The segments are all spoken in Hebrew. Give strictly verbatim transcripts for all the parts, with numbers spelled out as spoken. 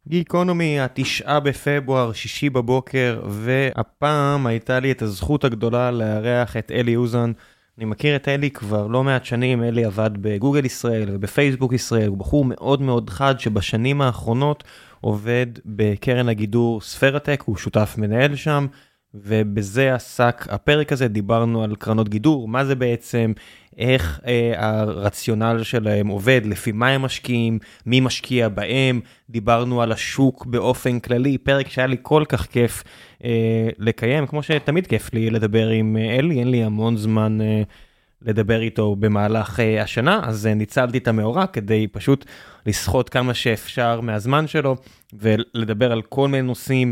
גיקונומי, התשעה בפברואר, שישי בבוקר, והפעם הייתה לי את הזכות הגדולה לארח את אלי אוזן. אני מכיר את אלי כבר לא מעט שנים, אלי עבד בגוגל ישראל ובפייסבוק ישראל, הוא בחור מאוד מאוד חד שבשנים האחרונות עובד בקרן הגידור ספרטק, הוא שותף מנהל שם, ובזה עסק הפרק הזה, דיברנו על קרנות גידור, מה זה בעצם, איך אה, הרציונל שלהם עובד, לפי מה הם משקיעים, מי משקיע בהם, דיברנו על השוק באופן כללי, פרק שהיה לי כל כך כיף אה, לקיים, כמו שתמיד כיף לי לדבר עם אלי, אין לי המון זמן אה, לדבר איתו במהלך אה, השנה, אז אה, ניצלתי את המאורע כדי פשוט לשחות כמה שאפשר מהזמן שלו, ולדבר על כל מיני נושאים,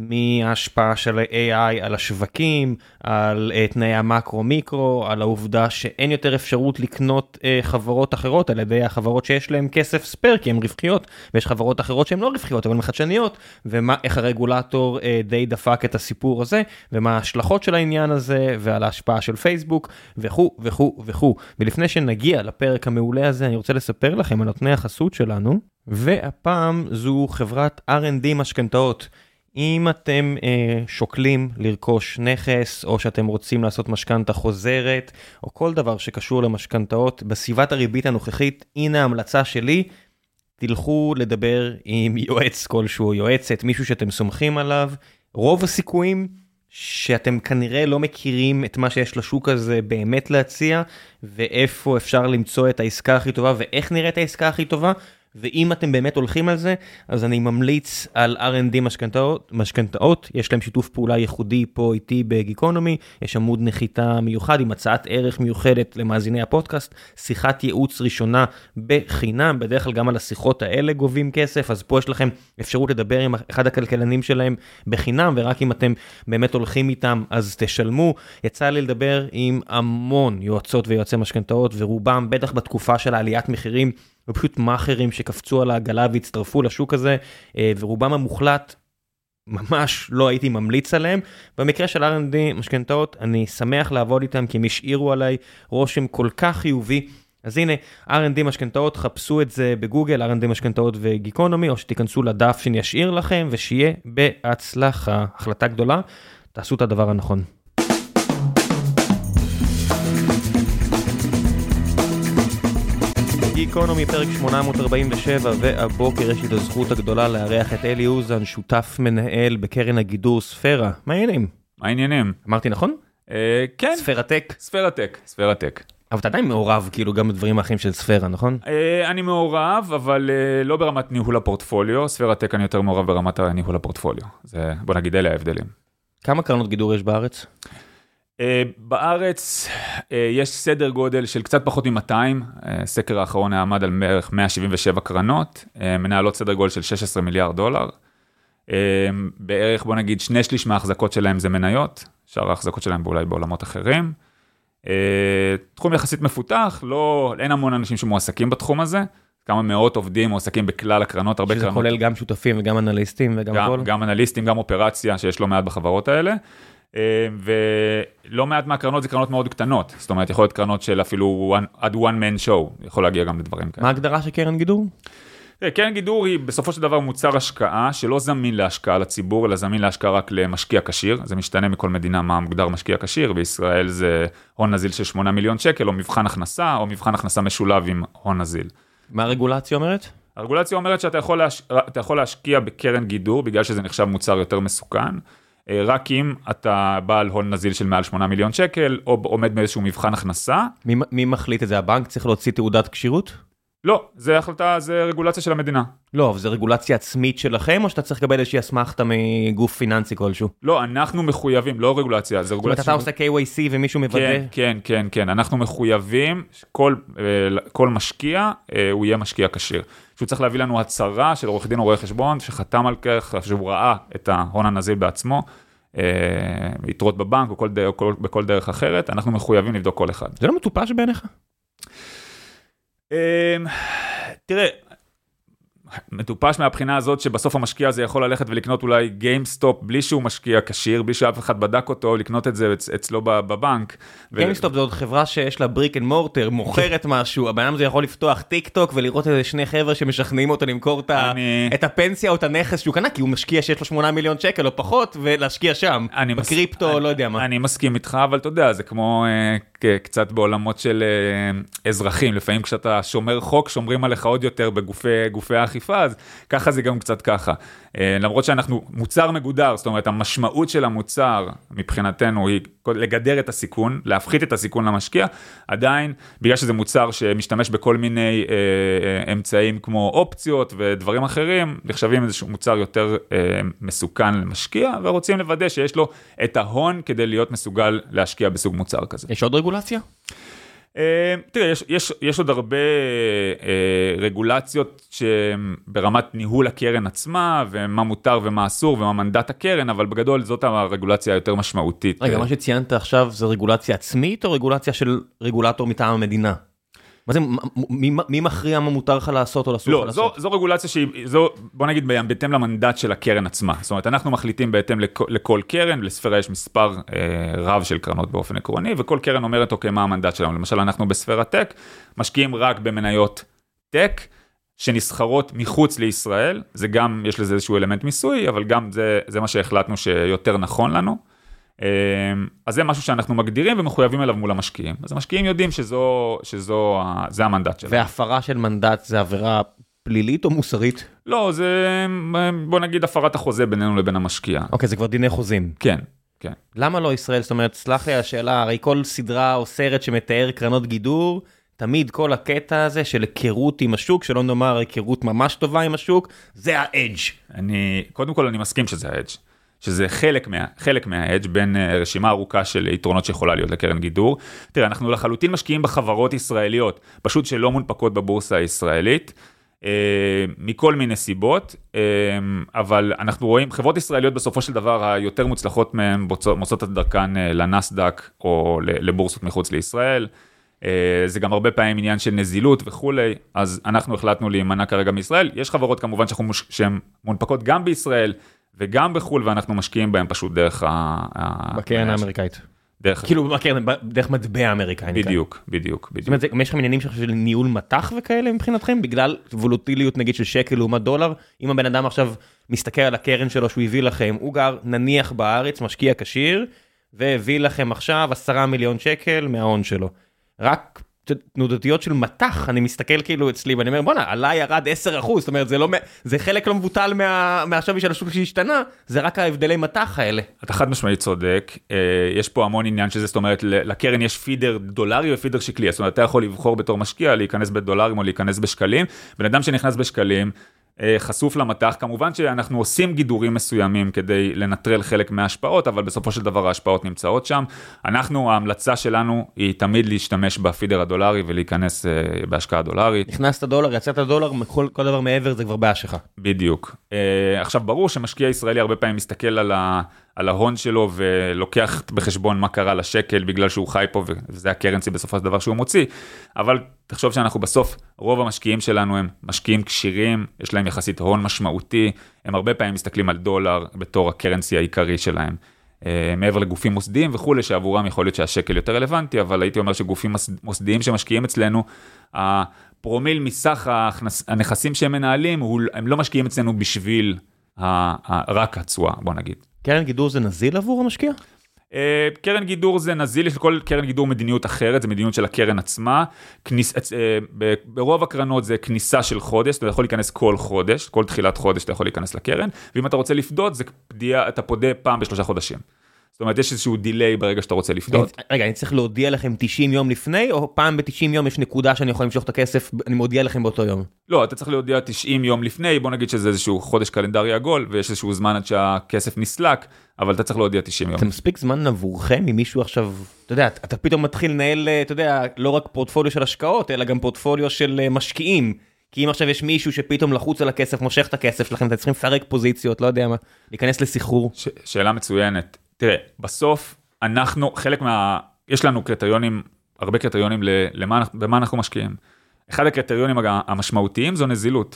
מההשפעה של ה-איי איי על השווקים, על uh, תנאי המקרו-מיקרו, על העובדה שאין יותר אפשרות לקנות uh, חברות אחרות, על ידי החברות שיש להן כסף ספר, כי הן רווחיות, ויש חברות אחרות שהן לא רווחיות, אבל מחדשניות, ואיך הרגולטור uh, די דפק את הסיפור הזה, ומה ההשלכות של העניין הזה, ועל ההשפעה של פייסבוק, וכו' וכו' וכו'. ולפני שנגיע לפרק המעולה הזה, אני רוצה לספר לכם על נותני החסות שלנו, והפעם זו חברת אר אנד די משכנתאות. אם אתם אה, שוקלים לרכוש נכס, או שאתם רוצים לעשות משכנתה חוזרת, או כל דבר שקשור למשכנתאות, בסביבת הריבית הנוכחית, הנה ההמלצה שלי, תלכו לדבר עם יועץ כלשהו, יועצת, מישהו שאתם סומכים עליו. רוב הסיכויים שאתם כנראה לא מכירים את מה שיש לשוק הזה באמת להציע, ואיפה אפשר למצוא את העסקה הכי טובה, ואיך נראית העסקה הכי טובה, ואם אתם באמת הולכים על זה, אז אני ממליץ על אר אנד די משכנתאות, משכנתאות, יש להם שיתוף פעולה ייחודי פה איתי בגיקונומי, יש עמוד נחיתה מיוחד עם הצעת ערך מיוחדת למאזיני הפודקאסט, שיחת ייעוץ ראשונה בחינם, בדרך כלל גם על השיחות האלה גובים כסף, אז פה יש לכם אפשרות לדבר עם אחד הכלכלנים שלהם בחינם, ורק אם אתם באמת הולכים איתם, אז תשלמו. יצא לי לדבר עם המון יועצות ויועצי משכנתאות, ורובם בטח בתקופה של העליית מחירים, ופשוט מאחרים שקפצו על העגלה והצטרפו לשוק הזה, ורובם המוחלט ממש לא הייתי ממליץ עליהם. במקרה של אר אנד די משכנתאות, אני שמח לעבוד איתם, כי הם השאירו עליי רושם כל כך חיובי. אז הנה, אר אנד די משכנתאות, חפשו את זה בגוגל, אר אנד די משכנתאות וגיקונומי, או שתיכנסו לדף שאני אשאיר לכם, ושיהיה בהצלחה. החלטה גדולה, תעשו את הדבר הנכון. גיקונומי פרק שמונה מאות ארבעים ושבע, והבוקר יש לי את הזכות הגדולה לארח את אלי אוזן, שותף מנהל בקרן הגידור ספרה. מה העניינים? מה העניינים? אמרתי נכון? אה, כן. ספרטק? ספרטק, ספרטק. אבל אתה עדיין מעורב כאילו גם בדברים האחרים של ספרה, נכון? אה, אני מעורב, אבל אה, לא ברמת ניהול הפורטפוליו. ספרטק אני יותר מעורב ברמת ניהול הפורטפוליו. זה, בוא נגיד, אלה ההבדלים. כמה קרנות גידור יש בארץ? בארץ יש סדר גודל של קצת פחות מ-מאתיים, סקר האחרון העמד על בערך מאה שבעים ושבע קרנות, מנהלות סדר גודל של שש עשרה מיליארד דולר, בערך בוא נגיד שני שליש מההחזקות שלהם זה מניות, שאר ההחזקות שלהם אולי בעולמות אחרים, תחום יחסית מפותח, לא, אין המון אנשים שמועסקים בתחום הזה, כמה מאות עובדים מועסקים בכלל הקרנות, הרבה שזה קרנות. כולל גם שותפים וגם אנליסטים וגם גם, כל? גם אנליסטים, גם אופרציה שיש לא מעט בחברות האלה, ולא מעט מהקרנות זה קרנות מאוד קטנות, זאת אומרת יכול להיות קרנות של אפילו עד one man show, יכול להגיע גם לדברים כאלה. מה ההגדרה של קרן גידור? קרן גידור היא בסופו של דבר מוצר השקעה שלא זמין להשקעה לציבור, אלא זמין להשקעה רק למשקיע כשיר, זה משתנה מכל מדינה מה מוגדר משקיע כשיר, בישראל זה הון נזיל של שמונה מיליון שקל, או מבחן הכנסה, או מבחן הכנסה משולב עם הון נזיל. מה הרגולציה אומרת? הרגולציה אומרת שאתה יכול, להש... אתה יכול להשקיע בקרן גידור, בגלל שזה נחשב מוצר יותר מסוכן, רק אם אתה בעל הון נזיל של מעל שמונה מיליון שקל, או עומד באיזשהו מבחן הכנסה. מי, מי מחליט את זה? הבנק צריך להוציא תעודת כשירות? לא, זה החלטה, זה רגולציה של המדינה. לא, אבל זה רגולציה עצמית שלכם, או שאתה צריך לקבל איזושהי אסמכתה מגוף פיננסי כלשהו? לא, אנחנו מחויבים, לא רגולציה, זה רגולציה... זאת אומרת, אתה עושה קיי וואי סי ומישהו מוודא? כן, כן, כן, כן, אנחנו מחויבים, כל, כל משקיע, הוא יהיה משקיע כשיר. שהוא צריך להביא לנו הצהרה של עורך דין או רואה חשבון, שחתם על כך, שהוא ראה את ההון הנזיל בעצמו, יתרות בבנק או כל דרך, או בכל דרך אחרת, אנחנו מחויבים לבדוק כל אחד. זה לא מטופש בעיניך? תראה, מטופש מהבחינה הזאת שבסוף המשקיע הזה יכול ללכת ולקנות אולי GameStop בלי שהוא משקיע כשיר, בלי שאף אחד בדק אותו, לקנות את זה אצלו בבנק. GameStop זו עוד חברה שיש לה בריק אנד מורטר, מוכרת משהו, הבן הזה יכול לפתוח טיק טוק ולראות איזה שני חבר'ה שמשכנעים אותו למכור את הפנסיה או את הנכס שהוא קנה, כי הוא משקיע שיש לו שמונה מיליון שקל או פחות, ולהשקיע שם, בקריפטו, לא יודע מה. אני מסכים איתך, אבל אתה יודע, זה כמו קצת בעולמות של אזרחים, לפעמים כשאתה שומר חוק, שומרים עליך עוד יותר בגופי האכיפה, אז ככה זה גם קצת ככה. למרות שאנחנו מוצר מגודר, זאת אומרת, המשמעות של המוצר מבחינתנו היא לגדר את הסיכון, להפחית את הסיכון למשקיע, עדיין, בגלל שזה מוצר שמשתמש בכל מיני אמצעים כמו אופציות ודברים אחרים, נחשבים איזשהו מוצר יותר מסוכן למשקיע, ורוצים לוודא שיש לו את ההון כדי להיות מסוגל להשקיע בסוג מוצר כזה. יש עוד רגולציה? תראה, יש, יש, יש עוד הרבה רגולציות שברמת ניהול הקרן עצמה, ומה מותר ומה אסור, ומה מנדט הקרן, אבל בגדול זאת הרגולציה היותר משמעותית. רגע, מה שציינת עכשיו זה רגולציה עצמית, או רגולציה של רגולטור מטעם המדינה? מה זה, מי, מי מכריע מה מותר לך לעשות או לסור לך לעשות? לא, זו, זו רגולציה שהיא, זו, בוא נגיד, בהתאם למנדט של הקרן עצמה. זאת אומרת, אנחנו מחליטים בהתאם לכל, לכל קרן, לספירה יש מספר אה, רב של קרנות באופן עקרוני, וכל קרן אומרת, אוקיי, מה המנדט שלנו? למשל, אנחנו בספירה טק, משקיעים רק במניות טק, שנסחרות מחוץ לישראל, זה גם, יש לזה איזשהו אלמנט מיסוי, אבל גם זה, זה מה שהחלטנו שיותר נכון לנו. אז זה משהו שאנחנו מגדירים ומחויבים אליו מול המשקיעים. אז המשקיעים יודעים שזו, שזו, זה המנדט שלנו. והפרה של מנדט זה עבירה פלילית או מוסרית? לא, זה, בוא נגיד, הפרת החוזה בינינו לבין המשקיע. אוקיי, זה כבר דיני חוזים. כן, כן. למה לא ישראל? זאת אומרת, סלח לי השאלה, הרי כל סדרה או סרט שמתאר קרנות גידור, תמיד כל הקטע הזה של היכרות עם השוק, שלא נאמר היכרות ממש טובה עם השוק, זה ה-edge. אני, קודם כל אני מסכים שזה ה-edge. שזה חלק מה, חלק מה-edge בין רשימה ארוכה של יתרונות שיכולה להיות לקרן גידור. תראה, אנחנו לחלוטין משקיעים בחברות ישראליות, פשוט שלא מונפקות בבורסה הישראלית, אה, מכל מיני סיבות, אה, אבל אנחנו רואים, חברות ישראליות בסופו של דבר היותר מוצלחות מהן מוצאות את דרכן לנסדק או לבורסות מחוץ לישראל, אה, זה גם הרבה פעמים עניין של נזילות וכולי, אז אנחנו החלטנו להימנע כרגע מישראל. יש חברות כמובן שהן מונפקות גם בישראל, וגם בחול, ואנחנו משקיעים בהם פשוט דרך ה... בקרן האמריקאית. דרך... כאילו בקרן, דרך מטבע האמריקאית. בדיוק, בדיוק, בדיוק. זאת אומרת, יש לכם עניינים של ניהול מתח וכאלה מבחינתכם, בגלל וולוטיליות נגיד של שקל לעומת דולר, אם הבן אדם עכשיו מסתכל על הקרן שלו שהוא הביא לכם, הוא גר נניח בארץ, משקיע כשיר, והביא לכם עכשיו עשרה מיליון שקל מההון שלו. רק... תנודתיות של מתח, אני מסתכל כאילו אצלי, ואני אומר, בוא'נה, עליי ירד עשרה אחוז, זאת אומרת, זה, לא, זה חלק לא מבוטל מה, מהשווי של השוק שהשתנה, זה רק ההבדלי מתח האלה. אתה חד משמעית צודק, יש פה המון עניין שזה, זאת אומרת, לקרן יש פידר דולרי ופידר שקלי, זאת אומרת, אתה יכול לבחור בתור משקיע, להיכנס בדולרים או להיכנס בשקלים, בן אדם שנכנס בשקלים, חשוף למתח, כמובן שאנחנו עושים גידורים מסוימים כדי לנטרל חלק מההשפעות, אבל בסופו של דבר ההשפעות נמצאות שם. אנחנו, ההמלצה שלנו היא תמיד להשתמש בפידר הדולרי ולהיכנס בהשקעה דולרית. נכנסת דולר, יצאת דולר, כל, כל דבר מעבר זה כבר בעיה שלך. בדיוק. עכשיו ברור שמשקיע ישראלי הרבה פעמים מסתכל על ה... על ההון שלו ולוקח בחשבון מה קרה לשקל בגלל שהוא חי פה וזה הקרנסי בסופו של דבר שהוא מוציא, אבל תחשוב שאנחנו בסוף, רוב המשקיעים שלנו הם משקיעים קשירים, יש להם יחסית הון משמעותי, הם הרבה פעמים מסתכלים על דולר בתור הקרנסי העיקרי שלהם, מעבר לגופים מוסדיים וכו', שעבורם יכול להיות שהשקל יותר רלוונטי, אבל הייתי אומר שגופים מוסדיים שמשקיעים אצלנו, הפרומיל מסך הנכסים שהם מנהלים, הם לא משקיעים אצלנו בשביל רק התשואה, בוא נגיד. קרן גידור זה נזיל עבור המשקיע? קרן גידור זה נזיל, יש לכל קרן גידור מדיניות אחרת, זה מדיניות של הקרן עצמה, ברוב הקרנות זה כניסה של חודש, אתה יכול להיכנס כל חודש, כל תחילת חודש אתה יכול להיכנס לקרן, ואם אתה רוצה לפדות, אתה פודה פעם בשלושה חודשים. זאת אומרת, יש איזשהו דיליי ברגע שאתה רוצה לפדות. רגע, אני צריך להודיע לכם תשעים יום לפני, או פעם ב-תשעים יום יש נקודה שאני יכול למשוך את הכסף, אני מודיע לכם באותו יום? לא, אתה צריך להודיע תשעים יום לפני, בוא נגיד שזה איזשהו חודש קלנדרי עגול, ויש איזשהו זמן עד שהכסף נסלק, אבל אתה צריך להודיע תשעים יום. זה מספיק זמן עבורכם, אם מישהו עכשיו, אתה יודע, אתה פתאום מתחיל לנהל, אתה יודע, לא רק פורטפוליו של השקעות, אלא גם פורטפוליו של משקיעים. כי אם עכשיו יש מישהו שפתאום לחוץ על הכסף, מושך את הכסף שלכם, אתם צריכים לפרק פוזיציות, לא יודע מה, להיכנס לסחרור. ש- שאלה מצוינת. תראה, בסוף אנחנו, חלק מה, יש לנו קריטריונים, הרבה קריטריונים למה, במה אנחנו משקיעים. אחד הקריטריונים המשמעותיים זו נזילות.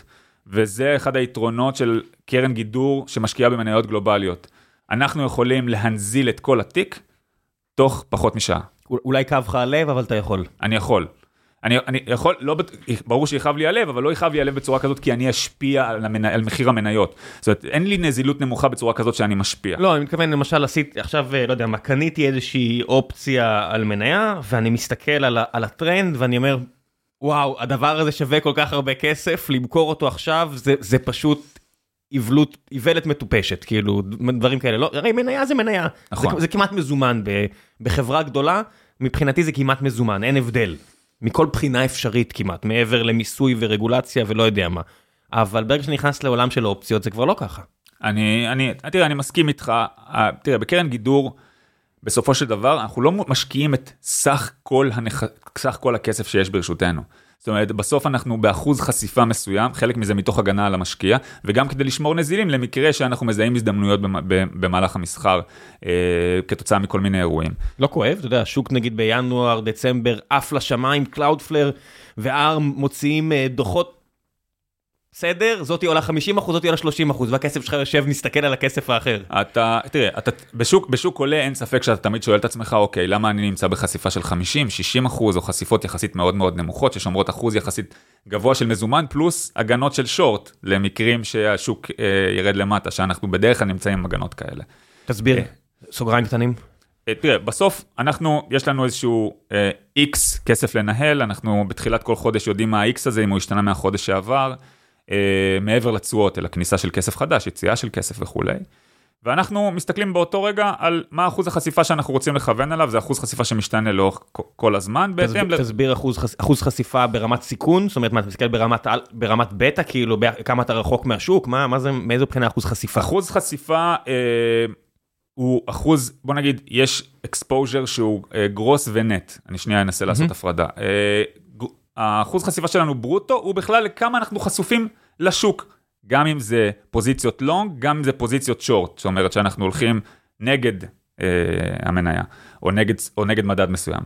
וזה אחד היתרונות של קרן גידור שמשקיעה במניות גלובליות. אנחנו יכולים להנזיל את כל התיק תוך פחות משעה. אולי יכאב לך הלב, אבל אתה יכול. אני יכול. אני, אני יכול, לא, ברור שיכאב לי הלב, אבל לא יכאב לי הלב בצורה כזאת, כי אני אשפיע על, המנ... על מחיר המניות. זאת אומרת, אין לי נזילות נמוכה בצורה כזאת שאני משפיע. לא, אני מתכוון, למשל, עשיתי, עכשיו, לא יודע, מה, קניתי איזושהי אופציה על מניה, ואני מסתכל על, על הטרנד, ואני אומר, וואו, הדבר הזה שווה כל כך הרבה כסף, למכור אותו עכשיו, זה, זה פשוט איבלות, איבלת מטופשת, כאילו, דברים כאלה. לא, הרי מניה זה מניה. נכון. זה, זה כמעט מזומן. ב, בחברה גדולה, מבחינתי זה כמעט מזומן, אין הבדל. מכל בחינה אפשרית כמעט, מעבר למיסוי ורגולציה ולא יודע מה. אבל ברגע שנכנס לעולם של האופציות, זה כבר לא ככה. אני, אני, תראה, אני מסכים איתך, תראה, בקרן גידור, בסופו של דבר, אנחנו לא משקיעים את סך כל, הנכ... סך כל הכסף שיש ברשותנו. זאת אומרת, בסוף אנחנו באחוז חשיפה מסוים, חלק מזה מתוך הגנה על המשקיע, וגם כדי לשמור נזילים למקרה שאנחנו מזהים הזדמנויות במהלך המסחר, אה, כתוצאה מכל מיני אירועים. לא כואב, אתה יודע, השוק נגיד בינואר, דצמבר, אף לשמיים, קלאודפלר, וארם מוציאים אה, דוחות, בסדר, זאתי עולה חמישים אחוז, זאתי עולה שלושים אחוז, והכסף שלך יושב, נסתכל על הכסף האחר. אתה, תראה, אתה, בשוק, בשוק עולה אין ספק שאתה תמיד שואל את עצמך, אוקיי, למה אני נמצא בחשיפה של חמישים, שישים אחוז, או חשיפות יחסית מאוד מאוד נמוכות, ששומרות אחוז יחסית גבוה של מזומן, פלוס הגנות של שורט, למקרים שהשוק אה, ירד למטה, שאנחנו בדרך כלל נמצאים עם הגנות כאלה. תסביר, אה, סוגריים קטנים. אה, תראה, בסוף אנחנו, יש לנו איזשהו אה, X כסף לנהל, אנחנו בתחילת כל חודש יודעים מה ה-X הזה, אם הוא השתנה מהחודש שעבר, Uh, מעבר לצועות, אלא כניסה של כסף חדש, יציאה של כסף וכו'. ואנחנו מסתכלים באותו רגע על מה אחוז החשיפה שאנחנו רוצים לכוון עליו, זה אחוז חשיפה שמשתנה לאורך כל הזמן. תסביר, תסביר אחוז, אחוז חשיפה ברמת סיכון, זאת אומרת, מה אתה מסתכל ברמת, ברמת בטא, כאילו, כמה אתה רחוק מהשוק, מה, מה זה, מאיזו בחינה אחוז חשיפה? אחוז חשיפה uh, הוא אחוז, בוא נגיד, יש exposure שהוא uh, גרוס ונט, אני שנייה אנסה לעשות הפרדה. Uh, האחוז חשיפה שלנו ברוטו, הוא בכלל כמה אנחנו חשופים לשוק, גם אם זה פוזיציות לונג, גם אם זה פוזיציות שורט, זאת אומרת שאנחנו הולכים נגד אה, המניה, או נגד, או נגד מדד מסוים.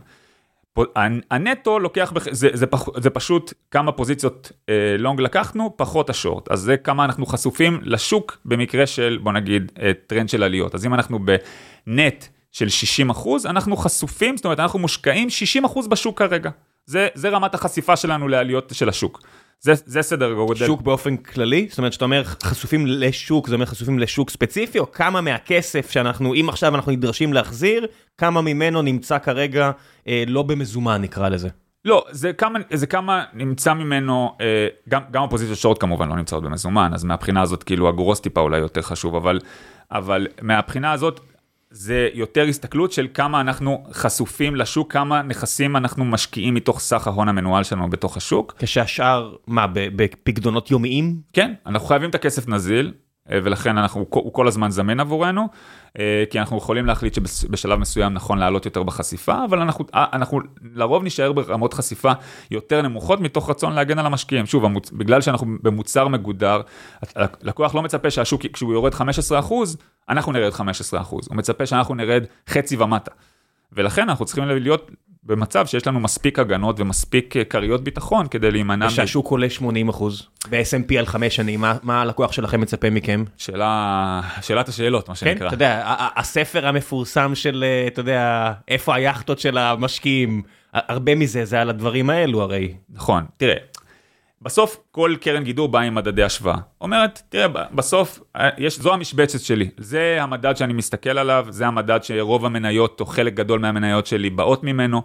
הנטו לוקח, בח... זה, זה, פח... זה פשוט כמה פוזיציות אה, לונג לקחנו, פחות השורט, אז זה כמה אנחנו חשופים לשוק, במקרה של, בוא נגיד, אה, טרנד של עליות. אז אם אנחנו בנט של שישים אחוז, אנחנו חשופים, זאת אומרת, אנחנו מושקעים שישים אחוז בשוק כרגע. זה, זה רמת החשיפה שלנו לעליות של השוק. זה, זה סדר גודל. שוק באופן כללי? זאת אומרת, שאתה אומר חשופים לשוק, זה אומר חשופים לשוק ספציפי, או כמה מהכסף שאנחנו, אם עכשיו אנחנו נדרשים להחזיר, כמה ממנו נמצא כרגע אה, לא במזומן, נקרא לזה? לא, זה כמה, זה כמה נמצא ממנו, אה, גם, גם הפוזיציות שורט כמובן לא נמצאות במזומן, אז מהבחינה הזאת, כאילו, הגרוס טיפה אולי יותר חשוב, אבל, אבל מהבחינה הזאת, זה יותר הסתכלות של כמה אנחנו חשופים לשוק, כמה נכסים אנחנו משקיעים מתוך סך ההון המנוהל שלנו בתוך השוק. כשהשאר, מה, בפקדונות יומיים? כן, אנחנו חייבים את הכסף נזיל, ולכן אנחנו, הוא כל הזמן זמן עבורנו, כי אנחנו יכולים להחליט שבשלב מסוים נכון לעלות יותר בחשיפה, אבל אנחנו, אנחנו לרוב נשאר ברמות חשיפה יותר נמוכות, מתוך רצון להגן על המשקיעים. שוב, בגלל שאנחנו במוצר מגודר, לקוח לא מצפה שהשוק, כשהוא יורד חמישה עשר אחוז, אנחנו נרד חמישה עשר אחוז. הוא מצפה שאנחנו נרד חצי ומטה. ולכן אנחנו צריכים להיות במצב שיש לנו מספיק הגנות ומספיק קריות ביטחון כדי להימנע. ושהשוק עולה שמונים אחוז ב-אס אנד פי על חמש שנים, מה, מה הלקוח שלכם מצפה מכם? שאלה, שאלת השאלות, מה שנקרא. כן, אתה יודע, הספר המפורסם של, אתה יודע, איפה היחטות של המשקיעים, הרבה מזה זה על הדברים האלו הרי. נכון, תראה, בסוף כל קרן גידור באה עם מדדי השוואה. אומרת, תראה, בסוף יש, זו המשבצת שלי. זה המדד שאני מסתכל עליו, זה המדד שרוב המניות או חלק גדול מהמניות שלי באות ממנו.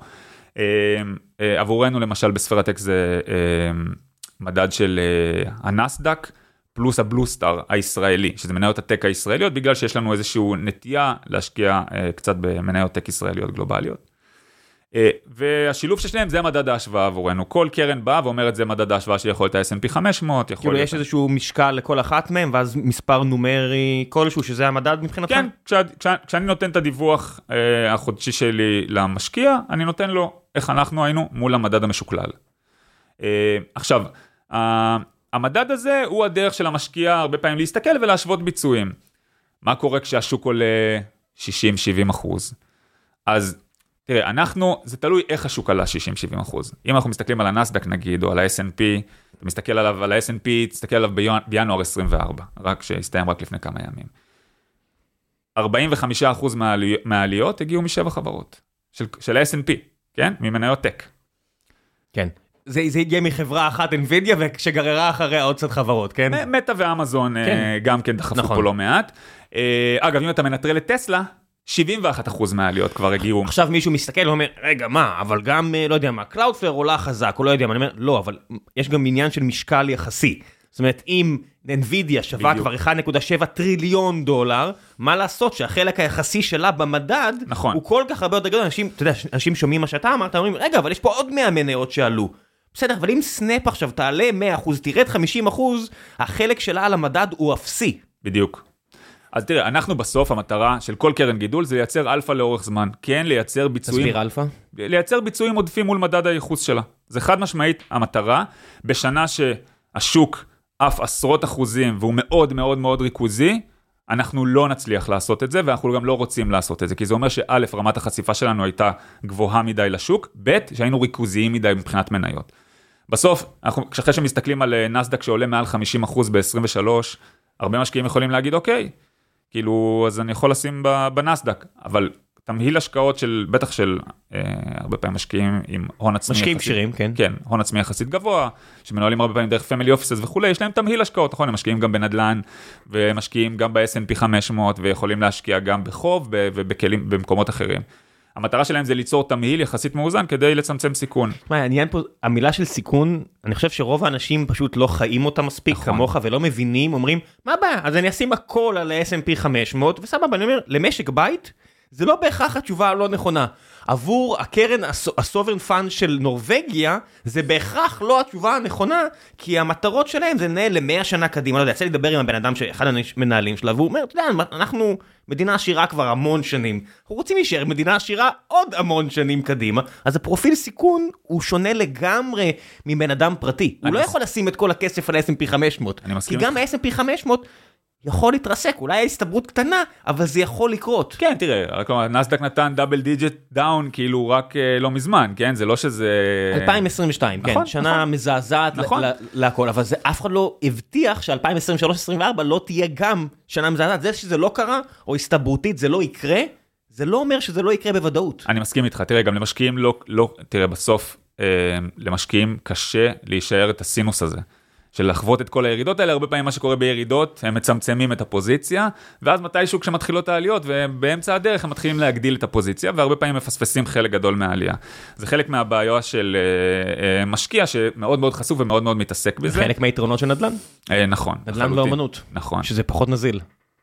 עבורנו למשל בספרטק זה מדד של הנסדק, פלוס הבלוסטאר הישראלי, שזה מניות הטק הישראליות, בגלל שיש לנו איזשהו נטייה להשקיע קצת במניות טק ישראליות גלובליות. והשילוב ששניהם זה מדד ההשוואה עבורנו. כל קרן באה ואומרת זה מדד ההשוואה שיכול להיות ה-אס אנד פי חמש מאות. כאילו יש איזשהו משקל לכל אחת מהם, ואז מספר נומרי כלשהו שזה המדד מבחינתך? כן, כשאני נותן את הדיווח החודשי שלי למשקיע, אני נותן לו איך אנחנו היינו מול המדד המשוקלל. עכשיו, המדד הזה הוא הדרך של המשקיע הרבה פעמים להסתכל ולהשוות ביצועים. מה קורה כשהשוק עולה שישים שבעים אחוז? אז תראה, אנחנו, זה תלוי איך השוק עלה שישים שבעים אחוז. אם אנחנו מסתכלים על הנסדק נגיד, או על ה-אס אנד פי, אתה מסתכל עליו, על ה-אס אנד פי, תסתכל עליו בינואר עשרים וארבע, רק שהסתיים רק לפני כמה ימים. ארבעים וחמישה אחוז מהעליות הגיעו משבע חברות, של, של ה-אס אנד פי, כן? ממניות טק. כן. זה, זה הגיע מחברה אחת, NVIDIA, ושגררה אחריה עוד קצת חברות, כן? מטה ואמזון כן. גם כן דחפו נכון. פה לא מעט. אגב, אם אתה מנטרל את טסלה, שבעים ואחד אחוז מהעליות כבר הגיעו. עכשיו מישהו מסתכל ואומר, רגע, מה, אבל גם, לא יודע מה, Cloudflare עולה חזק, או לא יודע מה, אני אומר, לא, אבל יש גם עניין של משקל יחסי. זאת אומרת, אם NVIDIA שווה בדיוק. כבר אחד נקודה שבע טריליון דולר, מה לעשות שהחלק היחסי שלה במדד, נכון. הוא כל כך הרבה יותר גדול, אנשים, אתה יודע, אנשים שומעים מה שאתה אמרת, אומרים, רגע, אבל יש פה עוד מאה מניות שעלו. בסדר, אבל אם סנאפ עכשיו תעלה מאה אחוז, תרד חמישים אחוז, החלק שלה על המדד הוא אפסי. בדיוק. אז תראה, אנחנו בסוף, המטרה של כל קרן גידול, זה לייצר אלפא לאורך זמן. כן, לייצר ביצועים... תסביר אלפא? לייצר ביצועים עודפים מול מדד הייחוס שלה. זה חד משמעית המטרה. בשנה שהשוק אף עשרות אחוזים, והוא מאוד מאוד מאוד ריכוזי, אנחנו לא נצליח לעשות את זה, ואנחנו גם לא רוצים לעשות את זה, כי זה אומר שא', רמת החשיפה שלנו הייתה גבוהה מדי לשוק, ב', שהיינו ריכוזיים מדי מבחינת מניות. בסוף, אנחנו, כשאחרי שמסתכלים על נסדק שעולה מעל חמישים אחוז ב-עשרים ושלוש, הרבה משקיעים יכולים להגיד, אוקיי, כאילו, אז אני יכול לשים בנסדק, אבל תמהיל השקעות של, בטח של, אה, הרבה פעמים משקיעים עם הון עצמי משקיעים יחסית, קשירים, כן. כן, הון עצמי יחסית גבוה, שמנהלים הרבה פעמים דרך פמילי אופיסס וכולי, יש להם תמהיל השקעות, נכון, הם משקיעים גם בנדלן, ומשקיעים גם ב-אס אנד פי חמש מאות, ויכולים להשקיע גם בחוב, ובכלים, במקומות אחרים. המטרה שלהם זה ליצור תמהיל יחסית מאוזן, כדי לצמצם סיכון. מה, העניין פה, המילה של סיכון, אני חושב שרוב האנשים פשוט לא חיים אותה מספיק כמוך, ולא מבינים, אומרים, מה הבעיה? אז אני אשים הכל על ה-אס אנד פי חמש מאות, וסבבה, אני אומר, למשק בית, זה לא בהכרח התשובה הלא נכונה. עבור הקרן, הסוברן פאנד של נורווגיה, זה בהכרח לא התשובה הנכונה, כי המטרות שלהם זה נהל למאה שנה קדימה. לא יודע, יצא לי לדבר עם הבן אדם שאחד המנהלים שלה, והוא אומר, אתה יודע, אנחנו מדינה עשירה כבר המון שנים. אנחנו רוצים להישאר מדינה עשירה עוד המון שנים קדימה. אז הפרופיל סיכון הוא שונה לגמרי מבן אדם פרטי. הוא לא יכול לשים את כל הכסף על ה-אס אנד פי חמש מאות. כי גם ה-אס אנד פי חמש מאות יכול להתרסק, אולי ההסתברות קטנה, אבל זה יכול לקרות. כן, תראה, כלומר, נסדק נתן דאבל דיג'ט דאון, כאילו רק לא מזמן, כן? זה לא שזה... אלפיים עשרים ושתיים, כן, שנה מזעזעת להכל, אבל זה אף אחד לא הבטיח ש-אלפיים עשרים ושלוש עשרים וארבע לא תהיה גם שנה מזעזעת. זה שזה לא קרה, או הסתברותית, זה לא יקרה, זה לא אומר שזה לא יקרה בוודאות. אני מסכים איתך, תראה, גם למשקיעים לא, לא, תראה, בסוף, למשקיעים קשה להישאר את הסינוס הזה. של לחוות את כל הירידות האלה, הרבה פעמים מה שקורה בירידות, הם מצמצמים את הפוזיציה, ואז מתישהו כשמתחילות העליות, ובאמצע הדרך הם מתחילים להגדיל את הפוזיציה, והרבה פעמים מפספסים חלק גדול מהעלייה. זה חלק מהבעיה של uh, משקיע, שמאוד מאוד חשוף ומאוד מאוד מתעסק בזה. חלק מהיתרונות של נדל"ן. Uh, נכון. נדל"ן ואומנות. נכון. שזה פחות נזיל.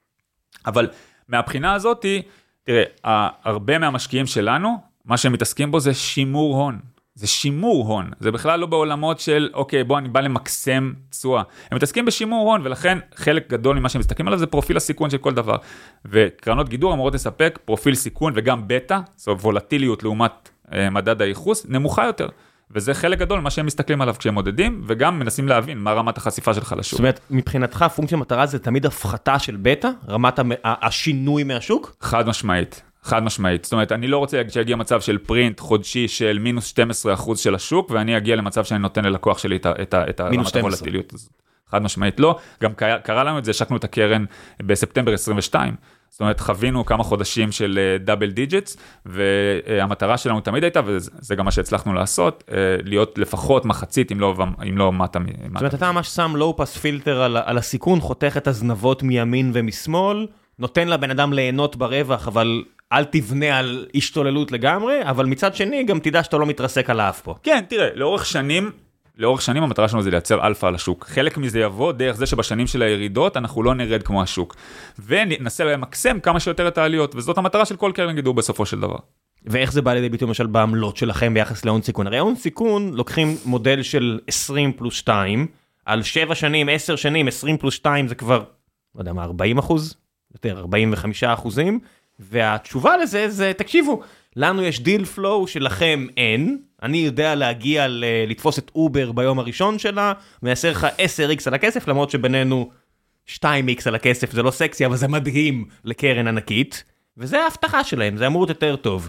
אבל מהבחינה הזאת, תראה, הרבה מהמשקיעים שלנו, מה שהם מתעסקים בו זה שימור הון. זה שימור הון, זה בכלל לא בעולמות של, אוקיי, בוא, אני בא למקסם תשואה. הם מתעסקים בשימור הון, ולכן חלק גדול ממה שהם מסתכלים עליו זה פרופיל הסיכון של כל דבר. וקרנות גידור אמורות לספק פרופיל סיכון וגם בטא, זאת אומרת, וולטיליות לעומת אה, מדד הייחוס, נמוכה יותר. וזה חלק גדול ממה שהם מסתכלים עליו כשהם מודדים, וגם מנסים להבין מה רמת החשיפה שלך לשוק. זאת אומרת, מבחינתך פונקציה מטרה זה תמיד הפחתה של בטא, רמת השינוי מהשוק? חד משמעית. חד משמעית, זאת אומרת, אני לא רוצה שיגיע מצב של פרינט חודשי של מינוס שנים עשר אחוז של השוק, ואני אגיע למצב שאני נותן ללקוח שלי את, את, את רמת הוולטיליות הזאת. חד משמעית לא, גם קרה לנו את זה, השקנו את הקרן בספטמבר עשרים ושתיים, זאת אומרת, חווינו כמה חודשים של דאבל דיג'טס, והמטרה שלנו תמיד הייתה, וזה גם מה שהצלחנו לעשות, להיות לפחות מחצית, אם לא, אם לא מטה. זאת אומרת, אתה ממש שם לואו פאס פילטר על, על הסיכון, חותך את הזנבות מימין ומשמאל, נותן לבן אדם ליהנות ברווח, אבל אל תבנה על השתוללות לגמרי, אבל מצד שני גם תדע שאתה לא מתרסק על האף פה. כן, תראה, לאורך שנים, לאורך שנים המטרה שלנו זה לייצר אלפא על השוק. חלק מזה יבוא דרך זה שבשנים של הירידות אנחנו לא נרד כמו השוק. וננסה למקסם כמה שיותר את העליות, וזאת המטרה של כל קרן גידור בסופו של דבר. ואיך זה בא לידי ביטוי למשל בעמלות שלכם ביחס להון סיכון? הרי הון סיכון לוקחים מודל של עשרים פלוס שתיים, על שבע שנים, עשר שנים, עשרים פלוס שתיים זה כבר, לא יודע מה, ארבעים אחוז? יותר, ארבעים וחמישה אחוזים, והתשובה לזה זה, תקשיבו, לנו יש דיל פלואו שלכם אין, אני יודע להגיע לתפוס את אובר ביום הראשון שלה, ויעשה לך עשר איקס על הכסף, למרות שבינינו שתיים איקס על הכסף, זה לא סקסי, אבל זה מדהים לקרן ענקית, וזה ההבטחה שלהם, זה אמור יותר טוב.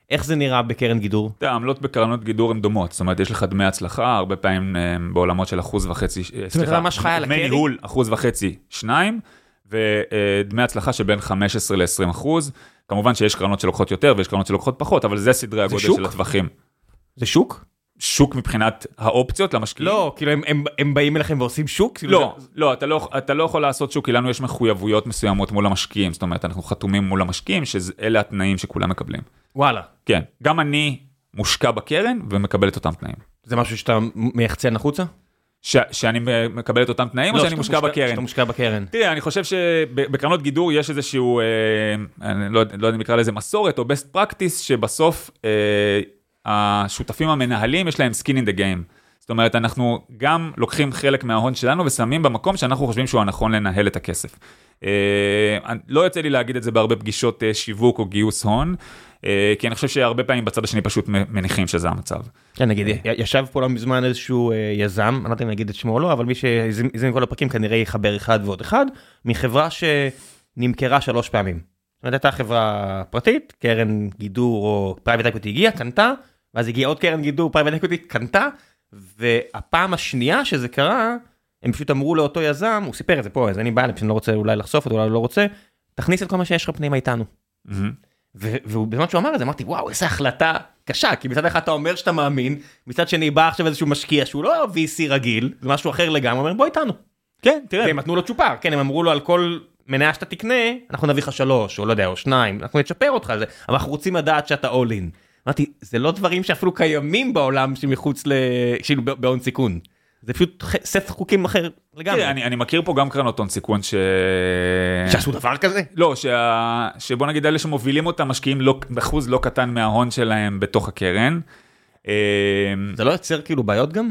איך זה נראה בקרן גידור? העמלות בקרנות גידור הן דומות, זאת אומרת, יש לך דמי הצלחה, הרבה פעמים בעולמות של אחוז וחצי, סליחה, דמי ניהול, אחוז וחצי, שניים, ודמי הצלחה שבין חמש עשרה ל-עשרים אחוז, כמובן שיש קרנות שלוקחות יותר, ויש קרנות שלוקחות פחות, אבל זה סדרי הגודל של הטווחים. זה שוק? שוק מבחינת האופציות למשקיעים? לא, כאילו הם, הם, הם באים אליכם ועושים שוק? לא, לא, אתה לא, אתה לא יכול לעשות שוק, כי לנו יש מחויבויות מסוימות מול המשקיעים, זאת אומרת, אנחנו חתומים מול המשקיעים, שאלה התנאים שכולם מקבלים. וואלה. כן, גם אני מושקע בקרן ומקבל את אותם תנאים. זה משהו שאתה מייחצן החוצה? ש, שאני מקבל את אותם תנאים, או שאני מושקע בקרן? שאתה מושקע בקרן. תראה, אני חושב שבקרנות גידור יש איזשהו, אני לא, לא יודע אם נקרא לזה מסורת, או best practice, שבסוף השותפים המנהלים יש להם skin in the game. זאת אומרת, אנחנו גם לוקחים חלק מההון שלנו ושמים במקום שאנחנו חושבים שהוא הנכון לנהל את הכסף. לא יוצא לי להגיד את זה בהרבה פגישות שיווק או גיוס הון, כי אני חושב שהרבה פעמים בצד השני פשוט מניחים שזה המצב. כן, נגיד, ישב פה לא מזמן איזשהו יזם, אני לא יודע אם נגיד את שמו או לא, אבל מי שהזין כל הפרקים כנראה יחבר אחד ועוד אחד, מחברה שנמכרה שלוש פעמים. זאת אומרת, הייתה חברה פרטית, קרן גידור או פרייבט אקוויטי הגיעה, קנתה, ואז הגיעה עוד קרן גידור, פרייבט אקוויטי, קנתה, והפעם השנייה שזה קרה, הם פשוט אמרו לאותו יזם, הוא סיפר את זה פה, אז אני בא, אני פשוט לא רוצה אולי לחשוף אותו, אולי לא רוצה, תכניס את כל מה שיש לך פנימה איתנו. ובזמן שהוא אמר את זה, אמרתי, וואו, איזו החלטה קשה, כי מצד אחד אתה אומר שאתה מאמין, מצד שני בא עכשיו איזשהו משקיע, שהוא לא וי סי רגיל, זה משהו אחר לגמרי, אומר, בוא איתנו. כן, תראה. והם נתנו לו צ'ופר, כן, הם אמרו לו על כל מניה שאתה תקנה, אנחנו נביא לך שלוש, או לא יודע, או שניים, אנחנו נצ'פר אותך, אבל אנחנו רוצים לדעת שאתה all in. אמרתי, זה לא דברים שאפילו קיימים בעולם שמחוץ ל... כאילו בהון סיכון. זה פשוט סט חוקים אחר לגמרי. אני, אני מכיר פה גם קרנות הון סיכון ש... שעשו דבר כזה? לא, שה... שבוא נגיד אלה שמובילים אותם, משקיעים לא... באחוז לא קטן מההון שלהם בתוך הקרן. זה לא יוצר כאילו בעיות גם?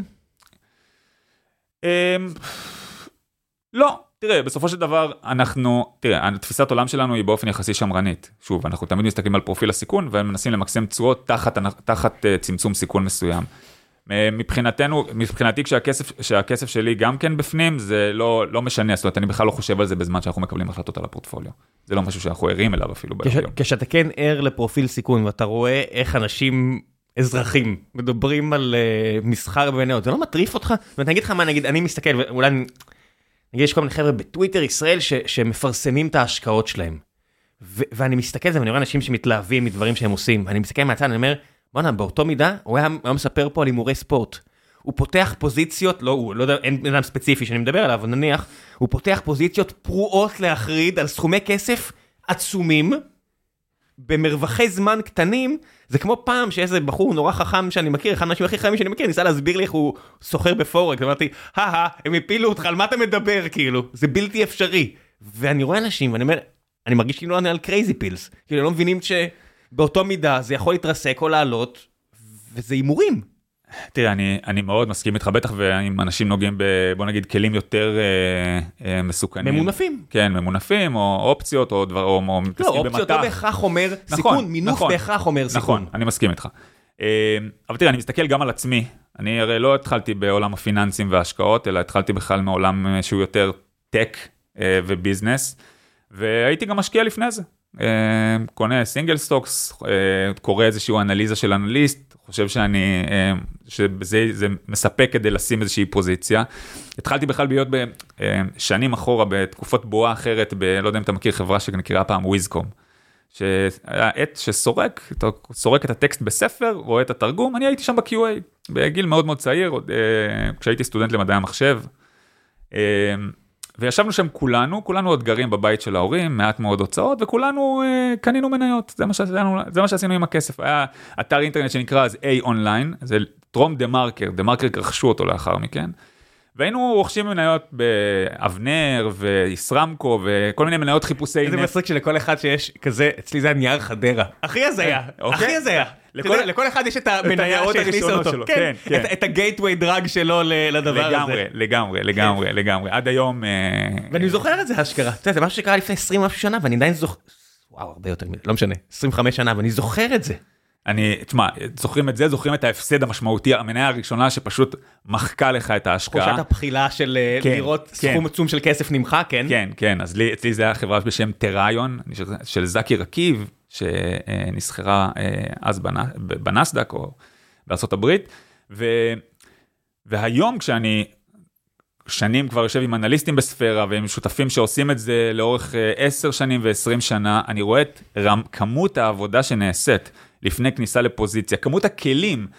לא. תראה, בסופו של דבר, אנחנו, תראה, התפיסת עולם שלנו היא באופן יחסי שמרנית. שוב, אנחנו תמיד מסתכלים על פרופיל הסיכון, ומנסים למקסם תשואות תחת, תחת צמצום סיכון מסוים. מבחינתנו, מבחינתי, כשהכסף, שהכסף שלי גם כן בפנים, זה לא, לא משנה, זאת אומרת, אני בכלל לא חושב על זה בזמן שאנחנו מקבלים החלטות על הפורטפוליו. זה לא משהו שאנחנו ערים אליו אפילו ביום. כשאתה כן ער לפרופיל סיכון, ואתה רואה איך אנשים אזרחים מדברים על מסחר במניות, זה לא מטריף אותך? זאת אומרת, נגיד לך מה, נגיד, אני מסתכל, ואולי נגיד, יש כל מיני חבר'ה בטוויטר ישראל ש, שמפרסמים את ההשקעות שלהם. ו, ואני מסתכל על זה, ואני רואה אנשים שמתלהבים מדברים שהם עושים, ואני מסתכל מהצד, אני אומר, בוא'נה, באותו מידה, הוא היה, היה מספר פה על הימורי ספורט. הוא פותח פוזיציות, לא, הוא לא יודע, אין אדם ספציפי שאני מדבר עליו, אבל נניח, הוא פותח פוזיציות פרועות להחריד על סכומי כסף עצומים, במרווחי זמן קטנים, זה כמו פעם שאיזה בחור נורא חכם שאני מכיר, אחד האנשים הכי חכמים שאני מכיר, ניסה להסביר לי איך הוא סוחר בפורקס, אמרתי, הא, הם הפילו אותך, על מה אתה מדבר, כאילו? זה בלתי אפשרי. ואני רואה אנשים, ואני אומר, אני מרגיש כאילו אני על קרייזי פילס, כאילו לא מבינים שבאותו מידה זה יכול להתרסק או לעלות, וזה הימורים. תראה, אני, אני מאוד מסכים איתך, בטח, ואם אנשים נוגעים ב, בוא נגיד, כלים יותר אה, אה, מסוכנים. ממונפים. כן, ממונפים, או אופציות, או דבר, או, או מתעסקים במטח. לא, אופציות לא בהכרח אומר נכון, סיכון, מינוף נכון, בהכרח אומר סיכון. נכון, אני מסכים איתך. אה, אבל תראה, אני מסתכל גם על עצמי, אני הרי לא התחלתי בעולם הפיננסים וההשקעות, אלא התחלתי בכלל מעולם שהוא יותר טק אה, וביזנס, והייתי גם משקיע לפני זה. קונה סינגל סטוקס, קורא איזשהו אנליזה של אנליסט, חושב שאני, שזה זה מספק כדי לשים איזושהי פוזיציה. התחלתי בכלל להיות בשנים אחורה, בתקופות בועה אחרת, ב, לא יודע אם אתה מכיר חברה שנקראה פעם וויזקום, שהעת שסורק, סורק את הטקסט בספר, רואה את התרגום, אני הייתי שם ב-קיו איי, בגיל מאוד מאוד צעיר, כשהייתי סטודנט למדעי המחשב, וישבנו שם כולנו, כולנו עוד גרים בבית של ההורים, מעט מאוד הוצאות, וכולנו אה, קנינו מניות, זה מה שעשינו, זה מה שעשינו עם הכסף. היה אתר אינטרנט שנקרא אז A-Online, זה טרום דה מרקר, דה מרקר רכשו אותו לאחר מכן, והיינו רוכשים מניות באבנר וישרמקו, וכל מיני מניות חיפושי נפט. איזה מצחיק שלכל אחד שיש כזה, אצלי זה הנייר חדרה. הכי הזה היה, הכי הזה היה. לכל אחד יש את המניה שהכניסה אותו. כן, את הגייטווי דרג שלו לדבר הזה. לגמרי, לגמרי, לגמרי, לגמרי. עד היום... ואני זוכר את זה, השקרה. זה משהו שקרה לפני עשרים משהו שנה, ואני עדיין זוכר... וואו, הרבה יותר, לא משנה, עשרים וחמש שנה, ואני זוכר את זה. אני, תשמע, זוכרים את זה, זוכרים את ההפסד המשמעותי, המניה הראשונה שפשוט מחקה לך את ההשקעה. תחושת הבחילה של כן, לראות כן. סכום עצום של כסף נמחה, כן? כן, כן, אז לי, אצלי זה היה חברה בשם טריון, של זקי רקיב, שנסחרה אז בנסדק או בארצות הברית, ו, והיום כשאני שנים כבר יושב עם אנליסטים בספירה, ועם שותפים שעושים את זה לאורך עשר שנים ועשרים שנה, אני רואה את כמות העבודה שנעשית לפני כניסה לפוזיציה, כמות הכלים,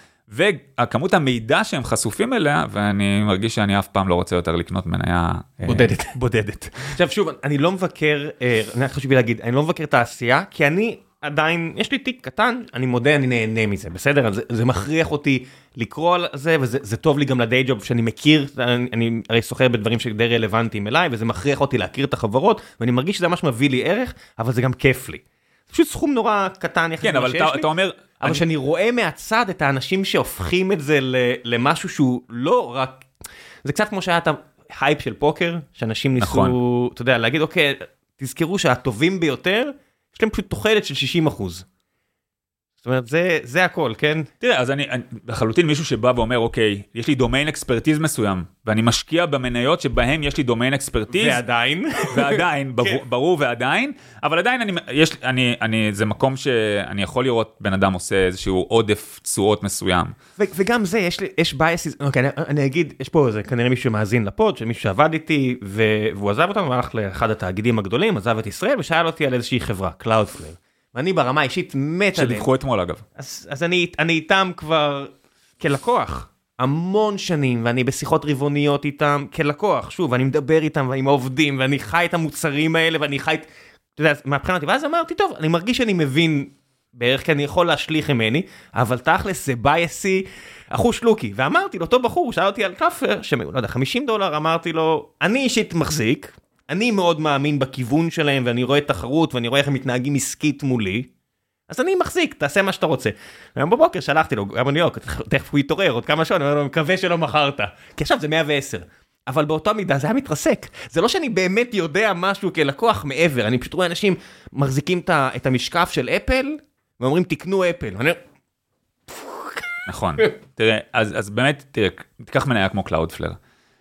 וכמות המידע שהם חשופים אליה, ואני מרגיש שאני אף פעם לא רוצה יותר לקנות מניה בודדת. בודדת. עכשיו שוב, אני לא מבקר, אני חשוב לי להגיד, אני לא מבקר תעשייה, כי אני עדיין, יש לי תיק קטן, אני מודה, אני נהנה מזה, בסדר? זה, זה מכריח אותי לקרוא על זה, וזה זה טוב לי גם לדיי ג'וב, שאני מכיר, אני, אני הרי סוחר בדברים שדי רלוונטיים אליי, וזה מכריח אותי להכיר את החברות, ואני מרגיש שזה ממש מביא לי ערך, אבל זה גם כיף לי. זה פשוט סכום נורא קטן יחד כן, אבל אתה, אתה אומר... אבל שאני אני... רואה מהצד את האנשים שהופכים את זה למשהו שהוא לא רק... זה קצת כמו שהיה את ההייפ של פוקר, שאנשים ניסו, נכון. אתה יודע, להגיד, אוקיי, תזכרו שהטובים ביותר, יש להם פשוט תוחלת של שישים אחוז. זאת אומרת, זה, זה הכל, כן? תראה, אז אני, אני, לחלוטין מישהו שבא ואומר, אוקיי, יש לי דומיין אקספרטיז מסוים, ואני משקיע במניות שבהם יש לי דומיין אקספרטיז. ועדיין. ועדיין, ברור, ברור ועדיין, אבל עדיין אני, יש, אני, אני, זה מקום שאני יכול לראות בן אדם עושה איזשהו עודף תשואות מסוים. ו, וגם זה, יש, יש biases, אוקיי, אני, אני אגיד, יש פה איזה, כנראה מישהו מאזין לפוד, שמישהו שעבד איתי, והוא עזב אותנו, והלך לאחד התאגידים הגדולים, עזב את ישראל, ושאל אותי על איזושהי חברה, Cloudflare. ואני ברמה האישית מת עליהם. שדיווחו אתמול אגב. אז, אז אני, אני איתם כבר כלקוח, המון שנים, ואני בשיחות רבעוניות איתם כלקוח, שוב, אני מדבר איתם ועם העובדים, ואני חי את המוצרים האלה, ואני חי את, אתה יודע, מהבחינה, ואז אמרתי, טוב, אני מרגיש שאני מבין בערך, כי אני יכול להשליך ממני, אבל תכלס זה בייסי, אחוז שלוקי, ואמרתי לאותו בחור, הוא שאל אותי על קאפר, שלא יודע, חמישים דולר, אמרתי לו, אני אישית מחזיק, אני מאוד מאמין בכיוון שלהם, ואני רואה תחרות, ואני רואה איך הם מתנהגים עסקית מולי, אז אני מחזיק, תעשה מה שאתה רוצה. היום בבוקר שלחתי לו, גם בניו יורק, תכף הוא יתעורר, עוד כמה שעות, אני מקווה שלא מכרת. כי עכשיו זה מאה ועשר. אבל באותה מידה זה היה מתרסק. זה לא שאני באמת יודע משהו כלקוח מעבר, אני פשוט רואה אנשים מחזיקים את המשקף של אפל, ואומרים תקנו אפל. נכון. תראה, אז באמת, תראה, תיקח מניה כמו Cloudflare.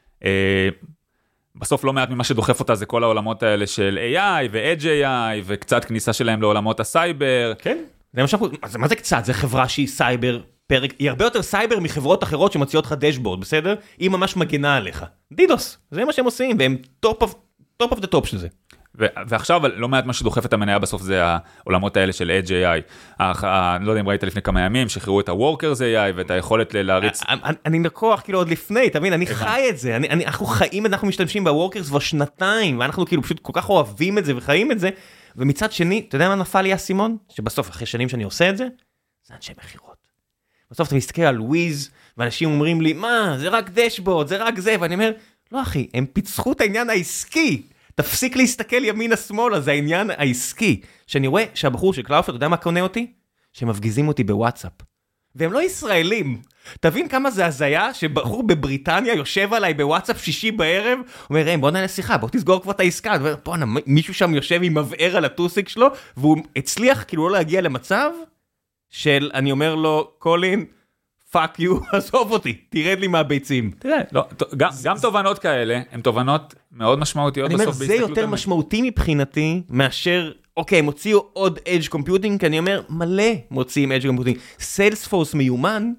בסוף לא מעט ממה שדוחף אותה זה כל העולמות האלה של איי איי ו-Edge איי איי וקצת כניסה שלהם לעולמות הסייבר. כן, זה מה שאנחנו, מה זה קצת? זה חברה שהיא סייבר פרק, היא הרבה יותר סייבר מחברות אחרות שמציעות לך דשבורד, בסדר? היא ממש מגנה עליך. דידוס, זה מה שהם עושים, והם טופ אוף, טופ אוף דה טופ של זה. ועכשיו לא מעט מה שדוחף את המניה בסוף זה העולמות האלה של Edge איי איי. אני לא יודע אם ראית לפני כמה ימים, שחררו את ה-Workers איי איי ואת היכולת להריץ. אני לקוח כאילו עוד לפני, תבין, אני חי את זה, אנחנו חיים, אנחנו משתמשים ב-Workers כבר שנתיים, ואנחנו כאילו פשוט כל כך אוהבים את זה וחיים את זה, ומצד שני, אתה יודע מה נפל לי הסימון? שבסוף, אחרי שנים שאני עושה את זה, זה אנשי מחירות. בסוף אתה מסתכל על וויז, ואנשים אומרים לי, מה, זה רק דשבורד, זה רק זה, ואני אומר, לא אחי, הם פיצחו את העניין העסקי. תפסיק להסתכל ימינה-שמאלה, זה העניין העסקי. שאני רואה שהבחור של Cloudflare, אתה יודע מה קונה אותי? שהם מפגיזים אותי בוואטסאפ. והם לא ישראלים. תבין כמה זה הזיה שבחור בבריטניה יושב עליי בוואטסאפ שישי בערב, אומר, ראם, בוא נעלה שיחה, בוא תסגור כבר את העסקה. בוא, מישהו שם יושב עם מבער על הטוסיק שלו, והוא הצליח כאילו לא להגיע למצב של, אני אומר לו, קולין, פאק יו, עזוב אותי, תרד לי מהביצים. תראה, לא, גם, גם תובנות כאלה, הן תובנות מאוד משמעותיות בסוף בהסתכלות. אני אומר, זה יותר משמעותי מבחינתי, מאשר, אוקיי, הם הוציאו עוד Edge Computing, כי אני אומר, מלא מוציאים Edge Computing. Salesforce מיומן,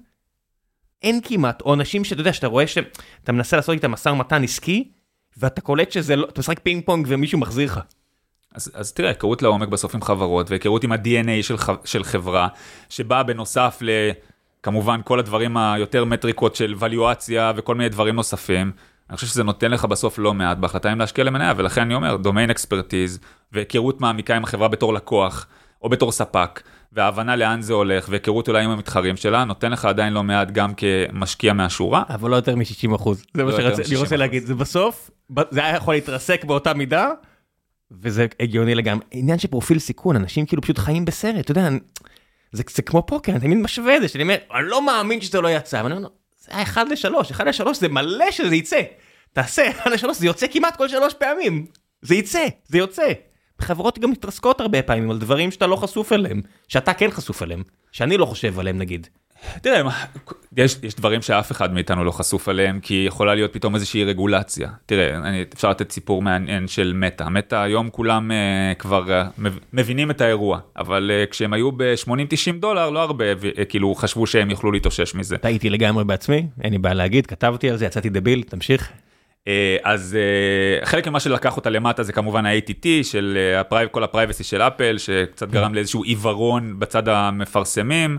אין כמעט, או אנשים שאתה יודע, שאתה רואה שאתה מנסה לעשות איתם מסע ומתן עסקי, ואתה קולט שזה לא, אתה משחק פינג פונג ומישהו מחזיר לך. אז, אז תראה, היכרות לעומק בסוף עם חברות, והיכרות עם ה-די אן איי של, של חברה, שבאה בנוסף ל... כמובן, כל הדברים היותר מטריקות של וליואציה וכל מיני דברים נוספים, אני חושב שזה נותן לך בסוף לא מעט בהחלטה אם להשקיע למניה, ולכן אני אומר, דומיין אקספרטיז, והיכרות מעמיקה עם החברה בתור לקוח, או בתור ספק, וההבנה לאן זה הולך, והיכרות אולי עם המתחרים שלה, נותן לך עדיין לא מעט גם כמשקיע מהשורה. אבל לא יותר מ-שישים אחוז. זה מה שאני רוצה להגיד. זה בסוף, זה היה יכול להתרסק באותה מידה, וזה הגיוני לגמרי. עניין שפרופיל סיכון, אנשים כאילו פשוט חיים בסרט, אתה יודע, זה, זה כמו פוקר, אני תמיד משווה את זה, שאני אומר, אני לא מאמין שזה לא יצא, ואני אומר, זה היה אחד לשלוש, אחד לשלוש זה מלא שזה יצא, תעשה אחד לשלוש, זה יוצא כמעט כל שלוש פעמים, זה יצא, זה יוצא. חברות גם מתרסקות הרבה פעמים, על דברים שאתה לא חשוף אליהם, שאתה כן חשוף אליהם, שאני לא חושב עליהם נגיד. תראה, יש, יש דברים שאף אחד מאיתנו לא חשוף עליהם, כי יכולה להיות פתאום איזושהי רגולציה. תראה, אני, אפשר לתת סיפור מעניין של מטה. מטה היום כולם uh, כבר uh, מבינים את האירוע, אבל uh, כשהם היו ב-שמונים תשעים דולר, לא הרבה, uh, כאילו חשבו שהם יוכלו להתאושש מזה. טעיתי לגמרי בעצמי, אין לי בעיה להגיד, כתבתי על זה, יצאתי דביל, תמשיך. אז חלק ממה שלקח אותה למטה זה כמובן ה-איי טי טי של כל הפרייבסי של אפל, שקצת גרם לאיזשהו עיוורון בצד המפרסמים,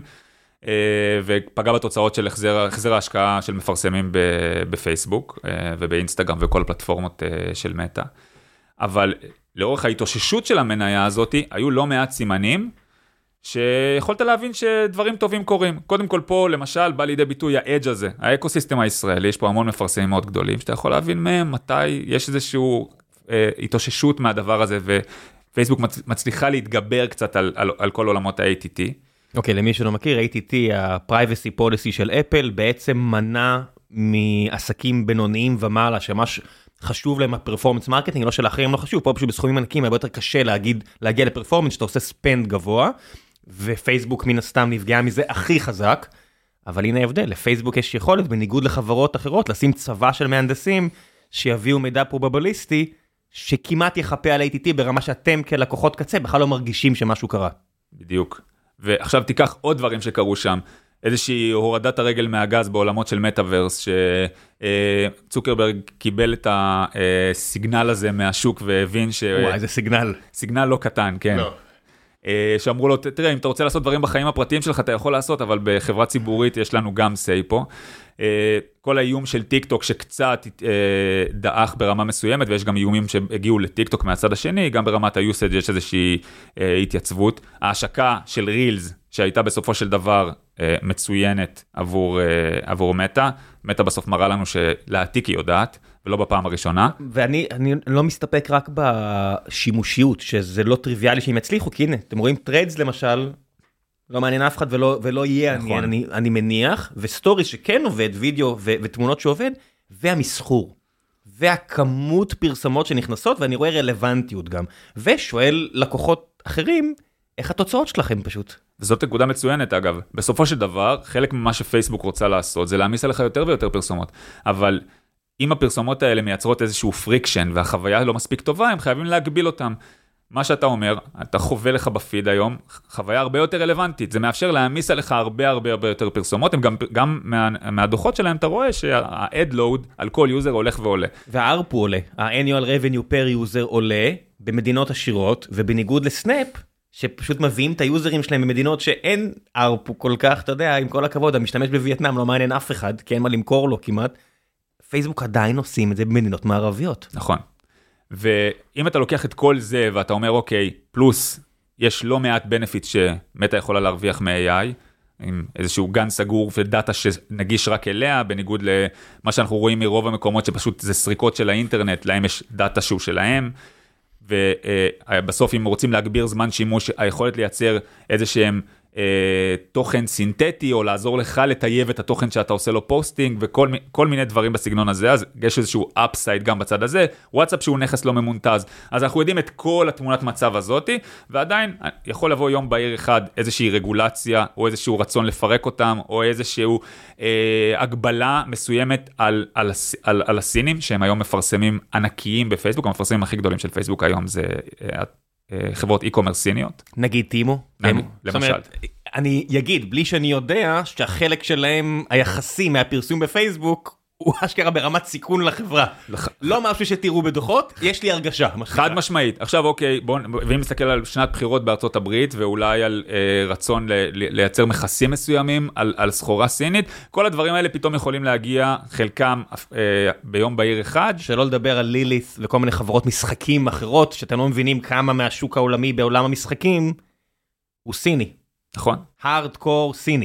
ופגע בתוצאות של החזר ההשקעה של מפרסמים בפייסבוק ובאינסטגרם וכל הפלטפורמות של מטה. אבל לאורך ההתאוששות של המניה הזאת, היו לא מעט סימנים, שיכולת להבין שדברים טובים קורים. קודם כל פה, למשל, בא לידי ביטוי האדג' הזה, האקוסיסטם הישראלי, יש פה המון מפרסמים מאוד גדולים, שאתה יכול להבין מהם מתי יש איזשהו אה, התאוששות מהדבר הזה, ופייסבוק מצ, מצליחה להתגבר קצת על, על, על כל עולמות ה-איי טי טי. אוקיי, למי שלא מכיר, איי טי טי, ה-Privacy Policy של אפל, בעצם מנע מעסקים בינוניים ומעלה, שממש חשוב להם הפרפורמנס מרקטינג, לא שלאחרים לא חשוב, פה פשוט בסכומים ענקים, הרבה יותר קשה להגיד, להגיע לפרפורמנס, שאתה עושה ספנד גבוה, ופייסבוק מן הסתם נפגעה מזה הכי חזק, אבל הנה ההבדל, לפייסבוק יש יכולת, בניגוד לחברות אחרות, לשים צבא של מהנדסים, שיביאו מידע פרובביליסטי, שכמעט יחפה על איי טי טי, ברמה שאתם כלקוחות קצה, בכלל לא מרגישים שמשהו קרה. בדיוק. ועכשיו תיקח עוד דברים שקרו שם, איזושהי הורדת הרגל מהגז בעולמות של מטאברס, שצוקרברג קיבל את הסיגנל הזה מהשוק, והבין ש... וואי, איזה סיגנל. סיגנל לא קטן, כן. לא. שאמרו לו, תראה, אם אתה רוצה לעשות דברים בחיים הפרטיים שלך, אתה יכול לעשות, אבל בחברה ציבורית יש לנו גם סי פה. כל האיום של טיק טוק שקצת דאח ברמה מסוימת, ויש גם איומים שהגיעו לטיק טוק מהצד השני, גם ברמת היוסאג' יש איזושהי התייצבות. ההשקה של רילס, שהייתה בסופו של דבר מצוינת עבור, עבור מטה, מטה בסוף מראה לנו שלהעתיק היא יודעת, ולא בפעם הראשונה. ואני אני לא מסתפק רק בשימושיות, שזה לא טריוויאלי שהם יצליחו, כי הנה, אתם רואים טריידס למשל, לא מעניין אף אחד ולא, ולא יהיה, נכון. אני, אני, אני מניח, וסטוריס שכן עובד, וידאו ו, ותמונות שעובד, והמסחור, והכמות פרסמות שנכנסות, ואני רואה רלוונטיות גם, ושואל לקוחות אחרים, איך התוצאות שלכם פשוט? וזאת נקודה מצוינת אגב, בסופו של דבר, חלק ממה שפייסבוק רוצה לעשות, זה להעמיס עליך יותר ויותר פרסומות, אבל אם הפרסומות האלה מייצרות איזשהו פריקשן, והחוויה לא מספיק טובה, הם חייבים להגביל אותם. מה שאתה אומר, אתה חווה לך בפיד היום, חוויה הרבה יותר רלוונטית, זה מאפשר להעמיס עליך הרבה הרבה הרבה יותר פרסומות, הם גם, גם מה, מהדוחות שלהם אתה רואה שה-ad load על כל יוזר הולך ועולה. וה-ארפו עולה, ה-annual revenue per user עולה במדינות עשירות, ובניגוד לסנאפ, שפשוט מביאים את היוזרים שלהם במדינות שאין ארפו כל כך, אתה יודע, עם כל הכבוד, המשתמש בווייטנאם לא מעניין אף אחד, כי אין מה למכור לו כמעט, פייסבוק עדיין עושים את זה במדינות מערביות. נכון. ואם אתה לוקח את כל זה ואתה אומר, אוקיי, פלוס, יש לא מעט בנפיט שמטה יכולה להרוויח מ-איי איי, עם איזשהו גן סגור ודאטה שנגיש רק אליה, בניגוד למה שאנחנו רואים מרוב המקומות שפשוט זה סריקות של האינטרנט, להם יש דאטה שהוא שלהם, ובסוף אם רוצים להגביר זמן שימוש, היכולת לייצר איזה שהם אה, תוכן סינתטי, או לעזור לך לטייב את התוכן שאתה עושה לו פוסטינג, וכל כל מיני דברים בסגנון הזה, אז יש איזשהו אפסייד גם בצד הזה, וואטסאפ שהוא נכס לא ממונטז, אז אנחנו יודעים את כל התמונת מצב הזאת, ועדיין יכול לבוא יום בהיר אחד איזושהי רגולציה, או איזשהו רצון לפרק אותם, או איזשהו אה, הגבלה מסוימת על, על, על, על הסינים, שהם היום מפרסמים ענקיים בפייסבוק, המפרסמים הכי גדולים של פייסבוק היום זה אה, חברות אי-קומרס סיניות. נגיד טימו. למשל. אני אגיד, בלי שאני יודע שהחלק שלהם היחסי מהפרסום בפייסבוק, הוא אשכרה ברמת סיכון לחברה. לא משהו שתראו בדוחות, יש לי הרגשה. חד משמעית. עכשיו אוקיי, ואם נסתכל על שנת בחירות בארצות הברית, ואולי על רצון לייצר מכסים מסוימים, על סחורה סינית, כל הדברים האלה פתאום יכולים להגיע, חלקם ביום בהיר אחד. שלא לדבר על ליליס וכל מיני חברות משחקים אחרות, שאתם לא מבינים כמה מהשוק העולמי בעולם המשחקים, הוא סיני. נכון. הארדקור סיני.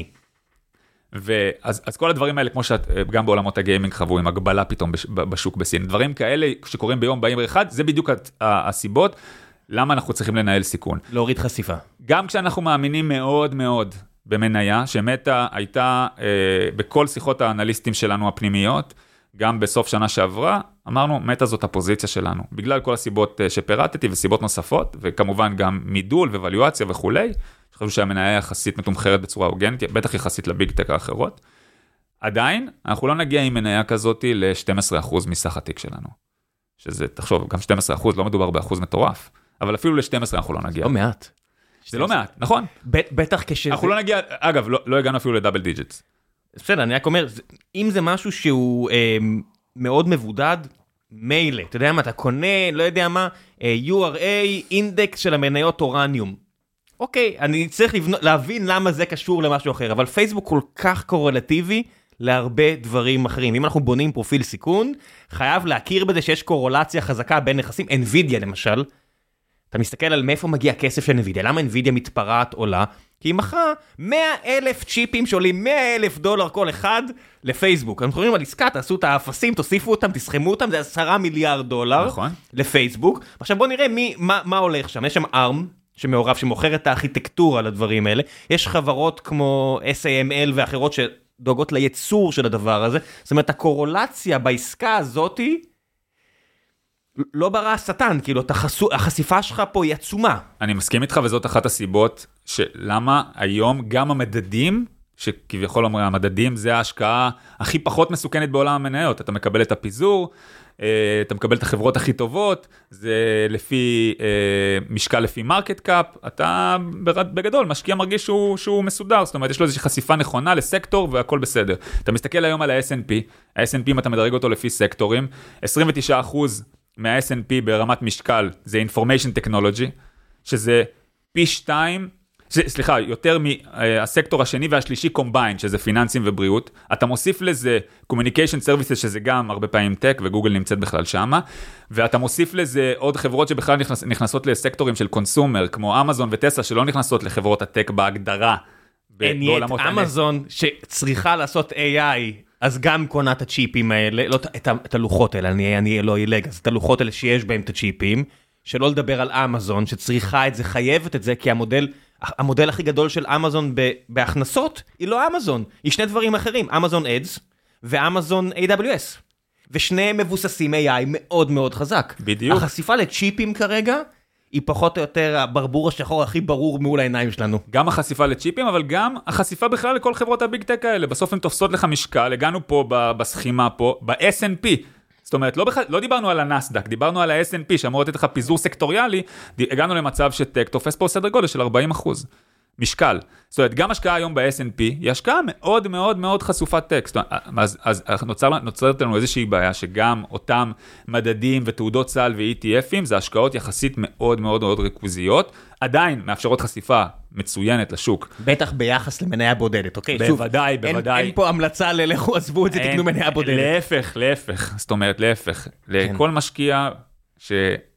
ואז אז כל הדברים האלה, כמו שגם בעולמות הגיימינג חוו, עם הגבלה פתאום בשוק בסין, דברים כאלה שקורים ביום בהיר אחד, זה בדיוק הסיבות, למה אנחנו צריכים לנהל סיכון. להוריד חשיפה. גם כשאנחנו מאמינים מאוד מאוד במניה, שמטה הייתה אה, בכל שיחות האנליסטים שלנו הפנימיות, גם בסוף שנה שעברה, אמרנו, מטה זאת הפוזיציה שלנו, בגלל כל הסיבות שפירטתי וסיבות נוספות, וכמובן גם מידול וואליואציה וכולי, שחשבו שהמניה יחסית מתומחרת בצורה הוגנת, בטח יחסית לביג טק האחרות. עדיין, אנחנו לא נגיע עם מניה כזאת ל-שנים עשר אחוז מסך התיק שלנו. שזה, תחשוב, גם שנים עשר אחוז, לא מדובר באחוז מטורף, אבל אפילו ל-שנים עשר אנחנו לא נגיע. לא מעט. זה לא מעט, נכון? בטח כשזה... אנחנו לא נגיע, אגב, לא, לא הגענו אפילו לדאבל דיג'יטס. בסדר, אני רק אומר, אם זה משהו שהוא אה, מאוד מבודד, מילא, אתה יודע מה, אתה קונה, לא יודע מה, יו אר איי, אינדקס של המניות אורניום. אוקיי, אני צריך לבנות, להבין למה זה קשור למשהו אחר, אבל פייסבוק כל כך קורלטיבי להרבה דברים אחרים. אם אנחנו בונים פרופיל סיכון, חייב להכיר בזה שיש קורולציה חזקה בין נכסים, NVIDIA למשל, אתה מסתכל על מאיפה מגיע הכסף של NVIDIA, למה NVIDIA מתפרעת עולה? כי היא מכרה מאה אלף צ'יפים שעולים מאה אלף דולר כל אחד לפייסבוק. אנחנו חושבים על עסקה, תעשו את האפסים, תוסיפו אותם, תסכמו אותם, זה עשרה מיליארד דולר נכון. לפייסבוק. עכשיו בוא נראה מי, מה, מה הולך שם. יש שם ארם שמעורב, שמוכר את הארכיטקטורה לדברים האלה. יש חברות כמו אס איי אם אל ואחרות שדואגות לייצור של הדבר הזה. זאת אומרת, הקורולציה בעסקה הזאת לא ברא השטן, כאילו, החשו, החשיפה שלך פה היא עצומה. אני מסכים איתך, וזאת אחת הסיבות שלמה היום גם המדדים, שכביכול אומרים, המדדים זה ההשקעה הכי פחות מסוכנת בעולם המניות. אתה מקבל את הפיזור, אתה מקבל את החברות הכי טובות, זה לפי משקל לפי מרקט קאפ, אתה בגדול משקיע מרגיש שהוא, שהוא מסודר, זאת אומרת, יש לו איזושהי חשיפה נכונה לסקטור והכל בסדר. אתה מסתכל היום על ה-אס אנד פי, ה-אס אנד פי אם אתה מדרג אותו לפי סקטורים, עשרים ותשעה אחוז מה-אס אנד פי ברמת משקל זה Information Technology, שזה פי שתיים, סליחה, יותר מהסקטור השני והשלישי combined, שזה פיננסים ובריאות, אתה מוסיף לזה Communication Services, שזה גם הרבה פעמים טק, וגוגל נמצאת בכלל שמה, ואתה מוסיף לזה עוד חברות שבכלל נכנס, נכנסות לסקטורים של קונסומר, כמו אמזון וטסלה, שלא נכנסות לחברות הטק בהגדרה. בעולמות אמזון שצריכה לעשות איי איי, אז גם קונה את הצ'יפים האלה, לא את, את הלוחות האלה, אני, אני לא ילג, אז את הלוחות האלה שיש בהם את הצ'יפים, שלא לדבר על אמזון, שצריכה את זה, חייבת את זה, כי המודל, המודל הכי גדול של אמזון בהכנסות, היא לא אמזון, היא שני דברים אחרים, אמזון אדס ואמזון איי דאבליו אס, ושניהם מבוססים איי איי מאוד מאוד חזק. בדיוק. החשיפה לצ'יפים כרגע, היא פחות או יותר הברבור השחור הכי ברור מול העיניים שלנו. גם החשיפה לצ'יפים, אבל גם החשיפה בכלל לכל חברות הביג טק האלה. בסוף הן תופסות לך משקל, הגענו פה בסכימה פה, ב-אס אנד פי. זאת אומרת, לא, בכלל, לא דיברנו על הנסדק, דיברנו על ה-אס אנד פי, שאמור לתת לך פיזור סקטוריאלי, הגענו למצב שטק תופס פה סדר גודל של ארבעים אחוז. משקל. זאת אומרת, גם השקעה היום ב-אס אנד פי, היא השקעה מאוד מאוד מאוד חשופת טק. זאת אומרת, אז, אז נוצר, נוצרת לנו איזושהי בעיה, שגם אותם מדדים ותעודות סל ו-אי טי אפים, זה השקעות יחסית מאוד מאוד מאוד ריכוזיות, עדיין מאפשרות חשיפה מצוינת לשוק. בטח ביחס למניה בודדת, אוקיי? בוודאי, שוב, בוודאי. אין, אין פה המלצה ללכו, עזבו את זה, תקנו מניה בודדת. להפך, להפך. זאת אומרת, להפך. כן. לכל משקיע ש...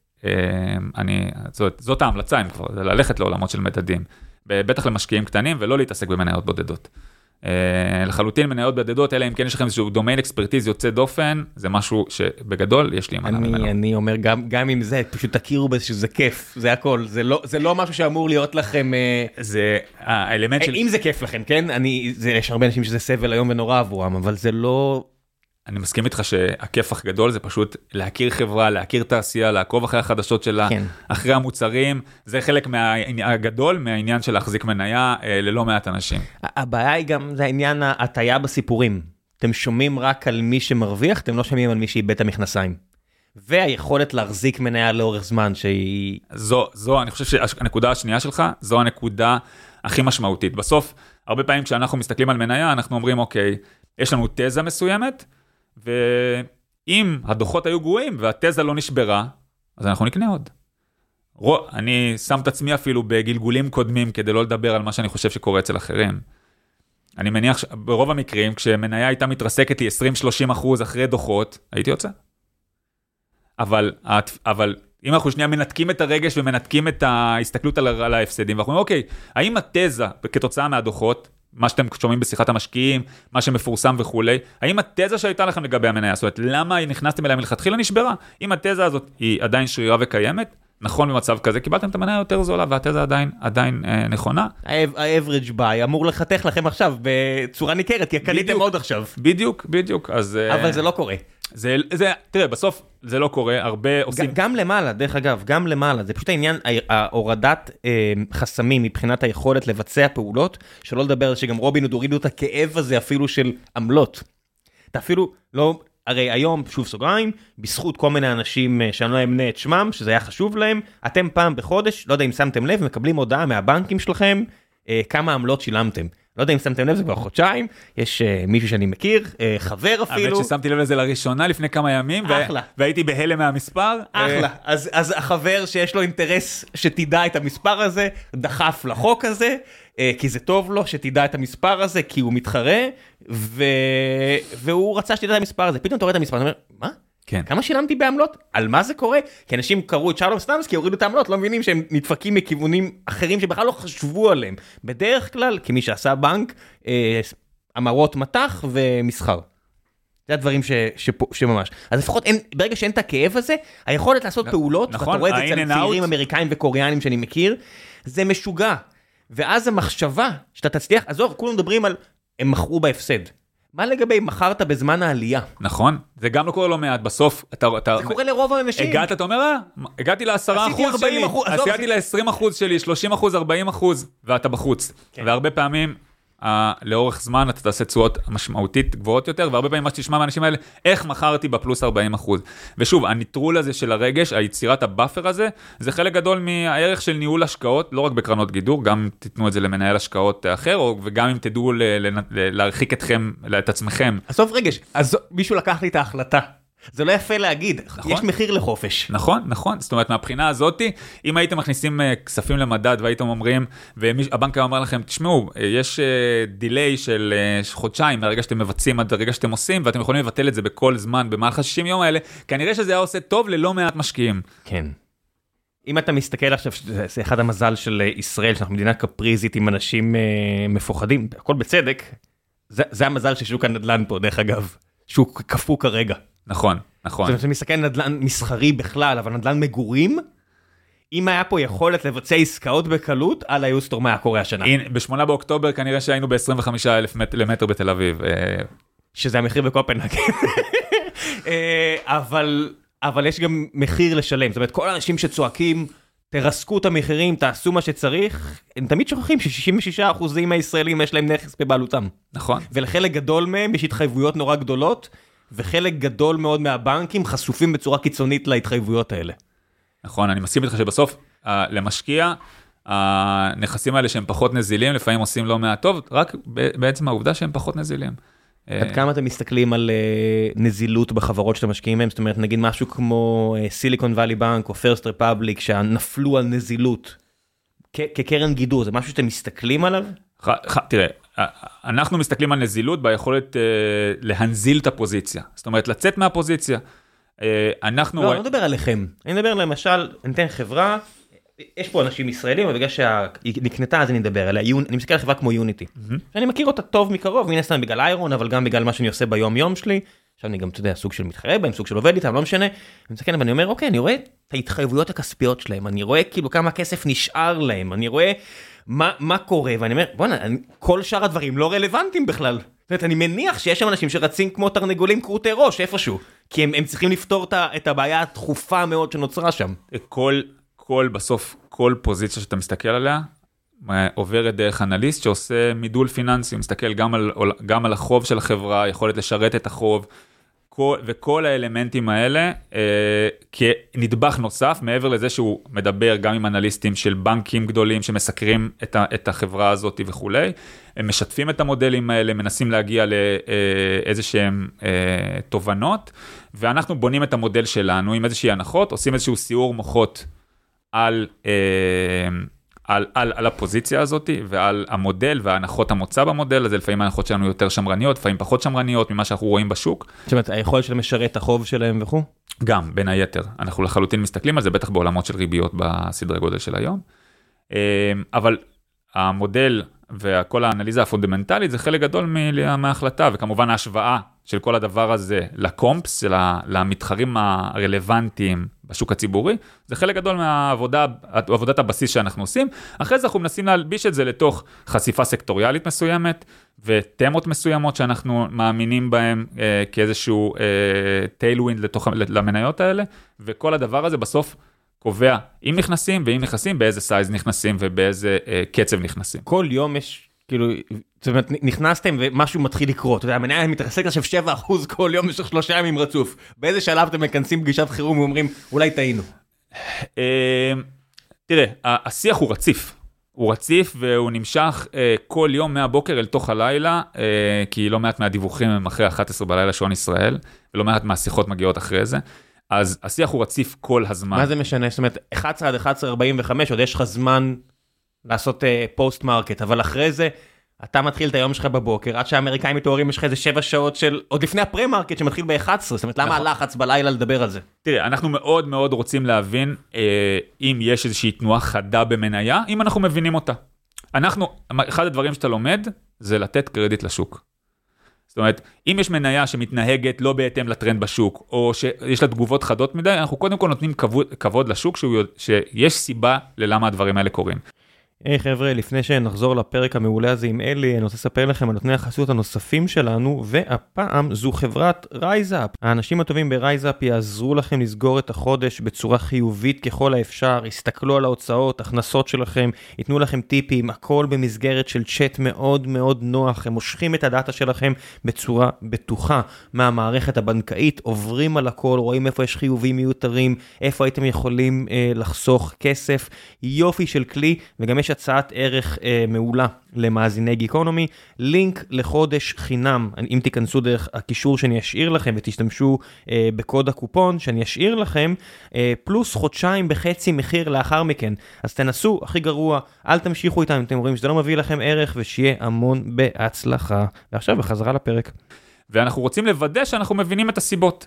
אני, זאת, זאת ההמלצה, אם כבר, זה ללכת לעולמות של מדדים. בטח למשקיעים קטנים, ולא להתעסק במניות בודדות. לחלוטין מניות בודדות, אלא אם כן יש לכם איזשהו דומיין אקספרטיז יוצא דופן, זה משהו שבגדול יש לי אמנה ממנו. אני אומר, גם עם זה, פשוט תכירו בזה שזה כיף, זה הכל, זה לא משהו שאמור להיות לכם, זה האלמנט של... אם זה כיף לכם, כן? יש הרבה אנשים שזה סבל היום ונורא עבורם, אבל זה לא... אני מסכים איתך שהכיף הגדול זה פשוט להכיר חברה, להכיר תעשייה, לעקוב אחרי החדשות שלה, כן. אחרי המוצרים, זה חלק מהגדול מהעניין של להחזיק מניה ללא מעט אנשים. הבעיה היא גם, זה העניין ההטיה בסיפורים. אתם שומעים רק על מי שמרוויח, אתם לא שומעים על מי שאיבד את המכנסיים. והיכולת להחזיק מניה לאורך זמן שהיא... זו, זו, אני חושב שהנקודה השנייה שלך, זו הנקודה הכי משמעותית. בסוף, הרבה פעמים כשאנחנו מסתכלים על מניה, אנחנו אומרים, אוקיי, יש לנו תזה מסוימת, ואם הדוחות היו גרועים והתזה לא נשברה, אז אנחנו נקנה עוד. אני שם את עצמי אפילו בגלגולים קודמים כדי לא לדבר על מה שאני חושב שקורה אצל אחרים. אני מניח שברוב המקרים, כשמניה הייתה מתרסקת לי עשרים שלושים אחוז אחרי דוחות, הייתי יוצא. אבל, אבל אם אנחנו שנייה מנתקים את הרגש ומנתקים את ההסתכלות על, על ההפסדים, ואנחנו אומרים, אוקיי, האם התזה כתוצאה מהדוחות, מה שאתם שומעים בשיחת המשקיעים, מה שמפורסם וכולי, האם התזה שהייתה לכם לגבי המניה, זאת אומרת, למה נכנסתם אליה מלכתחילה נשברה? אם התזה הזאת היא עדיין שרירה וקיימת, נכון במצב כזה, קיבלתם את המניה יותר זולה, והתזה עדיין, עדיין אה, נכונה. ה-average buy אמור לחתך לכם עכשיו בצורה ניכרת, כי קניתם עוד עכשיו. בדיוק, בדיוק. אז, אבל זה לא קורה. זה, זה, תראה, בסוף זה לא קורה, הרבה עושים... גם למעלה, דרך אגב, גם למעלה, זה פשוט העניין, ההורדת חסמים מבחינת היכולת לבצע פעולות, שלא לדבר על שגם רובין הורידו את הכאב הזה אפילו של עמלות. אתה אפילו לא... הרי היום, שוב סוגריים, בזכות כל מיני אנשים שאני לא אמנה את שמם, שזה היה חשוב להם, אתם פעם בחודש, לא יודע אם שמתם לב, מקבלים הודעה מהבנקים שלכם, כמה עמלות שילמתם. לא יודע אם שמתם לב, זה כבר חודשיים, יש מישהו שאני מכיר, חבר אפילו. האמת ששמתי לב לזה לראשונה לפני כמה ימים, והייתי בהלם מהמספר. אחלה, אז החבר שיש לו אינטרס שתדע את המספר הזה, דחף לחוק הזה, כי זה טוב לו שתדע את המספר הזה, כי הוא מתחרה, והוא רצה שתדע את המספר הזה. פתאום אתה רואה את המספר, אתה אומר, מה? כן. כמה שילמתי בעמלות? על מה זה קורה? כי אנשים קראו את שלום סטמסקי, הורידו את העמלות, לא מבינים שהם נדפקים מכיוונים אחרים שבכלל לא חשבו עליהם. בדרך כלל, כמי שעשה בנק, אה, אמרות מתח ומסחר. זה הדברים ש, ש, שממש. אז לפחות אין, ברגע שאין את הכאב הזה, היכולת לעשות פעולות, נכון, ואתה רואה את זה אצל צעירים אמריקאים וקוריאנים שאני מכיר, זה משוגע. ואז המחשבה שאתה תצליח, עזוב, כולם מדברים על, הם מכרו בהפסד. מה לגבי מחרת בזמן העלייה? נכון, זה גם לא קורה לא מעט, בסוף אתה... אתה זה קורה לרוב האנשים. הגעת, אתה אומר, הגעתי ל-עשרה אחוז שלי, עשיתי ל-עשרים אחוז שלי, שלושים אחוז, ארבעים אחוז, ואתה בחוץ. כן. והרבה פעמים, אה, לאורך זמן אתה תעשה תשואות משמעותית גבוהות יותר, והרבה פעמים מה שתשמע מהאנשים האלה, איך מכרתי בפלוס ארבעים אחוז. ושוב, הניטרול הזה של הרגש, היצירת הבאפר הזה, זה חלק גדול מהערך של ניהול השקעות, לא רק בקרנות גידור, גם תיתנו את זה למנהל השקעות אחר, וגם אם תדעו ל- ל- ל- להרחיק אתכם, את עצמכם. עזוב רגש, אז מישהו לקח לי את ההחלטה. זה לא יפה להגיד, נכון? יש מחיר לחופש. נכון, נכון. זאת אומרת, מהבחינה הזאת, אם הייתם מכניסים כספים למדד והייתם אומרים, והבנק אמר לכם, תשמעו, יש דיליי של חודשיים מהרגע שאתם מבצעים עד הרגע שאתם עושים, ואתם יכולים לבטל את זה בכל זמן, במהלך ה-שישים יום האלה, כנראה שזה היה עושה טוב ללא מעט משקיעים. כן. אם אתה מסתכל עכשיו, זה אחד המזל של ישראל, שאנחנו מדינה קפריזית עם אנשים מפוחדים, הכל בצדק, זה, זה המזל ששוק הנדל"ן פה, דרך אגב, שוק קפוא כרגע. נכון, נכון. זאת אומרת, אני מסתכל נדל"ן מסחרי בכלל, אבל נדל"ן מגורים, אם היה פה יכולת לבצע עסקאות בקלות, על היוסטור מה היה קורה השנה. בשמונה באוקטובר כנראה שהיינו ב-עשרים וחמישה אלף למטר בתל אביב. שזה המחיר בקופנהגן. אבל, אבל יש גם מחיר לשלם. זאת אומרת, כל האנשים שצועקים, תרסקו את המחירים, תעשו מה שצריך, הם תמיד שוכחים ש-שישים ושישה אחוז מהישראלים יש להם נכס בבעלותם. נכון. ולחלק גדול מהם יש התחייבויות נורא גדולות, וחלק גדול מאוד מהבנקים חשופים בצורה קיצונית להתחייבויות האלה. נכון, אני מסכים איתך שבסוף, למשקיע, הנכסים האלה שהם פחות נזילים, לפעמים עושים לא מעט טוב, רק בעצם העובדה שהם פחות נזילים. עד כמה אתם מסתכלים על נזילות בחברות שאתם משקיעים מהם? זאת אומרת, נגיד משהו כמו סיליקון ואלי בנק או פרסט רפאבליק, שנפלו על נזילות, כקרן גידור, זה משהו שאתם מסתכלים עליו? תראה, אנחנו מסתכלים על נזילות ביכולת להנזיל את הפוזיציה. זאת אומרת, לצאת מהפוזיציה. אנחנו... לא, אני לא מדבר עליכם. אני מדבר למשל, אני אתן חברה, יש פה אנשים ישראלים, אבל בגלל שהיא נקנתה, אז אני מדבר עליה. אני מסתכל על חברה כמו יוניטי. שאני מכיר אותה טוב מקרוב, מן הסתם בגלל איירון, אבל גם בגלל מה שאני עושה ביום יום שלי. עכשיו אני גם, אתה יודע, סוג של מתחרה בהם, סוג של עובד איתם, לא משנה. אני מסתכל, ואני אומר, אוקיי, אני רואה את ההתחייבויות הכספיות שלהם, אני רואה כאילו כמה כסף נשאר להם, אני רואה מה, מה קורה, ואני אומר, בוא'נה, כל שאר הדברים לא רלוונטיים בכלל. זאת אומרת, אני מניח שיש שם אנשים שרצים כמו תרנגולים קרוטי ראש, איפשהו, כי הם, הם צריכים לפתור את הבעיה הדחופה מאוד שנוצרה שם. כל, כל, בסוף, כל פוזיציה שאתה מסתכל עליה, עוברת דרך אנליסט שעושה מידול פיננסי, הוא מסתכל גם על, גם על החוב של החברה, יכולת לשרת את החוב, כל, וכל האלמנטים האלה, אה, כנדבך נוסף, מעבר לזה שהוא מדבר גם עם אנליסטים של בנקים גדולים, שמסקרים את, ה, את החברה הזאת וכו'. הם משתפים את המודלים האלה, מנסים להגיע לאיזה שהם אה, תובנות, ואנחנו בונים את המודל שלנו עם איזושהי הנחות, עושים איזשהו סיור מוחות על... אה, על, על, על הפוזיציה הזאת, ועל המודל, וההנחות המוצא במודל, אז לפעמים ההנחות שלנו יותר שמרניות, לפעמים פחות שמרניות, ממה שאנחנו רואים בשוק. זאת אומרת, היכולת של משרת החוב שלהם וכו'? גם, בין היתר. אנחנו לחלוטין מסתכלים על זה, בטח בעולמות של ריביות בסדרי גודל של היום. אבל המודל וכל האנליזה הפונדמנטלית, זה חלק גדול מההחלטה, וכמובן ההשוואה של כל הדבר הזה לקומפס, למתחרים הרלוונטיים בשוק הציבורי, זה חלק גדול מהעבודה, עבודת הבסיס שאנחנו עושים. אחרי זה אנחנו מנסים להלביש את זה לתוך חשיפה סקטוריאלית מסוימת, ותמות מסוימות שאנחנו מאמינים בהם אה, כאיזשהו אה, טיילווינד לתוך, למניות האלה, וכל הדבר הזה בסוף קובע אם נכנסים, ואם נכנסים, באיזה סייז נכנסים, ובאיזה אה, קצב נכנסים. כל יום יש... כאילו, זאת אומרת, נכנסתם ומשהו מתחיל לקרות, אתה יודע, המניה מתרסק עכשיו שבעה אחוז כל יום במשך שלושה ימים רצוף. באיזה שלב אתם מכנסים פגישת חירום ואומרים, אולי טעינו? תראה, השיח הוא רציף. הוא רציף והוא נמשך כל יום מהבוקר אל תוך הלילה, כי לא מעט מהדיווחים הם אחרי אחת עשרה בלילה שעון ישראל, ולא מעט מהשיחות מגיעות אחרי זה. אז השיח הוא רציף כל הזמן. מה זה משנה? זאת אומרת, אחת עשרה עד אחת עשרה ארבעים וחמש, עוד יש לך זמן... לעשות פוסט מרקט, אבל אחרי זה, אתה מתחיל את היום שלך בבוקר, עד שהאמריקאים מתוארים, יש לך איזה שבע שעות של, עוד לפני הפרי מרקט שמתחיל ב-אחת עשרה, זאת אומרת, למה הלחץ בלילה לדבר על זה? תראה, אנחנו מאוד מאוד רוצים להבין, אה, אם יש איזושהי תנועה חדה במניה, אם אנחנו מבינים אותה. אנחנו, אחד הדברים שאתה לומד, זה לתת קרדיט לשוק. זאת אומרת, אם יש מניה שמתנהגת לא בהתאם לטרנד בשוק, או שיש לה תגובות חדות מדי, אנחנו קודם כל נותנים כבוד, כבוד לשוק, שהוא, שיש סיבה ללמה הדברים האלה קורים. היי hey, חבר'ה, לפני שנחזור לפרק המעולה הזה עם אלי, אני רוצה לספר לכם על נותני החסות הנוספים שלנו, והפעם זו חברת רייזאפ. האנשים הטובים ברייזאפ יעזרו לכם לסגור את החודש בצורה חיובית ככל האפשר, יסתכלו על ההוצאות, הכנסות שלכם, ייתנו לכם טיפים, הכל במסגרת של צ'אט מאוד מאוד נוח, הם מושכים את הדאטה שלכם בצורה בטוחה מהמערכת הבנקאית, עוברים על הכל, רואים איפה יש חיובים מיותרים, איפה הייתם יכולים אה, לחסוך כסף, יופי של כלי, וגם יש הצעת ערך אה, מעולה למאזיני גיקונומי, לינק לחודש חינם, אם תיכנסו דרך הקישור שאני אשאיר לכם ותשתמשו אה, בקוד הקופון שאני אשאיר לכם, אה, פלוס חודשיים בחצי מחיר לאחר מכן, אז תנסו, הכי גרוע, אל תמשיכו איתם, אם אתם רואים שזה לא מביא לכם ערך ושיהיה המון בהצלחה. ועכשיו בחזרה לפרק. ואנחנו רוצים לוודא שאנחנו מבינים את הסיבות.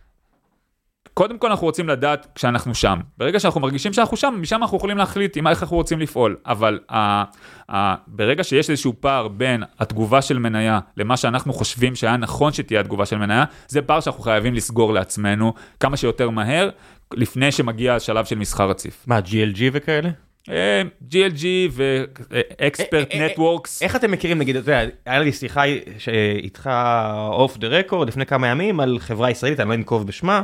קודם כל אנחנו רוצים לדעת כשאנחנו שם. ברגע שאנחנו מרגישים שאנחנו שם, משם אנחנו יכולים להחליט עם איך אנחנו רוצים לפעול. אבל ה, ה, ברגע שיש איזשהו פער בין התגובה של מניה למה שאנחנו חושבים שהיה נכון שתהיה התגובה של מניה, זה פער שאנחנו חייבים לסגור לעצמנו כמה שיותר מהר, לפני שמגיע השלב של מסחר רציף. מה, ג'י אל ג'י וכאלה? ג'י אל ג'י ו-Expert Networks. איך אתם מכירים, נגיד, אתה יודע, היה לי שיחה איתך אוף דה רקורד לפני כמה ימים על חברה ישראלית, אני לא אנקוב בשמה,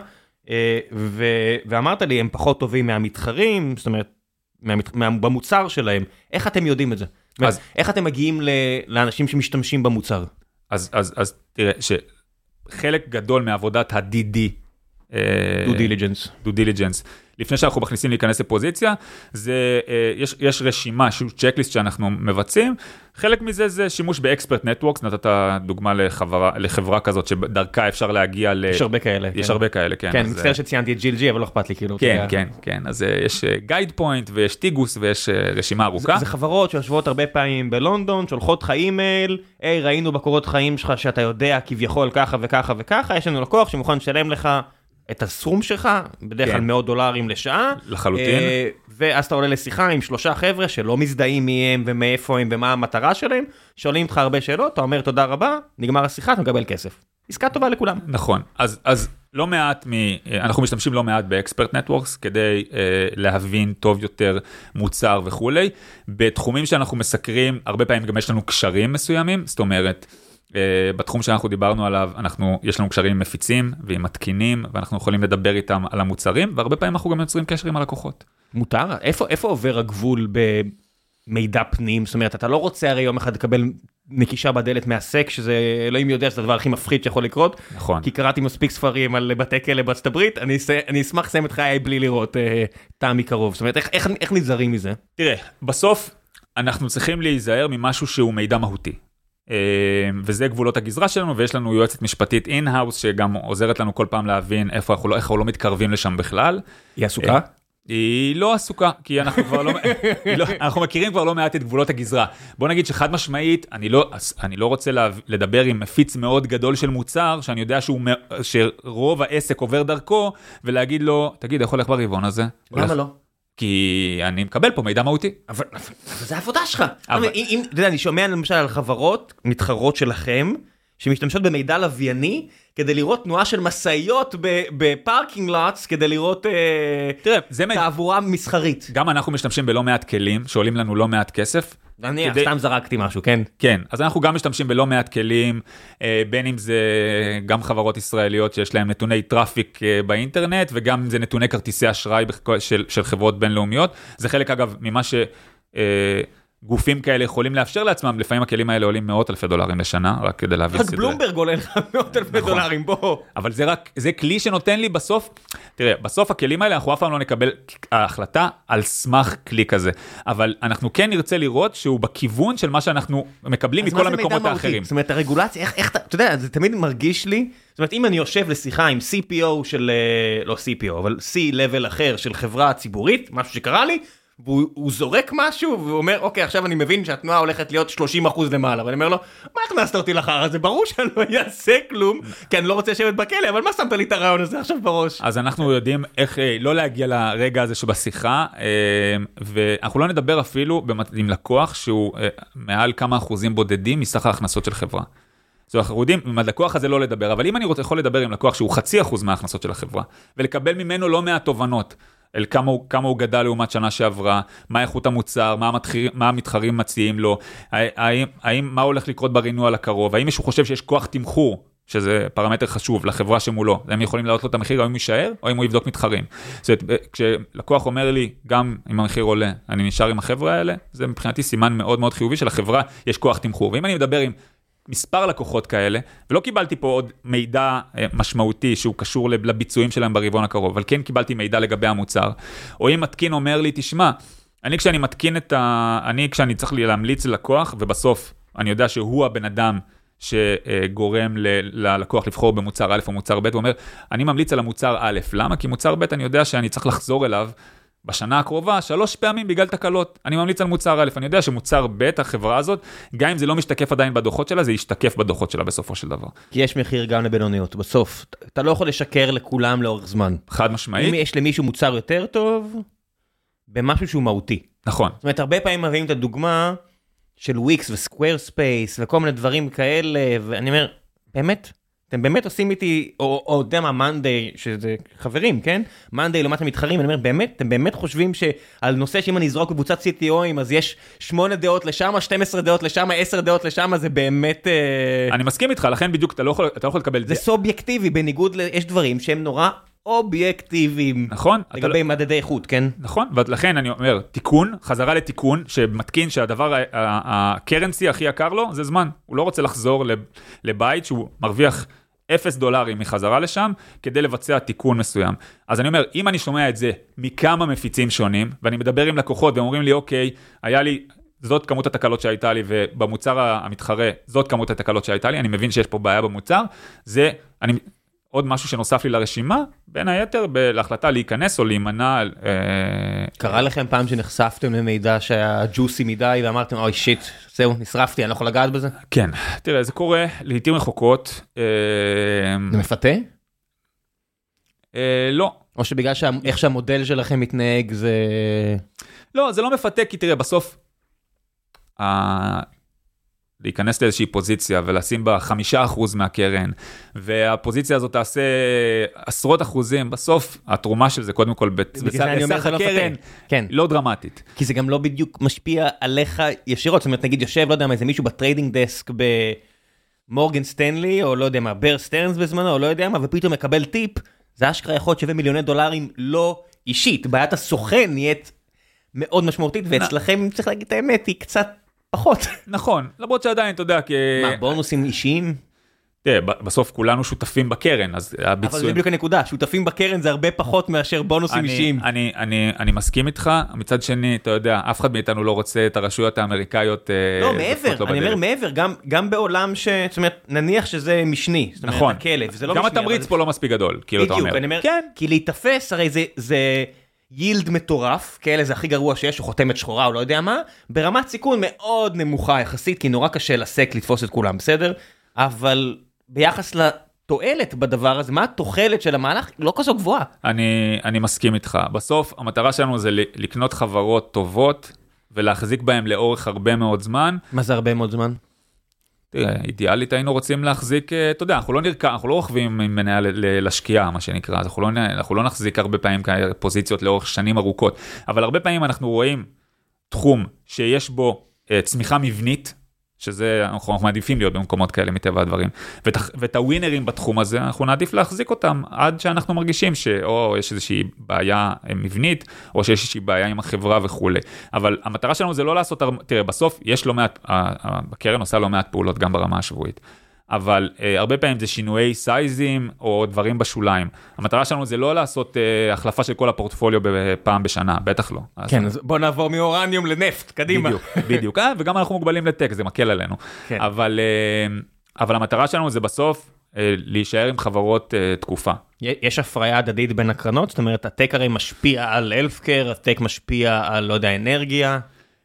ואמרת לי, הם פחות טובים מהמתחרים, זאת אומרת, במוצר שלהם. איך אתם יודעים את זה? איך אתם מגיעים לאנשים שמשתמשים במוצר? אז תראה, שחלק גדול מעבודת ה-די די, דו דיליג'נס. דו דיליג'נס. לפני שאנחנו מכניסים להיכנס לפוזיציה, זה, יש, יש רשימה, שהוא צ'קליסט שאנחנו מבצעים, חלק מזה זה שימוש באקספרט נטוורקס, נתת דוגמה לחברה, לחברה כזאת שדרכה אפשר להגיע ל... יש הרבה כאלה. יש כן. הרבה כאלה, כן. כן, מצטער שציינתי את ג'י אל ג'י, אבל לא אכפת לי כאילו. כן, כן, כן. אז יש גייד פוינט ויש טיגוס ויש רשימה ארוכה. זה, זה חברות שיושבות הרבה פעמים בלונדון, שולחות לך אימייל, היי, ראינו בקורות חיים שלך שאתה יודע כביכול ככה וככה וככה, יש לנו לקוח שמוכן לשלם לך את הסכום שלך, בדרך כלל מאות דולרים לשעה. לחלוטין. ואז אתה עולה לשיחה עם שלושה חבר'ה שלא מזדהים מי הם ומאיפה הם ומה המטרה שלהם, שואלים אותך הרבה שאלות, אתה אומר תודה רבה, נגמר השיחה, אתה מקבל כסף. עסקה טובה לכולם. נכון. אז, אז לא מעט מ... אנחנו משתמשים לא מעט באקספרט נטוורקס, כדי אה, להבין טוב יותר מוצר וכולי. בתחומים שאנחנו מסקרים, הרבה פעמים גם יש לנו קשרים מסוימים, זאת אומרת, בתחום שאנחנו דיברנו עליו, אנחנו, יש לנו קשרים עם מפיצים ועם מתקינים, ואנחנו יכולים לדבר איתם על המוצרים, והרבה פעמים אנחנו גם יוצרים קשר עם הלקוחות. מותר? איפה, איפה עובר הגבול במידע פנים? זאת אומרת, אתה לא רוצה הרי יום אחד לקבל נקישה בדלת מהסק, שזה אלוהים יודע שזה הדבר הכי מפחיד שיכול לקרות. נכון. כי קראתי מספיק ספרים על בתי כלא בארצות הברית, אני, אני אשמח לסיים את חיי בלי לראות אה, טעם מקרוב. זאת אומרת, איך, איך, איך נזהרים מזה? תראה, בסוף אנחנו צריכים להיזהר ממשהו שהוא מידע מהותי. וזה גבולות הגזרה שלנו, ויש לנו יועצת משפטית אין-האוס, שגם עוזרת לנו כל פעם להבין איפה אנחנו לא, איך אנחנו לא מתקרבים לשם בכלל. היא עסוקה? היא לא עסוקה, כי אנחנו כבר לא, לא, אנחנו מכירים כבר לא מעט את גבולות הגזרה. בוא נגיד שחד משמעית, אני לא, אני לא רוצה לדבר עם מפיץ מאוד גדול של מוצר, שאני יודע שהוא, שרוב העסק עובר דרכו, ולהגיד לו, תגיד, איך הולך ברבעון הזה? למה לא? כי אני מקבל פה מידע מהותי. אבל, אבל זה העבודה שלך. אבל... אם, אם, אתה יודע, אני שומע למשל על חברות, מתחרות שלכם, שמשתמשות במידע לווייני, כדי לראות תנועה של מסעיות בפארקינג לוטס, כדי לראות תראה, זה תעבורה מסחרית. גם אנחנו משתמשים בלא מעט כלים, שעולים לנו לא מעט כסף. אני סתם זרקתי משהו, כן? כן, אז אנחנו גם משתמשים בלא מעט כלים, בין אם זה גם חברות ישראליות שיש להם נתוני טראפיק באינטרנט, וגם אם זה נתוני כרטיסי אשראי של, של חברות בינלאומיות. זה חלק אגב ממה ש... גופים כאלה יכולים לאפשר לעצמם, לפעמים הכלים האלה עולים מאות אלפי דולרים לשנה, רק כדי להבין רק בלומברג עולה לך מאות אלפי דולרים, בוא. אבל זה רק, זה כלי שנותן לי בסוף, תראה, בסוף הכלים האלה, אנחנו אף פעם לא נקבל ההחלטה על סמך כלי כזה, אבל אנחנו כן נרצה לראות שהוא בכיוון של מה שאנחנו מקבלים מכל המקומות האחרים. זאת אומרת, הרגולציה, איך, איך, אתה יודע, זה תמיד מרגיש לי, זאת אומרת, אם אני יושב לשיחה עם סי פי או של, לא סי פי או, אבל C-level אחר של חברה ציבורית, משהו שקרה לי, והוא זורק משהו, והוא אומר, אוקיי, עכשיו אני מבין שהתנועה הולכת להיות שלושים אחוז למעלה, ואני אומר לו, מה הכנסת אותי לחר הזה? ברור שאני לא אעשה כלום, כי אני לא רוצה לשבת בכלא, אבל מה שמת לי את הרעיון הזה עכשיו בראש? אז אנחנו יודעים איך לא להגיע לרגע הזה שבשיחה, ואנחנו לא נדבר אפילו עם לקוח שהוא מעל כמה אחוזים בודדים מסך ההכנסות של חברה. זאת אומרת, אנחנו יודעים, עם הלקוח הזה לא לדבר, אבל אם אני יכול לדבר עם לקוח שהוא חצי אחוז מההכנסות של החברה, ולקבל ממנו לא מעט תובנות, אל כמה הוא, כמה הוא גדל לעומת שנה שעברה, מה איכות המוצר, מה, המתחיר, מה המתחרים מציעים לו, האם, האם, מה הולך לקרות ברינואל הקרוב, האם מישהו חושב שיש כוח תמחור, שזה פרמטר חשוב לחברה שמולו, הם יכולים להעלות לו את המחיר, או אם הוא יישאר, או אם הוא יבדוק מתחרים. זאת אומרת, כשלקוח אומר לי, גם אם המחיר עולה, אני נשאר עם החברה האלה, זה מבחינתי סימן מאוד מאוד חיובי שלחברה יש כוח תמחור. ואם אני מדבר עם מספר לקוחות כאלה, ולא קיבלתי פה עוד מידע משמעותי שהוא קשור לביצועים שלהם ברבעון הקרוב, אבל כן קיבלתי מידע לגבי המוצר, או אם מתקין אומר לי, תשמע, אני כשאני מתקין את ה... אני כשאני צריך להמליץ ללקוח, ובסוף אני יודע שהוא הבן אדם שגורם ללקוח לבחור במוצר א' או מוצר ב', הוא אומר, אני ממליץ על המוצר א', למה? כי מוצר ב' אני יודע שאני צריך לחזור אליו, בשנה הקרובה, שלוש פעמים בגלל תקלות. אני ממליץ על מוצר א', אני יודע שמוצר ב', החברה הזאת, גם אם זה לא משתקף עדיין בדוחות שלה, זה ישתקף בדוחות שלה בסופו של דבר. כי יש מחיר גם לבינוניות. בסוף, אתה לא יכול לשקר לכולם לאורך זמן. חד משמעית. אם יש למישהו מוצר יותר טוב, במשהו שהוא מהותי. נכון. זאת אומרת, הרבה פעמים מביאים את הדוגמה של וויקס וסקוואר ספייס, וכל מיני דברים כאלה, ואני אומר, באמת? אתם באמת עושים איתי, או יודע מה, מאנדיי, שזה חברים, כן? מאנדיי לעומת המתחרים, אני אומר, באמת, אתם באמת חושבים שעל נושא שאם אני אזרוק בקבוצת סי טי או'ים, אז יש שמונה דעות לשם, שתים עשרה דעות לשם, עשר דעות לשם, זה באמת... אני מסכים איתך, לכן בדיוק אתה לא יכול, אתה לא יכול לקבל... זה סובייקטיבי, בניגוד ל... יש דברים שהם נורא אובייקטיביים. נכון. לגבי מדדי איכות, כן? נכון, ולכן אני אומר, תיקון, חזרה לתיקון, שמתקין שהדבר, הקרנסי הכי יקר לו, זה זמן. הוא לא רוצה לחזור לבית שהוא מרוויח אפס דולרים מחזרה לשם, כדי לבצע תיקון מסוים. אז אני אומר, אם אני שומע את זה מכמה מפיצים שונים, ואני מדבר עם לקוחות, והם אומרים לי, אוקיי, היה לי, זאת כמות התקלות שהייתה לי, ובמוצר המתחרה, זאת כמות התקלות שהייתה לי, אני מבין שיש פה בעיה במוצר, זה, אני... עוד משהו שנוסף לי לרשימה, בין היתר, להחלטה להיכנס או להימנע. קרה לכם פעם שנחשפתם למידע שהיה ג'וסי מדי, ואמרתם, אוי שיט, זהו, נשרפתי, אני לא יכול לגעת בזה? כן, תראה, זה קורה לעתים רחוקות. זה מפתה? לא. או שבגלל איך שהמודל שלכם מתנהג זה... לא, זה לא מפתה, כי תראה, בסוף, להיכנס לאיזושהי פוזיציה ולשים בה חמישה אחוז מהקרן, והפוזיציה הזאת תעשה עשרות אחוזים, בסוף התרומה של זה קודם כל בסך הקרן, כן. לא דרמטית. כי זה גם לא בדיוק משפיע עליך ישירות, זאת אומרת נגיד יושב, לא יודע מה, איזה מישהו בטריידינג דסק במורגן סטנלי, או לא יודע מה, בר סטרנס בזמנו, או לא יודע מה, ופתאום מקבל טיפ, זה אשכרה יכול להיות שווה מיליוני דולרים לא אישית, בעיית הסוכן נהיית מאוד משמעותית, ואצלכם צריך להגיד את האמת, היא קצת פחות. נכון, למרות שעדיין, אתה יודע, כי... מה, בונוסים אישיים? תראה, בסוף כולנו שותפים בקרן, אז הביצועים... אבל זה בדיוק הנקודה, שותפים בקרן זה הרבה פחות מאשר בונוסים אישיים. אני, אני, אני מסכים איתך, מצד שני, אתה יודע, אף אחד מאיתנו לא רוצה את הרשויות האמריקאיות... לא, מעבר, אני אומר מעבר, גם בעולם ש... זאת אומרת, נניח שזה משני, זאת אומרת, הכלב, זה לא משני. גם התמריץ פה לא מספיק גדול, כאילו אתה אומר. בדיוק, אני אומר, כי להתאפס, הרי זה... יילד מטורף, כאלה זה הכי גרוע שיש, או חותמת שחורה, או לא יודע מה, ברמת סיכון מאוד נמוכה יחסית, כי נורא קשה לסק לתפוס את כולם, בסדר? אבל ביחס לתועלת בדבר הזה, מה התוחלת של המהלך? לא כזו גבוהה. אני, אני מסכים איתך. בסוף, המטרה שלנו זה לקנות חברות טובות, ולהחזיק בהן לאורך הרבה מאוד זמן. מה זה הרבה מאוד זמן? אידיאלית היינו רוצים להחזיק, אתה יודע, אנחנו לא נרקע, אנחנו לא רוכבים עם מניה לשקיעה, מה שנקרא, אנחנו לא, אנחנו לא נחזיק הרבה פעמים פוזיציות לאורך שנים ארוכות, אבל הרבה פעמים אנחנו רואים תחום שיש בו צמיחה מבנית, שזה, אנחנו מעדיפים להיות במקומות כאלה מטבע הדברים, ואת, ואת הווינרים בתחום הזה, אנחנו נעדיף להחזיק אותם, עד שאנחנו מרגישים שאו יש איזושהי בעיה מבנית, או שיש איזושהי בעיה עם החברה וכו'. אבל המטרה שלנו זה לא לעשות, תראה, בסוף יש לא מעט, הקרן עושה לא מעט פעולות גם ברמה השבועית, אבל אה, הרבה פעמים זה שינויי סייזים, או דברים בשוליים. המטרה שלנו זה לא לעשות אה, החלפה של כל הפורטפוליו פעם בשנה, בטח לא. כן, אז בוא נעבור מאורניום לנפט, קדימה. בדיוק, בדיוק. אה, וגם אנחנו מוגבלים לטק, זה מקל עלינו. כן. אבל, אה, אבל המטרה שלנו זה בסוף אה, להישאר עם חברות אה, תקופה. יש הפריה הדדית בין הקרנות? זאת אומרת, הטק הרי משפיע על אלפקר, הטק משפיע על, לא יודע, אנרגיה.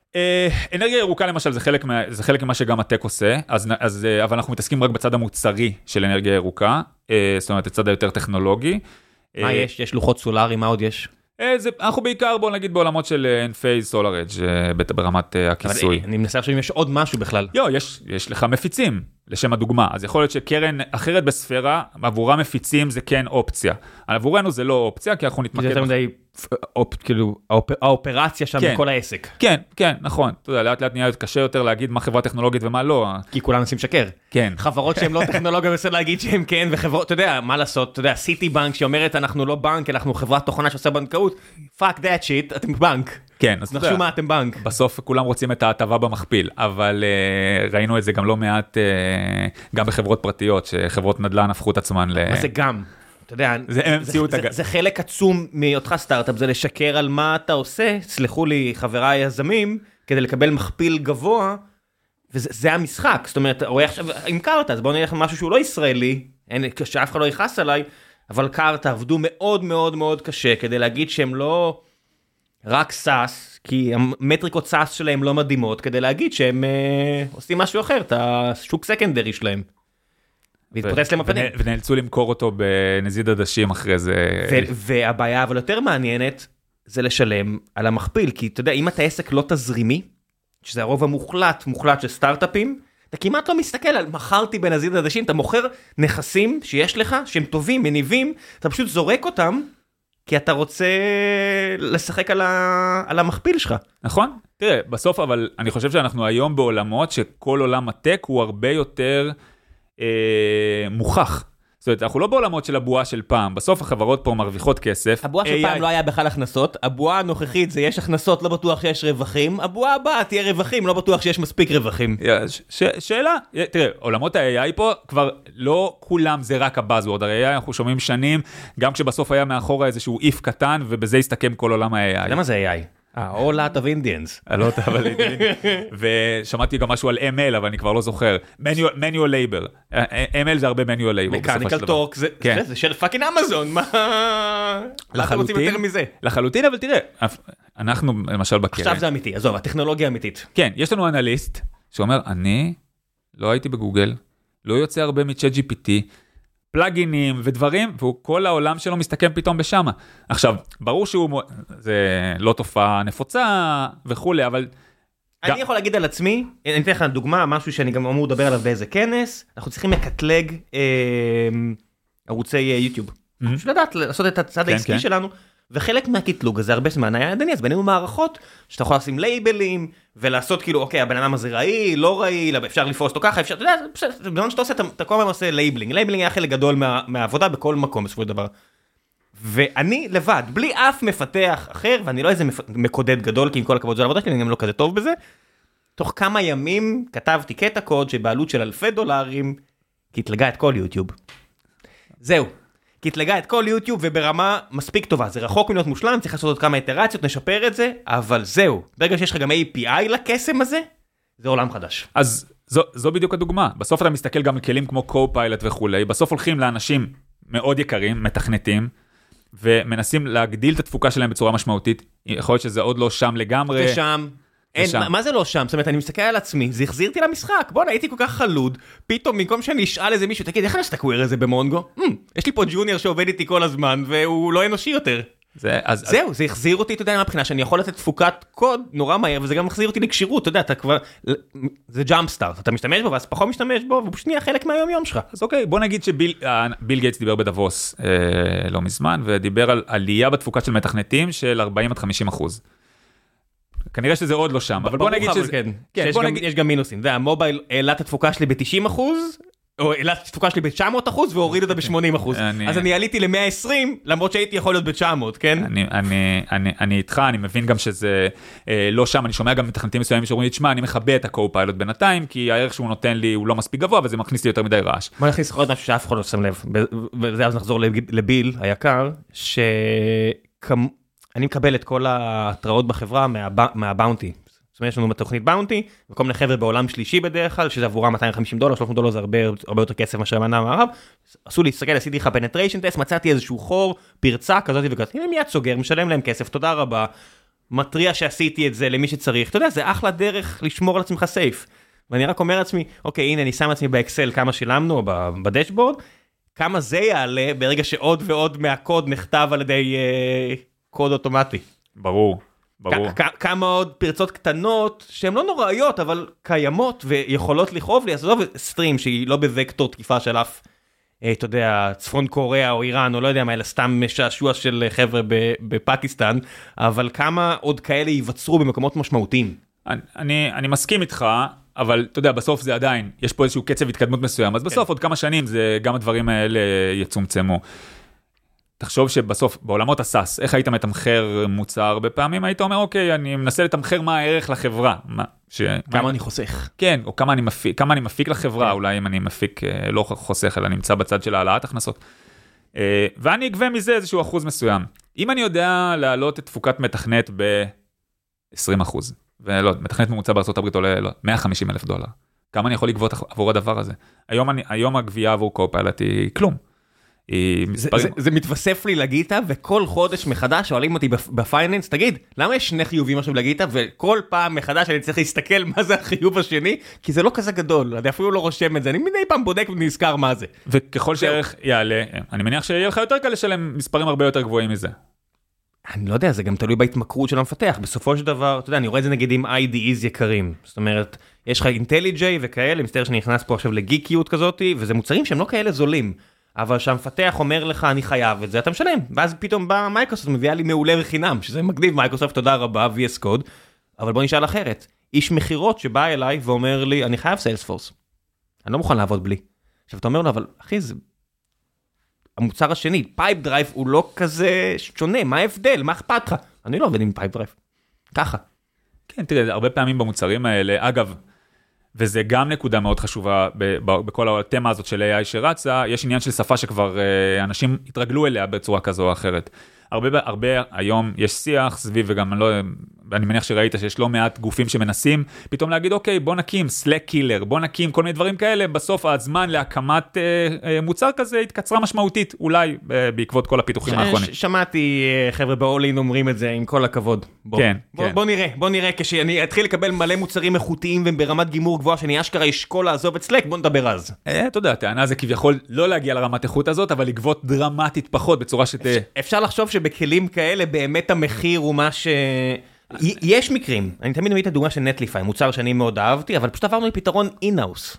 אנרגיה ירוקה למשל זה חלק מה, זה חלק ממה שגם הטק עושה, אז, אז, אבל אנחנו מתעסקים רק בצד המוצרי של אנרגיה ירוקה, זאת אומרת, הצד היותר טכנולוגי. מה יש? יש לוחות סולארי, מה עוד יש? זה, אנחנו בעיקר, בוא נגיד, בעולמות של Enphase SolarEdge, ברמת הכיסוי. אני מנסה עכשיו אם יש עוד משהו בכלל. יו, יש, יש לך מפיצים, לשם הדוגמה. אז יכול להיות שקרן אחרת בספירה, עבורה מפיצים זה כן אופציה. עבורנו זה לא אופציה, כי אנחנו נתמקד... זה יותר מדי, כאילו, האופרציה שם בכל העסק. כן, כן, נכון. אתה יודע, לאט לאט נהיה קשה יותר להגיד מה חברה טכנולוגית ומה לא. כי כולם נשים שקר. כן. חברות שהן לא טכנולוגיה, בסדר להגיד שהן כן, וחברות, אתה יודע, מה לעשות, אתה יודע, סיטי בנק שאומרת, אנחנו לא בנק, אנחנו חברת תוכנה שעושה בנקאות, fuck that shit, אתם בנק. כן, אז נחשו מה אתם בנק. בסוף כולם רוצים את ההטבה במכפיל, אבל uh, ראינו את זה גם לא מעט, uh, גם בחברות פרטיות, שחברות נדל"ן הפכו את עצמן ל... מה זה גם? אתה יודע, זה, זה, זה, זה, זה חלק עצום מאותך סטארט-אפ, זה לשקר על מה אתה עושה, סלחו לי חבריי היזמים, כדי לקבל מכפיל גבוה, וזה המשחק, זאת אומרת, רואה עכשיו, עם קארטה, אז בואו נלך למשהו שהוא לא ישראלי, אין, שאף אחד לא יכעס עליי, אבל קארטה עבדו מאוד מאוד מאוד קשה, כדי להגיד שהם לא רק סאס, כי המטריקות סאס שלהם לא מדהימות, כדי להגיד שהם אה, עושים משהו אחר, את השוק סקנדרי שלהם. והתפוצץ להם הפנים. ונאלצו למכור אותו בנזיד עדשים אחרי זה. והבעיה אבל יותר מעניינת, זה לשלם על המכפיל, כי אתה יודע, אם אתה עסק לא תזרימי, שזה הרוב המוחלט, מוחלט של סטארט-אפים, אתה כמעט לא מסתכל על מכרתי בנזיד עדשים, אתה מוכר נכסים שיש לך, שהם טובים, מניבים, אתה פשוט זורק אותם, כי אתה רוצה לשחק על, ה... על המכפיל שלך. נכון? תראה, בסוף אבל אני חושב שאנחנו היום בעולמות שכל עולם הטק הוא הרבה יותר אה, מוכח. זאת אומרת, אנחנו לא בעולמות של הבועה של פעם, בסוף החברות פה מרוויחות כסף. הבועה של פעם לא היה בכלל הכנסות, הבועה הנוכחית זה יש הכנסות, לא בטוח שיש רווחים, הבועה הבאה תהיה רווחים, לא בטוח שיש מספיק רווחים. שאלה, תראה, עולמות ה-איי איי פה כבר לא כולם זה רק הבאזוורד, ה-איי איי אנחנו שומעים שנים, גם כשבסוף היה מאחורה איזשהו איף קטן, ובזה הסתכם כל עולם ה-איי איי. למה זה איי איי? אה, all lot of Indians. לא, אבל ושמעתי גם משהו על אם אל, אבל אני כבר לא זוכר. manual labor. אם אל זה הרבה manual labor. Mechanical Turk, זה של פאקינג אמזון, מה? מה אתם רוצים יותר מזה? לחלוטין, אבל תראה, אנחנו למשל בקרן. עכשיו זה אמיתי, עזוב, הטכנולוגיה אמיתית. כן, יש לנו אנליסט שאומר, אני לא הייתי בגוגל, לא יוצא הרבה מ-צ'אט ג'י פי טי, פלאגינים ודברים, וכל העולם שלו מסתכם פתאום בשמה. עכשיו, ברור שהוא, זה לא תופעה נפוצה וכולי, אבל... אני יכול להגיד על עצמי, אני אתן לך דוגמה, משהו שאני גם אמור לדבר עליו באיזה כנס, אנחנו צריכים לקטלג ערוצי יוטיוב. פשוט לדעת, לעשות את הצד העסקי שלנו, וחלק מהקטלוג הזה הרבה זמן היה ידני, אז בינינו מערכות שאתה יכול לשים לייבלים, ולעשות כאילו, אוקיי, הבן אדם הזה ראי, לא ראי, אפשר לפרוס אותו ככה, אפשר, אתה יודע, בזמן שאתה עושה, אתה כל הזמן עושה לייבלינג, לייבלינג היה חלק גדול מהעבודה בכל מקום, בסופו של דבר. ואני לבד, בלי אף מפתח אחר, ואני לא איזה מקודד גדול, כי עם כל הכבוד של העבודה שלי, אני גם לא כזה טוב בזה, תוך כמה ימים כתבתי קטע קוד שבעלות של אלפי דולרים, קטלגה את כל יוטיוב. זהו. קטלגה את כל יוטיוב וברמה מספיק טובה, זה רחוק מלהיות מושלם, צריך לעשות עוד כמה איטרציות, נשפר את זה, אבל זהו, ברגע שיש לך גם איי פי איי לקסם הזה, זה עולם חדש. אז זו, זו בדיוק הדוגמה, בסוף אתה מסתכל גם על כלים כמו קו-פיילוט וכולי, בסוף הולכים לאנשים מאוד יקרים, מתכנתים, ומנסים להגדיל את התפוקה שלהם בצורה משמעותית, יכול להיות שזה עוד לא שם לגמרי. ושם. אין, מה, מה זה לא שם? זאת אומרת, אני מסתכל על עצמי, זה החזירתי למשחק, בוא, הייתי כל כך חלוד, פתאום במקום שאני אשאל איזה מישהו, תגיד, איך אני שאתה קוויר הזה במונגו? Hmm, יש לי פה ג'וניור שעובד איתי כל הזמן, והוא לא אנושי יותר. זה, אז, זהו, אז... זה החזיר אותי, אתה יודע, מהבחינה שאני יכול לתת תפוקת קוד נורא מהר, וזה גם מחזיר אותי לקשירות, אתה יודע, אתה כבר, זה ג'אמפ סטארט, אתה משתמש בו, ואז פחות משתמש בו, והוא פשוט נהיה חלק מהיום יום שלך. אז אוקיי, בוא נגיד שביל ביל גייטס דיבר בדבוס אה, לא מזמן, ודיבר על עלייה בתפוקה של מתכנתים של ארבעים עד חמישים אחוז. כנראה שזה עוד לא שם, אבל בוא נגיד שזה... כן, כן, בוא נגיד... יש גם מינוסים, והמובייל העלה את התפוקה שלי ב-תשעים אחוז, או העלה את התפוקה שלי ב-תשע מאות אחוז, והוריד אותה ב-שמונים אחוז. אז אני עליתי ל-מאה ועשרים, למרות שהייתי יכול להיות ב-תשע מאות, כן? אני איתך, אני מבין גם שזה לא שם, אני שומע גם מתכנתים מסוימים שאומרים לי, תשמע, אני מכבה את הקו-פיילוט בינתיים, כי הערך שהוא נותן לי הוא לא מספיק גבוה, וזה מכניס לי יותר מדי רעש. בוא נכניס עוד משהו שאף אחד לא שם לב, וזה אז נחזור לביל היקר, שאני מקבל את כל ההתראות בחברה מהבאונטי. זאת אומרת, יש לנו בתוכנית באונטי, וכל מיני חבר'ה בעולם שלישי בדרך כלל, שזה עבורה מאתיים וחמישים דולר, שלוש מאות דולר זה הרבה, הרבה יותר כסף מאשר מנה מערב. עשו לי להסתכל, עשיתי לך פנטריישן טסט, מצאתי איזשהו חור, פרצה כזאת וכזאת, הנה מיד סוגר, משלם להם כסף, תודה רבה, מטריע שעשיתי את זה למי שצריך, אתה יודע, זה אחלה דרך לשמור על עצמך סייף. ואני רק אומר לעצמי, אוקיי, הנה, אני שם עצמי באקסל כמה שילמנו, או בדשבורד, כמה זה יעלה ברגע שעוד ועוד מהקוד נכתב על ידי אה, קוד אוטומטי. ברור. ברור. כמה עוד פרצות קטנות שהן לא נוראיות אבל קיימות ויכולות לכאוב לי, אז עזוב סטרים שהיא לא בווקטור תקיפה של אף, אתה יודע, צפון קוריאה או איראן או לא יודע מה, אלא סתם משעשוע של חבר'ה בפקיסטן, אבל כמה עוד כאלה ייווצרו במקומות משמעותיים. אני, אני מסכים איתך, אבל אתה יודע, בסוף זה עדיין, יש פה איזשהו קצב התקדמות מסוים, אז בסוף עוד כמה שנים זה, גם הדברים האלה יצומצמו. תחשוב שבסוף, בעולמות הסאס, איך היית מתמחר מוצר הרבה פעמים? היית אומר, אוקיי, אני מנסה לתמחר מה הערך לחברה. מה, ש... כמה מה... אני חוסך. כן, או כמה אני מפיק, כמה אני מפיק לחברה, אולי אם אני מפיק, לא חוסך, אלא נמצא בצד של העלאת הכנסות. ואני אגבה מזה איזשהו אחוז מסוים. אם אני יודע להעלות את תפוקת מתכנת ב-עשרים אחוז, ולא, מתכנת ממוצע בארצות הברית עולה לא, מאה וחמישים אלף דולר. כמה אני יכול לגבות עבור הדבר הזה? היום, אני, היום הגבייה עבור קו-פיילוט היא כלום. זה, זה, זה מתווסף לי לגיטה, וכל חודש מחדש שואלים אותי בפייננס, תגיד, למה יש שני חיובים עכשיו לגיטה, וכל פעם מחדש אני צריך להסתכל מה זה החיוב השני, כי זה לא כזה גדול, אני אפילו לא רושם את זה, אני מדי פעם בודק ונזכר מה זה. וככל שהערך יעלה, אני מניח שיהיה לך יותר קל לשלם מספרים הרבה יותר גבוהים מזה. אני לא יודע, זה גם תלוי בהתמכרות של המפתח, בסופו של דבר, אתה יודע, אני רואה את זה נגיד עם איי די איז יקרים, זאת אומרת, יש לך אינטליג'יי וכאלה, מסתבר שאני נכנס פה עכשיו לגיקיות כזאת, וזה מוצרים שהם לא כאלה זולים. אבל שהמפתח אומר לך, אני חייב את זה, אתה משלם. ואז פתאום בא מייקרוסופט, מביאה לי מעולה וחינם, שזה מגניב, מייקרוסופט, תודה רבה, וי אס קוד. אבל בוא נשאל אחרת. איש מחירות שבא אליי ואומר לי, אני חייב סיילספורס. אני לא מוכן לעבוד בלי. עכשיו, אתה אומר לו, אבל אחי, זה... המוצר השני, פייפ דרייב, הוא לא כזה שונה, מה ההבדל? מה אכפת לך? אני לא עובד עם פייפ דרייב. ככה. כן, תראה, הרבה פעמים במוצרים האלה, אגב, וזה גם נקודה מאוד חשובה בכל התמה הזאת של איי איי שרצה, יש עניין של שפה שכבר אנשים התרגלו אליה בצורה כזו או אחרת. הרבה, הרבה היום יש שיח סביב, וגם לא, אני מניח שראית שיש לא מעט גופים שמנסים פתאום להגיד, אוקיי, בוא נקים Slack Killer, בוא נקים כל מיני דברים כאלה, בסוף הזמן להקמת אה, אה, מוצר כזה התקצרה משמעותית, אולי אה, בעקבות כל הפיתוחים האחרונים. שמעתי אה, חבר'ה באולין אומרים את זה עם כל הכבוד. בוא, כן, בוא, כן. בוא נראה, בוא נראה, כשאני אתחיל לקבל מלא מוצרים איכותיים וברמת גימור גבוהה, שאני אשכרה אשכול לעזוב את Slack, בוא נדבר אז. אה, אתה יודע, הטענה זה כביכול לא להגיע לרמת איכות הזאת, אבל לגבות דרמטית פחות בצורה שת... אפשר לחשוב שבכלים כאלה באמת המחיר הוא מה ש... יש מקרים, אני תמיד מביא את הדוגמה של נטליפיי, מוצר שאני מאוד אהבתי, אבל פשוט עברנו לפתרון אין-האוס.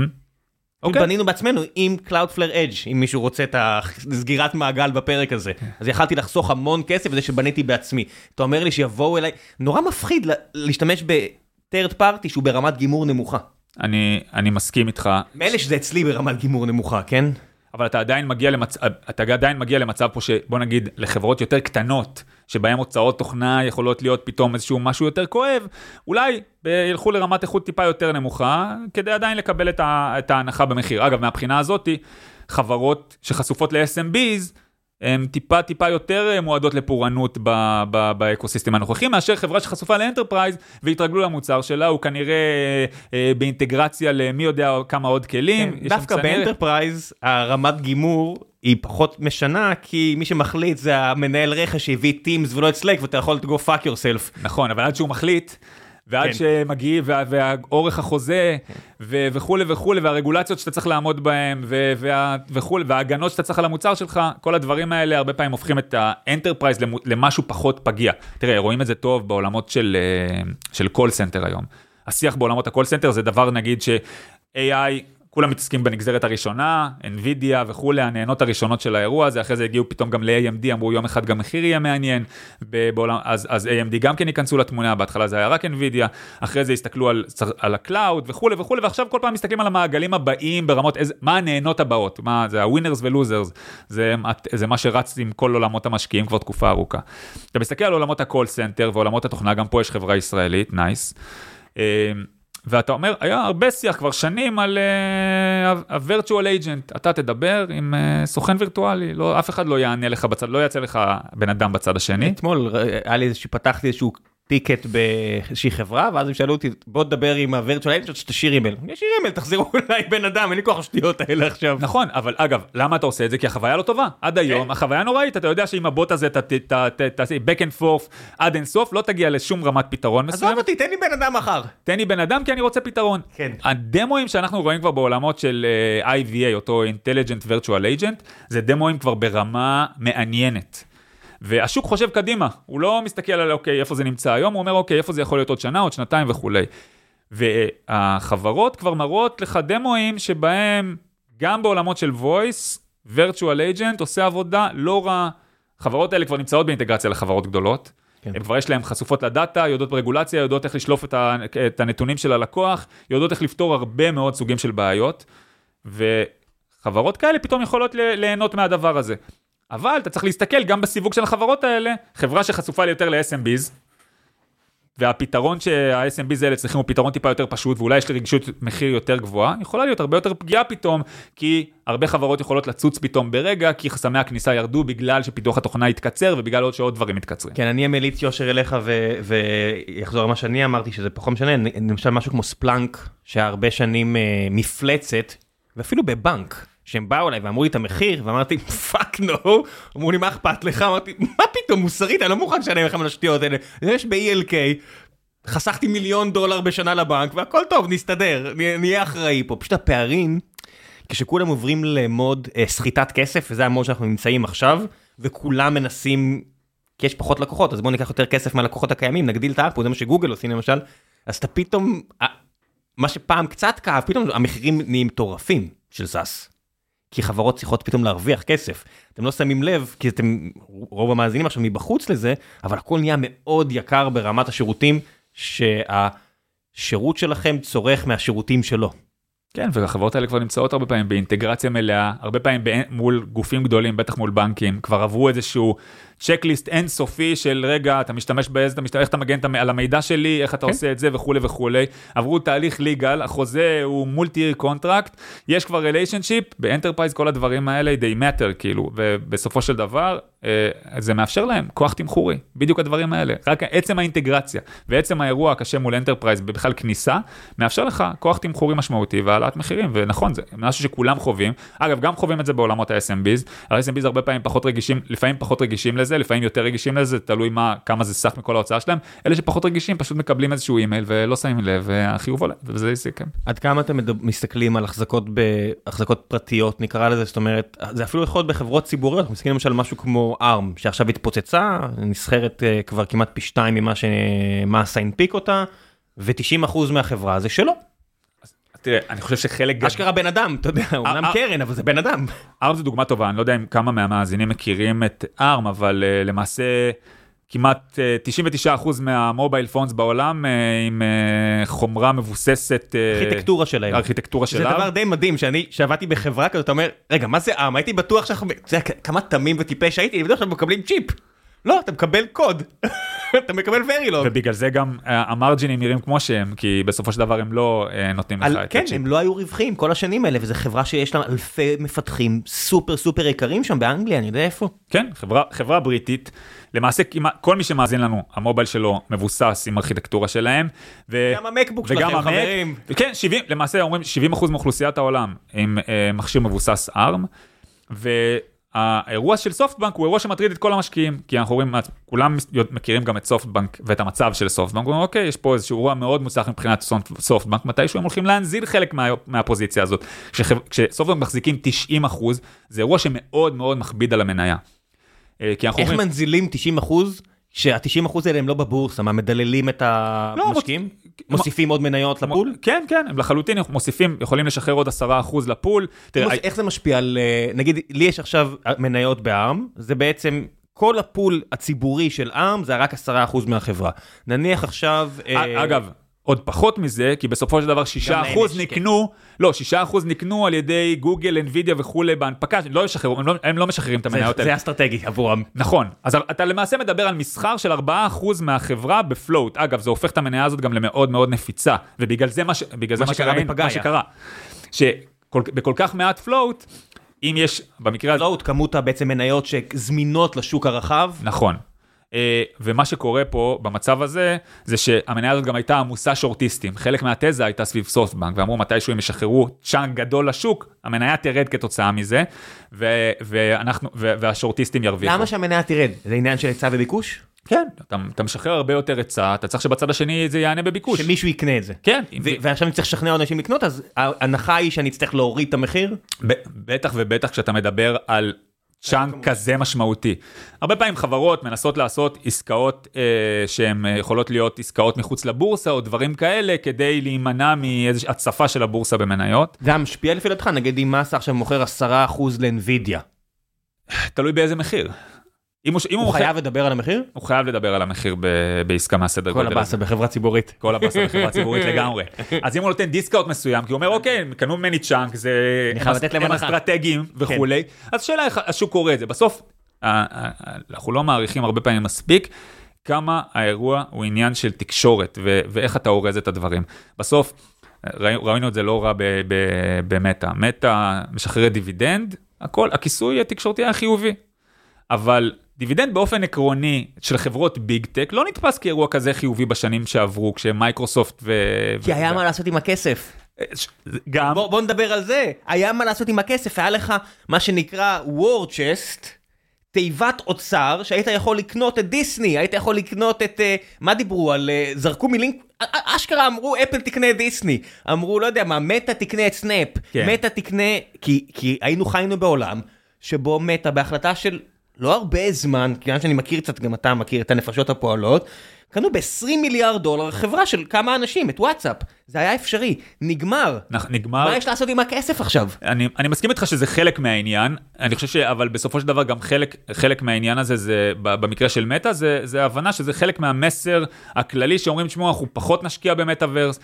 בנינו בעצמנו עם Cloudflare Edge, אם מישהו רוצה את הסגירת מעגל בפרק הזה. אז יכלתי לחסוך המון כסף וזה שבניתי בעצמי. אתה אומר לי שיבואו אליי, נורא מפחיד להשתמש ב-third party שהוא ברמת גימור נמוכה. אני, אני מסכים איתך. מאלה שזה אצלי ברמת גימור נמוכה, כן? אבל אתה עדיין מגיע למצב, אתה עדיין מגיע למצב פה שבוא נגיד לחברות יותר קטנות, שבהם הוצאות תוכנה יכולות להיות פתאום איזשהו משהו יותר כואב, אולי ילכו לרמת איכות טיפה יותר נמוכה, כדי עדיין לקבל את, ה, את ההנחה במחיר. אגב, מהבחינה הזאת, חברות שחשופות ל-אס אם ביז, הן טיפה טיפה יותר מועדות לפורענות באקוסיסטם הנוכחי, מאשר חברה שחשופה לאנטרפרייז, והתרגלו למוצר שלה, הוא כנראה אה, באינטגרציה למי יודע כמה עוד כלים. כן, דווקא באנטרפרייז, הרמת גימור היא פחות משנה, כי מי שמחליט זה המנהל רכש שהביא טימס ולא את סלק, ואתה יכול to go fuck yourself. נכון, אבל עד שהוא מחליט, ועד שמגיע, והאורך החוזה, וכו' וכו', והרגולציות שאתה צריך לעמוד בהם, וכו', וההגנות שאתה צריך על המוצר שלך, כל הדברים האלה הרבה פעמים הופכים את האנטרפרייז למשהו פחות פגיע. תראה, רואים את זה טוב בעולמות של קול סנטר היום. השיח בעולמות הקול סנטר זה דבר, נגיד, ש-איי איי, כולם מתעסקים בנגזרת הראשונה, NVIDIA וכו', הנהנות הראשונות של האירוע הזה, אחרי זה הגיעו פתאום גם ל-איי אם די, אמרו יום אחד גם מחיר יהיה מעניין, בעולם, אז, אז איי אם די גם כן ייכנסו לתמונה, בהתחלה זה היה רק NVIDIA, אחרי זה הסתכלו על, על הקלאוד וכו' וכו', ועכשיו כל פעם מסתכלים על המעגלים הבאים ברמות, איזה, מה הנהנות הבאות, מה, זה ה-winners ו-losers, זה, זה מה שרץ עם כל עולמות המשקיעים כבר תקופה ארוכה. אתה מסתכל על עולמות ה-call center ועולמות התוכנה, גם פה יש חברה ישראלית, נייס. ואתה אומר, היה הרבה שיח כבר שנים על ה-virtual agent, אתה תדבר עם סוכן וירטואלי, לא, אף אחד לא יענה לך בצד, לא יעצה לך בן אדם בצד השני. אתמול היה לי איזשהו, פתחתי איזשהו טיקט באיזושהי חברה, ואז הם שאלו אותי, בוא תדבר עם ה-virtual agent, שתשאיר אימייל. יש אימייל, תחזירו אולי בן אדם, אין לי כוח השטויות האלה עכשיו. נכון, אבל אגב, למה אתה עושה את זה? כי החוויה לא טובה. עד היום, החוויה נוראית, אתה יודע שאם הבוט הזה, תעשה back and forth עד אין סוף, לא תגיע לשום רמת פתרון מסוים. עזוב אותי, תן לי בן אדם מחר. תן לי בן אדם כי אני רוצה פתרון. כן. הדמואים שאנחנו רואים כבר בעולמות של איי וי איי, אותו Intelligent Virtual Agent, זה דמואים כבר ברמה מעניינת. והשוק חושב קדימה, הוא לא מסתכל על אוקיי, איפה זה נמצא היום, הוא אומר אוקיי, איפה זה יכול להיות עוד שנה, עוד שנתיים וכו'. והחברות כבר מראות לך דמואים שבהם גם בעולמות של voice, virtual agent עושה עבודה לא רע. החברות האלה כבר נמצאות באינטגרציה לחברות גדולות, כן. הם כבר יש להם חשופות לדאטה, יודעות ברגולציה, יודעות איך לשלוף את הנתונים של הלקוח, יודעות איך לפתור הרבה מאוד סוגים של בעיות, וחברות כאלה פתאום יכולות ליהנות מהדבר הזה. אבל אתה צריך להסתכל גם בסיווג של החברות האלה, חברה שחשופה יותר ל-אס אם ביז, והפתרון שה-אס אם ביז האלה צריכים הוא פתרון טיפה יותר פשוט, ואולי יש לי רגישות מחיר יותר גבוהה, יכולה להיות הרבה יותר פגיעה פתאום, כי הרבה חברות יכולות לצוץ פתאום ברגע, כי חסמי הכניסה ירדו בגלל שפיתוח התוכנה יתקצר, ובגלל עוד שעוד דברים יתקצרים. כן, אני אמליץ יושר אליך ויחזור על מה שאני אמרתי, שזה פחות משנה, למשל משהו כמו ספלנק, שהרבה שנים מפלצת, ואפילו בבנק. שהם באו אליי ואמרו לי את המחיר, ואמרתי, פאק נו, אמרו לי, מה אכפת לך? אמרתי, מה פתאום, מוסרית, אני לא מוכן שאני לכם על השטויות האלה. יש ב-אי אל קיי, חסכתי מיליון דולר בשנה לבנק, והכל טוב, נסתדר, נהיה אחראי פה. פשוט הפערים, כשכולם עוברים למוד אה, סחיטת כסף, וזה המוד שאנחנו נמצאים עכשיו, וכולם מנסים, כי יש פחות לקוחות, אז בואו ניקח יותר כסף מהלקוחות הקיימים, נגדיל את האפו, זה מה שגוגל עושים למשל, אז אתה פתאום, מה שפעם קצת כאב, פתאום המחירים נהיים מטורפים של סאס. כי חברות צריכות פתאום להרוויח כסף. אתם לא שמים לב, כי אתם, רוב המאזינים עכשיו מבחוץ לזה, אבל הכל נהיה מאוד יקר ברמת השירותים, שהשירות שלכם צורך מהשירותים שלו. כן, והחברות האלה כבר נמצאות הרבה פעמים באינטגרציה מלאה, הרבה פעמים מול גופים גדולים, בטח מול בנקים, כבר עברו איזשהו צ'קליסט אינסופי של רגע, אתה משתמש באיזה, אתה משתמש, איך אתה מגן על המידע שלי, איך אתה עושה את זה וכו' וכו'. עברו תהליך ליגל, החוזה הוא מולטי קונטרקט, יש כבר ריליישנשיפ, באנטרפרייז כל הדברים האלה, they matter כאילו, ובסופו של דבר, זה מאפשר להם כוח תמחורי, בדיוק הדברים האלה, רק עצם האינטגרציה, ועצם האירוע הקשה מול אנטרפרייז, בכלל כניסה, מאפשר לך כוח תמחורי משמעותי והעלאת מחירים, ונכון, זה משהו שכולם חווים, אגב, גם חווים את זה בעולמות ה-אס אם ביז, ה-אס אם ביז הרבה פעמים פחות רגישים, לפעמים פחות רגישים לזה, לפעמים יותר רגישים לזה, תלוי מה, כמה זה סך מכל ההוצאה שלהם, אלה שפחות רגישים פשוט מקבלים איזשהו אימייל ולא שמים לב, והחיוב עולה, וזה יסיכם. עד כמה אתם מסתכלים על החזקות בהחזקות פרטיות, נקרא לזה, זאת אומרת, זה אפילו יכול להיות בחברות ציבוריות, מסתכלים למשל משהו כמו ארם, שעכשיו התפוצצה, נסחרת כבר כמעט פי שתיים ממה שמאסה הנפיק אותה, ו-תשעים אחוז מהחברה זה שלו. תראה, אני חושב שחלק... אשכרה בן אדם, אתה יודע, אומנם קרן, אבל זה בן אדם. ארם זו דוגמה טובה, אני לא יודע אם כמה מהמאזינים מכירים את ארם, אבל למעשה כמעט תשעים ותשעה אחוז מהמובייל פונס בעולם עם חומרה מבוססת... ארכיטקטורה שלהם. ארכיטקטורה של זה ארם. דבר די מדהים, שאני שעבדתי בחברה כזאת, אתה אומר, רגע, מה זה ארם? הייתי בטוח שאנחנו... זה כמה תמים וטיפש הייתי, אני בטוח שאנחנו מקבלים צ'יפ. לא, אתה מקבל קוד. אתה מקבל ורילוג. ובגלל זה גם המרג'ינים נראים כמו שהם, כי בסופו של דבר הם לא נותנים לך את כן, הצ'יפ. הם לא היו רווחים כל השנים האלה, וזו חברה שיש לה אלפי מפתחים סופר סופר יקרים שם באנגליה, אני יודע איפה. כן, חברה, חברה בריטית. למעשה, כל מי שמאזין לנו, המובייל שלו מבוסס עם ארכיטקטורה שלהם. ו... גם המקבוק שלכם, חברים. כן, שבעים, למעשה אומרים שבעים אחוז מאוכלוסיית העולם עם מכשיר מבוסס ארם, ו... האירוע של סופטבנק הוא אירוע שמטריד את כל המשקיעים, כי אנחנו רואים, כולם מכירים גם את סופטבנק ואת המצב של סופטבנק, אומרים, אוקיי, יש פה איזשהו אירוע מאוד מוצלח מבחינת סופטבנק, מתישהו הם הולכים להנזיל חלק מה, מהפוזיציה הזאת. כשסופטבנק מחזיקים תשעים אחוז, זה אירוע שמאוד מאוד מכביד על המניה. איך אומרים... מנזילים תשעים אחוז? שה-תשעים אחוז האלה הם לא בבורסה, מה מדללים את המשקיעים? לא, מוסיפים עוד מניות לפול? כן, כן, הם לחלוטין מוסיפים, יכולים לשחרר עוד עשרה אחוז לפול. איך זה משפיע על, נגיד, לי יש עכשיו מניות בארם, זה בעצם כל הפול הציבורי של ארם, זה רק עשרה אחוז מהחברה. נניח עכשיו... אגב, עוד פחות מזה, כי בסופו של דבר שישה אחוז נקנו, לא, שישה אחוז נקנו על ידי גוגל, אנווידיה וכולי בהנפקה, לא ישחררו, הם לא, הם לא משחררים את המניות האלה. זה אסטרטגי עבורם. נכון, אז אתה למעשה מדבר על מסחר של ארבעה אחוז מהחברה בפלוט, אגב, זה הופך את המניה הזאת גם למאוד מאוד נפיצה, ובגלל זה מה, בגלל זה מה שקרה בפגאיה. מה שקרה, שבכל כך מעט פלוט, אם יש, במקרה הזה... פלוט, כמות בעצם מניות שזמינות לשוק הרחב. נכון. ומה שקורה פה במצב הזה, זה שהמניה הזאת גם הייתה עמוסה שורטיסטים. חלק מהתזה הייתה סביב סופטבנק, ואמרו מתישהו הם ישחררו צ'אנק גדול לשוק, המניה תרד כתוצאה מזה, ואנחנו, והשורטיסטים ירוויחו. למה שהמניה תרד? זה עניין של היצע וביקוש? כן, אתה, אתה משחרר הרבה יותר היצע, אתה צריך שבצד השני זה יענה בביקוש. שמישהו יקנה את זה. כן. ו- ועכשיו אני צריך לשכנע אנשים לקנות, אז ההנחה היא שאני צריך להוריד את המחיר? ב- בטח ובטח כשאתה מדבר על צ'אנק כזה משמעותי. הרבה פעמים חברות מנסות לעשות עסקאות אה, שהן יכולות להיות עסקאות מחוץ לבורסה או דברים כאלה, כדי להימנע מאיזושהי הצפה של הבורסה במניות. זה משפיע לפי דעתך, נגיד אם מסה עכשיו מוכר עשרה אחוז לאנווידיה. תלוי באיזה מחיר. אם הוא, אם הוא, הוא חייב מוכר, לדבר על המחיר? הוא חייב לדבר על המחיר ב, בעסקה מהסדר גודל. כל הבאסה בחברה ציבורית. כל הבאסה בחברה ציבורית לגמרי. אז אם הוא נותן דיסקאוט מסוים, כי הוא אומר, אוקיי, קנו ממני צ'אנק, זה הם אסטרטגיים וכולי, אז שאלה איך השוק קורא את זה. בסוף, אנחנו לא מעריכים הרבה פעמים מספיק, כמה האירוע הוא עניין של תקשורת, ואיך אתה אורז את הדברים. בסוף, ראינו את זה לא רע במטה. מטה משחררת דיבידנד, הכל, הכיסוי התקשורתי היה חיובי. אבל דיבידנד באופן עקרוני של חברות ביג טק לא נתפס כאירוע כזה חיובי בשנים שעברו, כשמייקרוסופט ו... כי היה מה לעשות עם הכסף. גם... בוא, בוא נדבר על זה. היה מה לעשות עם הכסף. היה לך מה שנקרא War Chest, תיבת אוצר, שהיית יכול לקנות את דיסני, היית יכול לקנות את... מה דיברו על... זרקו מילים... אשכרה אמרו, אפל תקנה את דיסני. אמרו, לא יודע מה, מטה תקנה את סנאפ. כן. מטה תקנה... כי, כי היינו חיינו בעולם שבו מטה בהחלטה של... לא הרבה זמן, כיוון שאני מכיר קצת, גם אתה מכיר את הנפשות הפועלות, קנו ב-עשרים מיליארד דולר חברה של כמה אנשים, את וואטסאפ. זה היה אפשרי. נגמר. נגמר. מה יש לעשות עם הכסף עכשיו? אני, אני מסכים איתך שזה חלק מהעניין. אני חושב ש... אבל בסופו של דבר גם חלק, חלק מהעניין הזה, זה, במקרה של מטה, זה, זה ההבנה שזה חלק מהמסר הכללי, שאומרים, תשמעו, אנחנו פחות נשקיע במטאברס,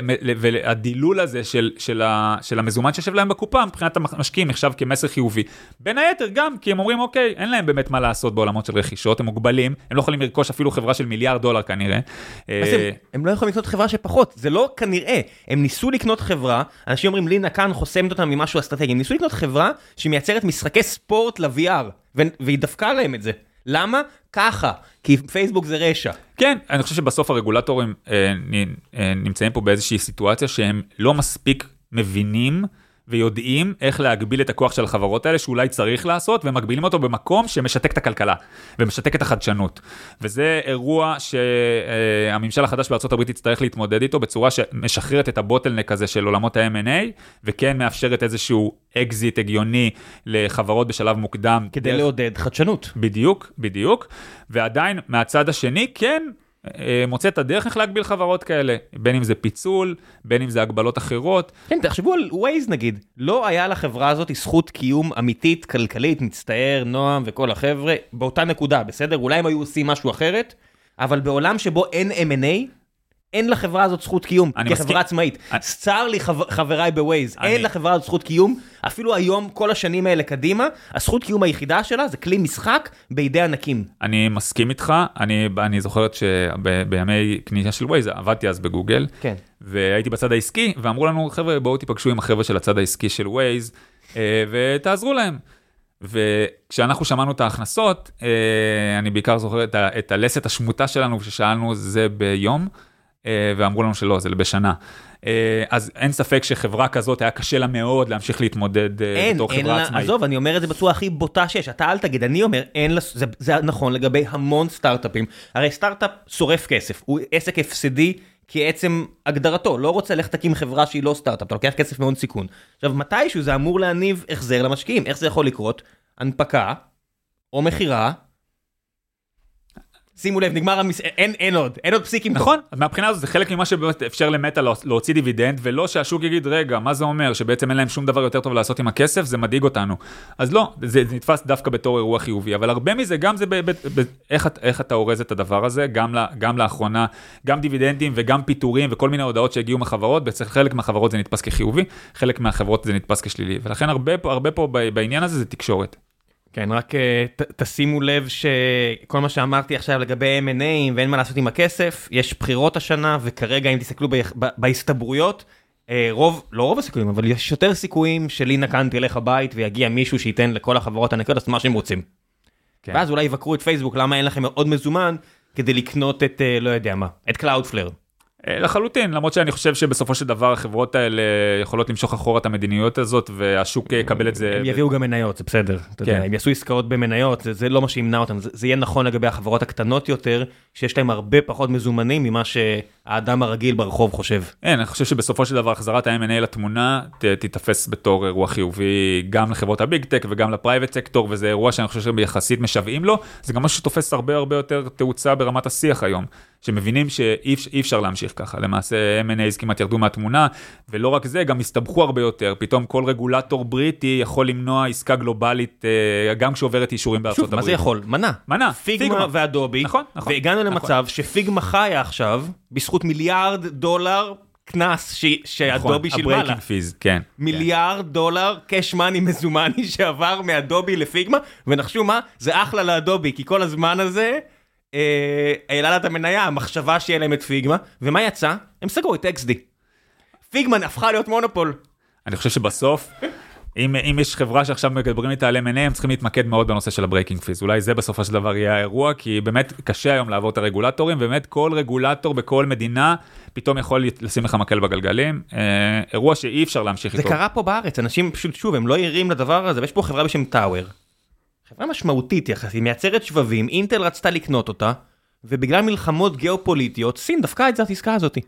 והדילול הזה של, של, ה, של המזומן שישב להם בקופה, מבחינת המשקיעים, נחשב כמסר חיובי. בין היתר גם, כי הם אומרים, אוקיי, אין להם באמת מה לעשות בעולמות של רכישות, הם מוגבלים, הם לא יכולים לרכוש אפילו חברה של מיליארד דולר כנראה. הם, הם לא יכולים לקנות חברה שפחות, זה לא כנראה, הם ניסו לקנות חברה, אנשים אומרים, לינה כאן חוסמת אותם ממשהו אסטרטגי, הם ניסו לקנות חברה שמייצרת משחקי ספורט ל-וי אר, והיא דפקה להם את זה. למה? ככה, כי פייסבוק זה רשע. כן, אני חושב שבסוף הרגולטורים אה, אה, נמצאים פה באיזושהי סיטואציה שהם לא מספיק מבינים, ויודעים איך להגביל את הכוח של החברות האלה, שאולי צריך לעשות, ומגבילים אותו במקום שמשתק את הכלכלה, ומשתק את החדשנות. וזה אירוע שהממשל החדש בארצות הברית יצטרך להתמודד איתו, בצורה שמשחררת את הבוטלנק הזה של עולמות ה-אם אנד איי, וכן מאפשרת איזשהו אקזיט הגיוני לחברות בשלב מוקדם. כדי דרך... לעודד חדשנות. בדיוק, בדיוק. ועדיין, מהצד השני, כן, מוצא את הדרך איך להגביל חברות כאלה, בין אם זה פיצול, בין אם זה הגבלות אחרות. כן, תחשבו על ווייז נגיד, לא היה לחברה הזאת זכות קיום אמיתית, כלכלית, מצטער, נועם וכל החבר'ה, באותה נקודה, בסדר? אולי הם היו עושים משהו אחרת, אבל בעולם שבו אין אם אנד איי, אין לחברה הזאת זכות קיום, כחברה עצמאית. צר לי חבריי בווייז, אין לחברה הזאת זכות קיום, אפילו היום, כל השנים האלה קדימה, הזכות קיום היחידה שלה זה כלי משחק בידי ענקים. אני מסכים איתך, אני, אני זוכרת שבימי כניסה של ווייז, עבדתי אז בגוגל, כן. והייתי בצד העסקי, ואמרו לנו, חבר'ה, בואו תיפגשו עם החבר'ה של הצד העסקי של ווייז, ותעזרו להם. וכשאנחנו שמענו את ההכנסות, אני בעיקר זוכר את הלסת השמוטה שלנו, כששאלנו זה ביום, ואמרו לנו שלא, זה בשנה. אז אין ספק שחברה כזאת היה קשה לה מאוד להמשיך להתמודד בתור חברה עצמאית. עזוב, אני אומר את זה בצורה הכי בוטה שיש. אתה אל תגיד, אני אומר, זה נכון לגבי המון סטארט-אפים. הרי סטארט-אפ שורף כסף, הוא עסק הפסדי כעצם הגדרתו, לא רוצה לך תקים חברה שהיא לא סטארט-אפ, אתה לוקח כסף מאוד סיכון. עכשיו, מתישהו זה אמור להניב החזר למשקיעים, איך זה יכול לקרות? הנפקה, או מחירה, שימו לב, נגמר המס... אין, אין עוד, אין עוד פסיקים. נכון, אז מהבחינה הזו זה חלק ממה שבאמת אפשר למטה להוציא דיבידנד, ולא שהשוק יגיד, רגע, מה זה אומר? שבעצם אין להם שום דבר יותר טוב לעשות עם הכסף, זה מדאיג אותנו. אז לא, זה נתפס דווקא בתור אירוע חיובי, אבל הרבה מזה, גם זה ב- ב- ב- איך, איך אתה אורז את הדבר הזה, גם, לה, גם לאחרונה, גם דיבידנדים וגם פיתורים וכל מיני הודעות שהגיעו מהחברות, בצל חלק מהחברות זה נתפס כחיובי, חלק מהחברות זה נתפס כשלילי, ולכן הרבה, הרבה פה בעניין הזה זה תקשורת. כן, רק ת, תשימו לב שכל מה שאמרתי עכשיו לגבי אם אנד איי ואין מה לעשות עם הכסף, יש בחירות השנה, וכרגע אם תסתכלו ב, ב, בהסתברויות, רוב, לא רוב הסיכויים, אבל יש יותר סיכויים שלינה כאן תלך הבית ויגיע מישהו שייתן לכל החברות הנקיות את מה שהם רוצים. כן. ואז אולי יבקרו את פייסבוק, למה אין לכם עוד מזומן כדי לקנות את, לא יודע מה, את Cloudflare. לחלוטין, למרות שאני חושב שבסופו של דבר החברות האלה יכולות למשוך אחורה את המדיניות הזאת, והשוק יקבל את זה. הם יביאו גם מניות, זה בסדר. אתה יודע, הם יעשו עסקאות במניות, זה, זה לא מה שימנע אותם. זה, זה יהיה נכון לגבי החברות הקטנות יותר, שיש להם הרבה פחות מזומנים ממה שהאדם הרגיל ברחוב חושב. אין, אני חושב שבסופו של דבר החזרת ה-אם אנד איי לתמונה תתפס בתור אירוע חיובי גם לחברות הביג טק וגם לפרייבט סקטור, וזה אירוע שאני חושב שביחסית משוועים לו. זה גם משהו שתופס הרבה הרבה יותר תאוצה ברמת השיח היום. שמבינים שאי אפשר להמשיך ככה. למעשה, אם אנד איי כמעט ירדו מהתמונה, ולא רק זה, גם הסתבכו הרבה יותר. פתאום כל רגולטור בריטי יכול למנוע עסקה גלובלית, גם כשעוברת אישורים בארצות הברית. שוב, מה זה יכול? מנה. מנה. פיגמה ואדובי. נכון, נכון. והגענו למצב שפיגמה חיה עכשיו, בזכות מיליארד דולר כנס שאדובי שילמה לה. הברייקינג פיז, כן. מיליארד דולר קש מאני מזומני שעבר מאדובי לפיגמה, ונחשו מה? זה אחלה לאדובי, כי כל הזמן הזה העלה לה את המניה, המחשבה שיהיה להם את פיגמה, ומה יצא? הם סגרו את אקס די. פיגמה הפכה להיות מונופול. אני חושב שבסוף, אם, אם יש חברה שעכשיו מדברים איתה על אם אנד איי, הם צריכים להתמקד מאוד בנושא של הברייקינג פיז. אולי זה בסופו של דבר יהיה האירוע, כי באמת קשה היום לעבור את הרגולטורים, ובאמת כל רגולטור בכל מדינה פתאום יכול לשים לך מקל בגלגלים. אירוע שאי אפשר להמשיך זה איתו. זה קרה פה בארץ, אנשים פשוט שוב, הם לא ערים לדבר הזה, ויש פה חברה בשם טאוור. חברה משמעותית יחסית, מייצרת שבבים, אינטל רצתה לקנות אותה, ובגלל מלחמות גיאופוליטיות, סין דווקא את זה העסקה הזאת.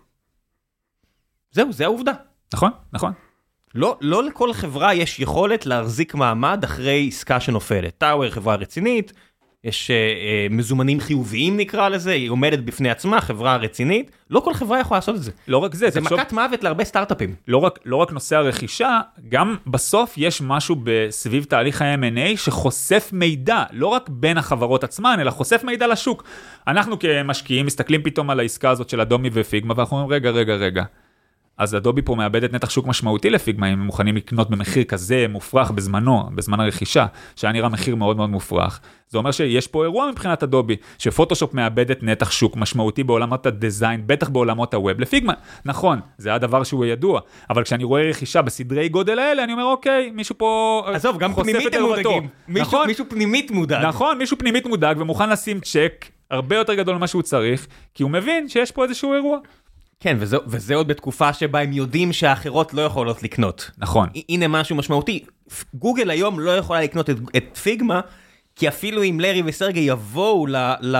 זהו, זה העובדה. נכון, נכון. לא, לא לכל חברה יש יכולת להחזיק מעמד אחרי עסקה שנופלת. טאוור חברה רצינית, יש אה, מזומנים חיוביים נקרא לזה, היא עומדת בפני עצמה, חברה רצינית, לא כל חברה יכולה לעשות את זה. לא רק זה, זה תחשוב, מכת מוות להרבה סטארט-אפים. לא רק, לא רק נושא הרכישה, גם בסוף יש משהו בסביב תהליך ה-אם אנד איי שחושף מידע, לא רק בין החברות עצמן, אלא חושף מידע לשוק. אנחנו כמשקיעים מסתכלים פתאום על העסקה הזאת של אדובי ופיגמה, ואנחנו אומרים, רגע, רגע, רגע. אז אדובי פה מאבדת נתח שוק משמעותי לפיגמה, אם הם מוכנים לקנות במחיר כזה מופרך בזמנו, בזמן הרכישה, שהיה נראה מחיר מאוד מאוד מופרך. זה אומר שיש פה אירוע מבחינת אדובי, שפוטושופ מאבדת נתח שוק משמעותי בעולמות הדיזיין, בטח בעולמות הווב לפיגמה. נכון, זה הדבר שהוא ידוע, אבל כשאני רואה רכישה בסדרי גודל האלה, אני אומר, אוקיי, מישהו פה עזוב, גם פנימית הם מודאגים. מישהו, נכון? מישהו פנימית מודאג. נכון, מישהו פנימית מודאג ומוכן לשים צ'ק הרבה יותר גדול ממה שהוא צריך, כי הוא מבין שיש פה איזשהו אירוע. כן, וזה, וזה עוד בתקופה שבה הם יודעים שהאחרות לא יכולות לקנות. נכון. הנה משהו משמעותי. גוגל היום לא יכולה לקנות את, את פיגמה, כי אפילו אם לארי וסרגי יבואו ל, ל,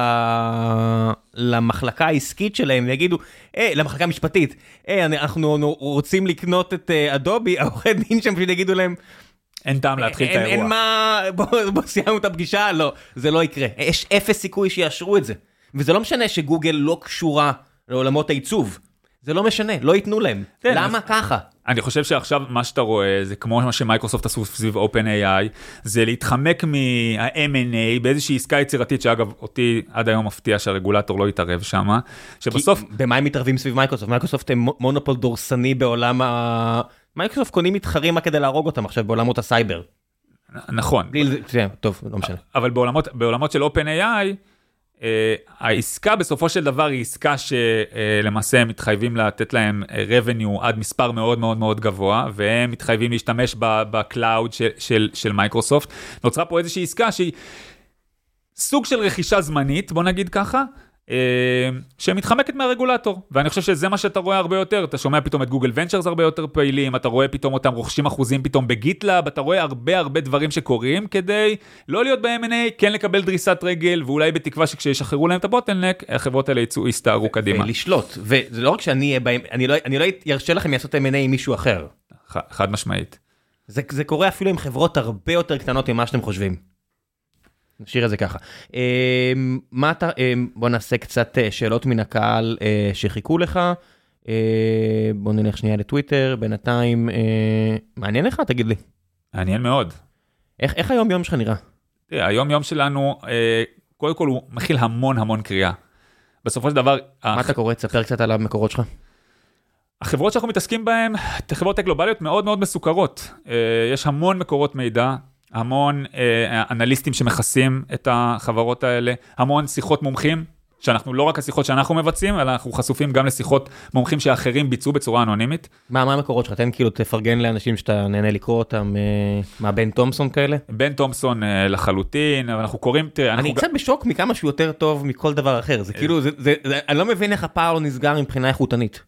למחלקה העסקית שלהם ויגידו, אה, למחלקה המשפטית, אה, אנחנו רוצים לקנות את אדובי, העורכי דין שם פשוט יגידו להם, אין טעם להתחיל את האירוע. אין מה, בוא, בוא סיימנו את הפגישה, לא, זה לא יקרה. יש אפס סיכוי שיאשרו את זה. וזה לא משנה שגוגל לא קשורה לעולמות העיצוב. זה לא משנה, לא ייתנו להם. למה ככה? אני חושב שעכשיו מה שאתה רואה, זה כמו מה שמייקרוסופט עשו סביב OpenAI, זה להתחמק מה-אם אנד איי באיזושהי עסקה יצירתית, שאגב, אותי עד היום מפתיע שהרגולטור לא יתערב שם, שבסוף... במה הם מתערבים סביב מייקרוסופט? מייקרוסופט הם מונופול דורסני בעולם ה... מייקרוסופט קונים מתחרים מה כדי להרוג אותם עכשיו בעולמות הסייבר. נכון. טוב, לא משנה. אבל בעולמות של OpenAI, Uh, העסקה בסופו של דבר היא עסקה שלמעשה הם מתחייבים לתת להם revenue עד מספר מאוד מאוד מאוד גבוה, והם מתחייבים להשתמש בקלאוד של, של, של מייקרוסופט. נוצרה פה איזושהי עסקה שהיא סוג של רכישה זמנית, בוא נגיד ככה, שמתחמקת מהרגולטור, ואני חושב שזה מה שאתה רואה הרבה יותר, אתה שומע פתאום את גוגל ונצ'רס הרבה יותר פעילים, אתה רואה פתאום אותם רוכשים אחוזים פתאום בגיטלאב, אתה רואה הרבה הרבה דברים שקורים כדי לא להיות ב-אם אנד איי, כן לקבל דריסת רגל, ואולי בתקווה שכשישחררו להם את הבוטלנק, החברות האלה יצאו, יסתערו קדימה. ולשלוט, וזה לא רק שאני אהיה בהם, אני לא, אני לא ארשה לכם לעשות אם אנד איי עם מישהו אחר. חד משמעית. זה, זה קורה אפילו עם חברות הרבה יותר קטנות ממה שאתם חושבים. נשאיר את זה ככה. מה אתה, בוא נעשה קצת שאלות מן הקהל שחיכו לך. בוא נלך שנייה לטוויטר, בינתיים, מעניין לך? תגיד לי. מעניין מאוד. איך, איך היום יום שלך נראה? תראה, היום יום שלנו, קודם כל הוא מכיל המון המון קריאה. בסופו של דבר... מה אתה קורא? תספר קצת על המקורות שלך. החברות שאנחנו מתעסקים בהן, חברות הגלובליות מאוד מאוד מסוכרות. יש המון מקורות מידע, המון אה, אנליסטים שמכסים את החברות האלה, המון שיחות מומחים, שאנחנו לא רק השיחות שאנחנו מבצעים, אלא אנחנו חשופים גם לשיחות מומחים שאחרים ביצעו בצורה אנונימית. מה, מה המקורות שלך? תן כאילו תפרגן לאנשים שאתה נהנה לקרוא אותם, אה, מה, בן תומפסון כאלה? בן תומפסון אה, לחלוטין, אבל אנחנו קוראים, תראה, אני קצת ג... בשוק מכמה שהוא יותר טוב מכל דבר אחר, זה כאילו, זה, זה, זה, אני לא מבין איך הפער לא נסגר מבחינה איכותנית.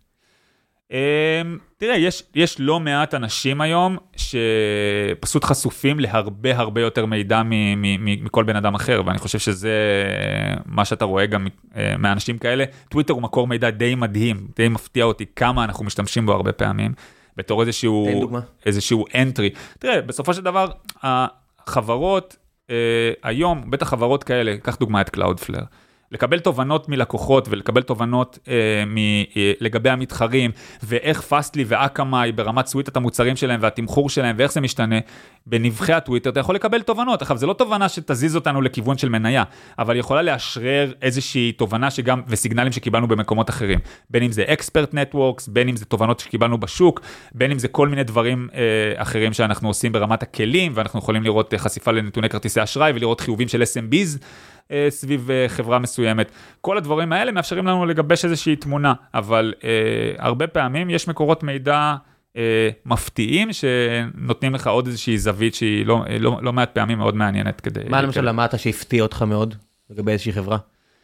תראה, יש, יש לא מעט אנשים היום שפשוט חשופים להרבה הרבה יותר מידע מ- מ- מכל בן אדם אחר, ואני חושב שזה מה שאתה רואה גם מאנשים כאלה. טוויטר הוא מקור מידע די מדהים, די מפתיע אותי כמה אנחנו משתמשים בו הרבה פעמים, בתור איזשהו, איזשהו entry. תראה, בסופו של דבר, החברות היום, בטח חברות כאלה, קח דוגמה את Cloudflare, לקבל תובנות מלקוחות ולקבל תובנות אה, מ, אה, לגבי המתחרים, ואיך פאסטלי ואקמאי ברמת סוויטת המוצרים שלהם והתמחור שלהם, ואיך זה משתנה, בנבחי הטוויטר אתה יכול לקבל תובנות. עכשיו, זה לא תובנה שתזיז אותנו לכיוון של מניה, אבל יכולה לאשרר איזושהי תובנה שגם, וסיגנלים שקיבלנו במקומות אחרים. בין אם זה Expert Networks, בין אם זה תובנות שקיבלנו בשוק, בין אם זה כל מיני דברים אה, אחרים שאנחנו עושים ברמת הכלים, ואנחנו יכולים לראות חשיפה לנתוני כרטיסי אשראי, ולראות חיובים של אס אם ביז, סביב חברה מסוימת. כל הדברים האלה מאפשרים לנו לגבש איזושהי תמונה, אבל אה, הרבה פעמים יש מקורות מידע אה, מפתיעים שנותנים לך עוד איזושהי זווית שהיא לא, לא, לא מעט פעמים מאוד מעניינת. כדי, מה למשל כדי... למדת שהפתיע אותך מאוד לגבי איזושהי חברה?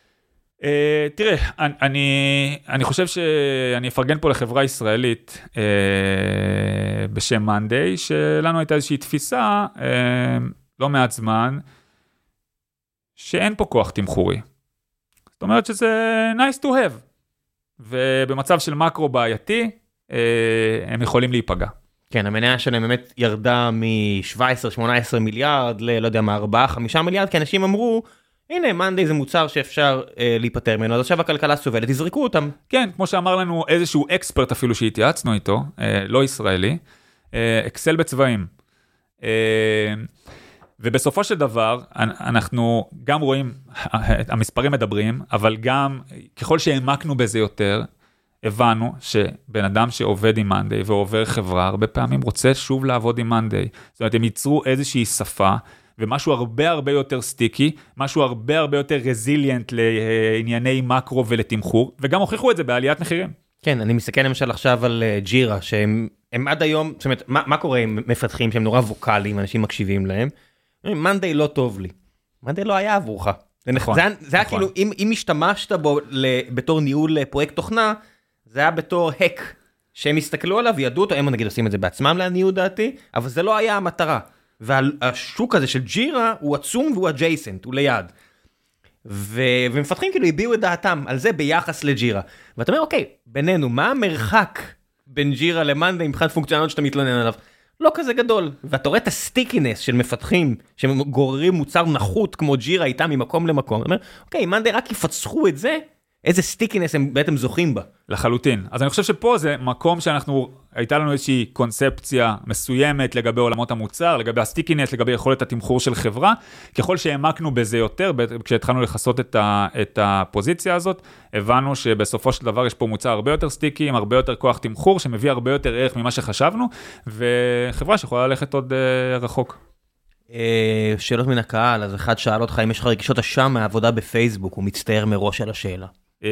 אה, תראה, אני, אני חושב שאני אפרגן פה לחברה ישראלית אה, בשם מאנדיי, שלנו הייתה איזושהי תפיסה אה, לא מעט זמן, שאין פה כוח תמחורי. זאת אומרת שזה nice to have. ובמצב של מקרו בעייתי, הם יכולים להיפגע. כן, המניה שלהם באמת ירדה מ-שבע עשרה שמונה עשרה מיליארד ל, לא יודע מה, ארבעה חמישה מיליארד, כי אנשים אמרו, הנה, מאנדיי זה מוצר שאפשר אה, להיפטר ממנו, אז עכשיו הכלכלה סובלת, תזרקו אותם. כן, כמו שאמר לנו איזשהו אקספרט אפילו שהתייעצנו איתו, אה, לא ישראלי, אה, אקסל בצבעים. אה, ובסופו של דבר, אנחנו גם רואים, המספרים מדברים, אבל גם ככל שהעמקנו בזה יותר, הבנו שבן אדם שעובד עם מאנדיי ועובר חברה, הרבה פעמים רוצה שוב לעבוד עם מאנדיי. זאת אומרת, הם ייצרו איזושהי שפה, ומשהו הרבה הרבה יותר סטיקי, משהו הרבה הרבה יותר רזיליאנט לענייני מקרו ולתמחור, וגם הוכיחו את זה בעליית מחירים. כן, אני מסתכל למשל עכשיו על ג'ירה, שהם עד היום, זאת אומרת, מה, מה קורה עם מפתחים שהם נורא ווקליים, אנשים מקשיבים להם? מאנדיי לא טוב לי. מאנדיי לא היה עבורך. נכון. זה, זה היה כאילו, אם, אם השתמשת בו בתור ניהול פרויקט תוכנה, זה היה בתור הק, שהם הסתכלו עליו וידעו אותו, הם נגיד עושים את זה בעצמם לעניות דעתי, אבל זה לא היה המטרה. והשוק הזה של ג'ירה הוא עצום והוא אג'ייסנט, הוא ליד. ו... ומפתחים כאילו הביאו את דעתם על זה ביחס לג'ירה. ואתה אומר, אוקיי, בינינו, מה המרחק בין ג'ירה למאנדיי מבחינת פונקציונות שאתה מתלונן עליו? לא כזה גדול. ואתה רואה את הסטיקינס של מפתחים שגוררים מוצר נחות כמו ג'ירה איתם ממקום למקום. אתה אומר, אוקיי, מאנדיי רק יפצחו את זה, איזה סטיקינס הם בעצם זוכים בה. לחלוטין. אז אני חושב שפה זה מקום שאנחנו, הייתה לנו איזושהי קונספציה מסוימת לגבי עולמות המוצר, לגבי הסטיקינס, לגבי יכולת התמחור של חברה. ככל שהעמקנו בזה יותר, כשהתחלנו לחסות את, ה, את הפוזיציה הזאת, הבנו שבסופו של דבר יש פה מוצר הרבה יותר סטיקי, עם הרבה יותר כוח תמחור, שמביא הרבה יותר ערך ממה שחשבנו, וחברה שיכולה ללכת עוד uh, רחוק. שאלות מן הקהל, אז אחד שאל אותך אם יש לך רגישות אשם מהעבודה בפייסבוק, הוא מצטער מראש על השאלה.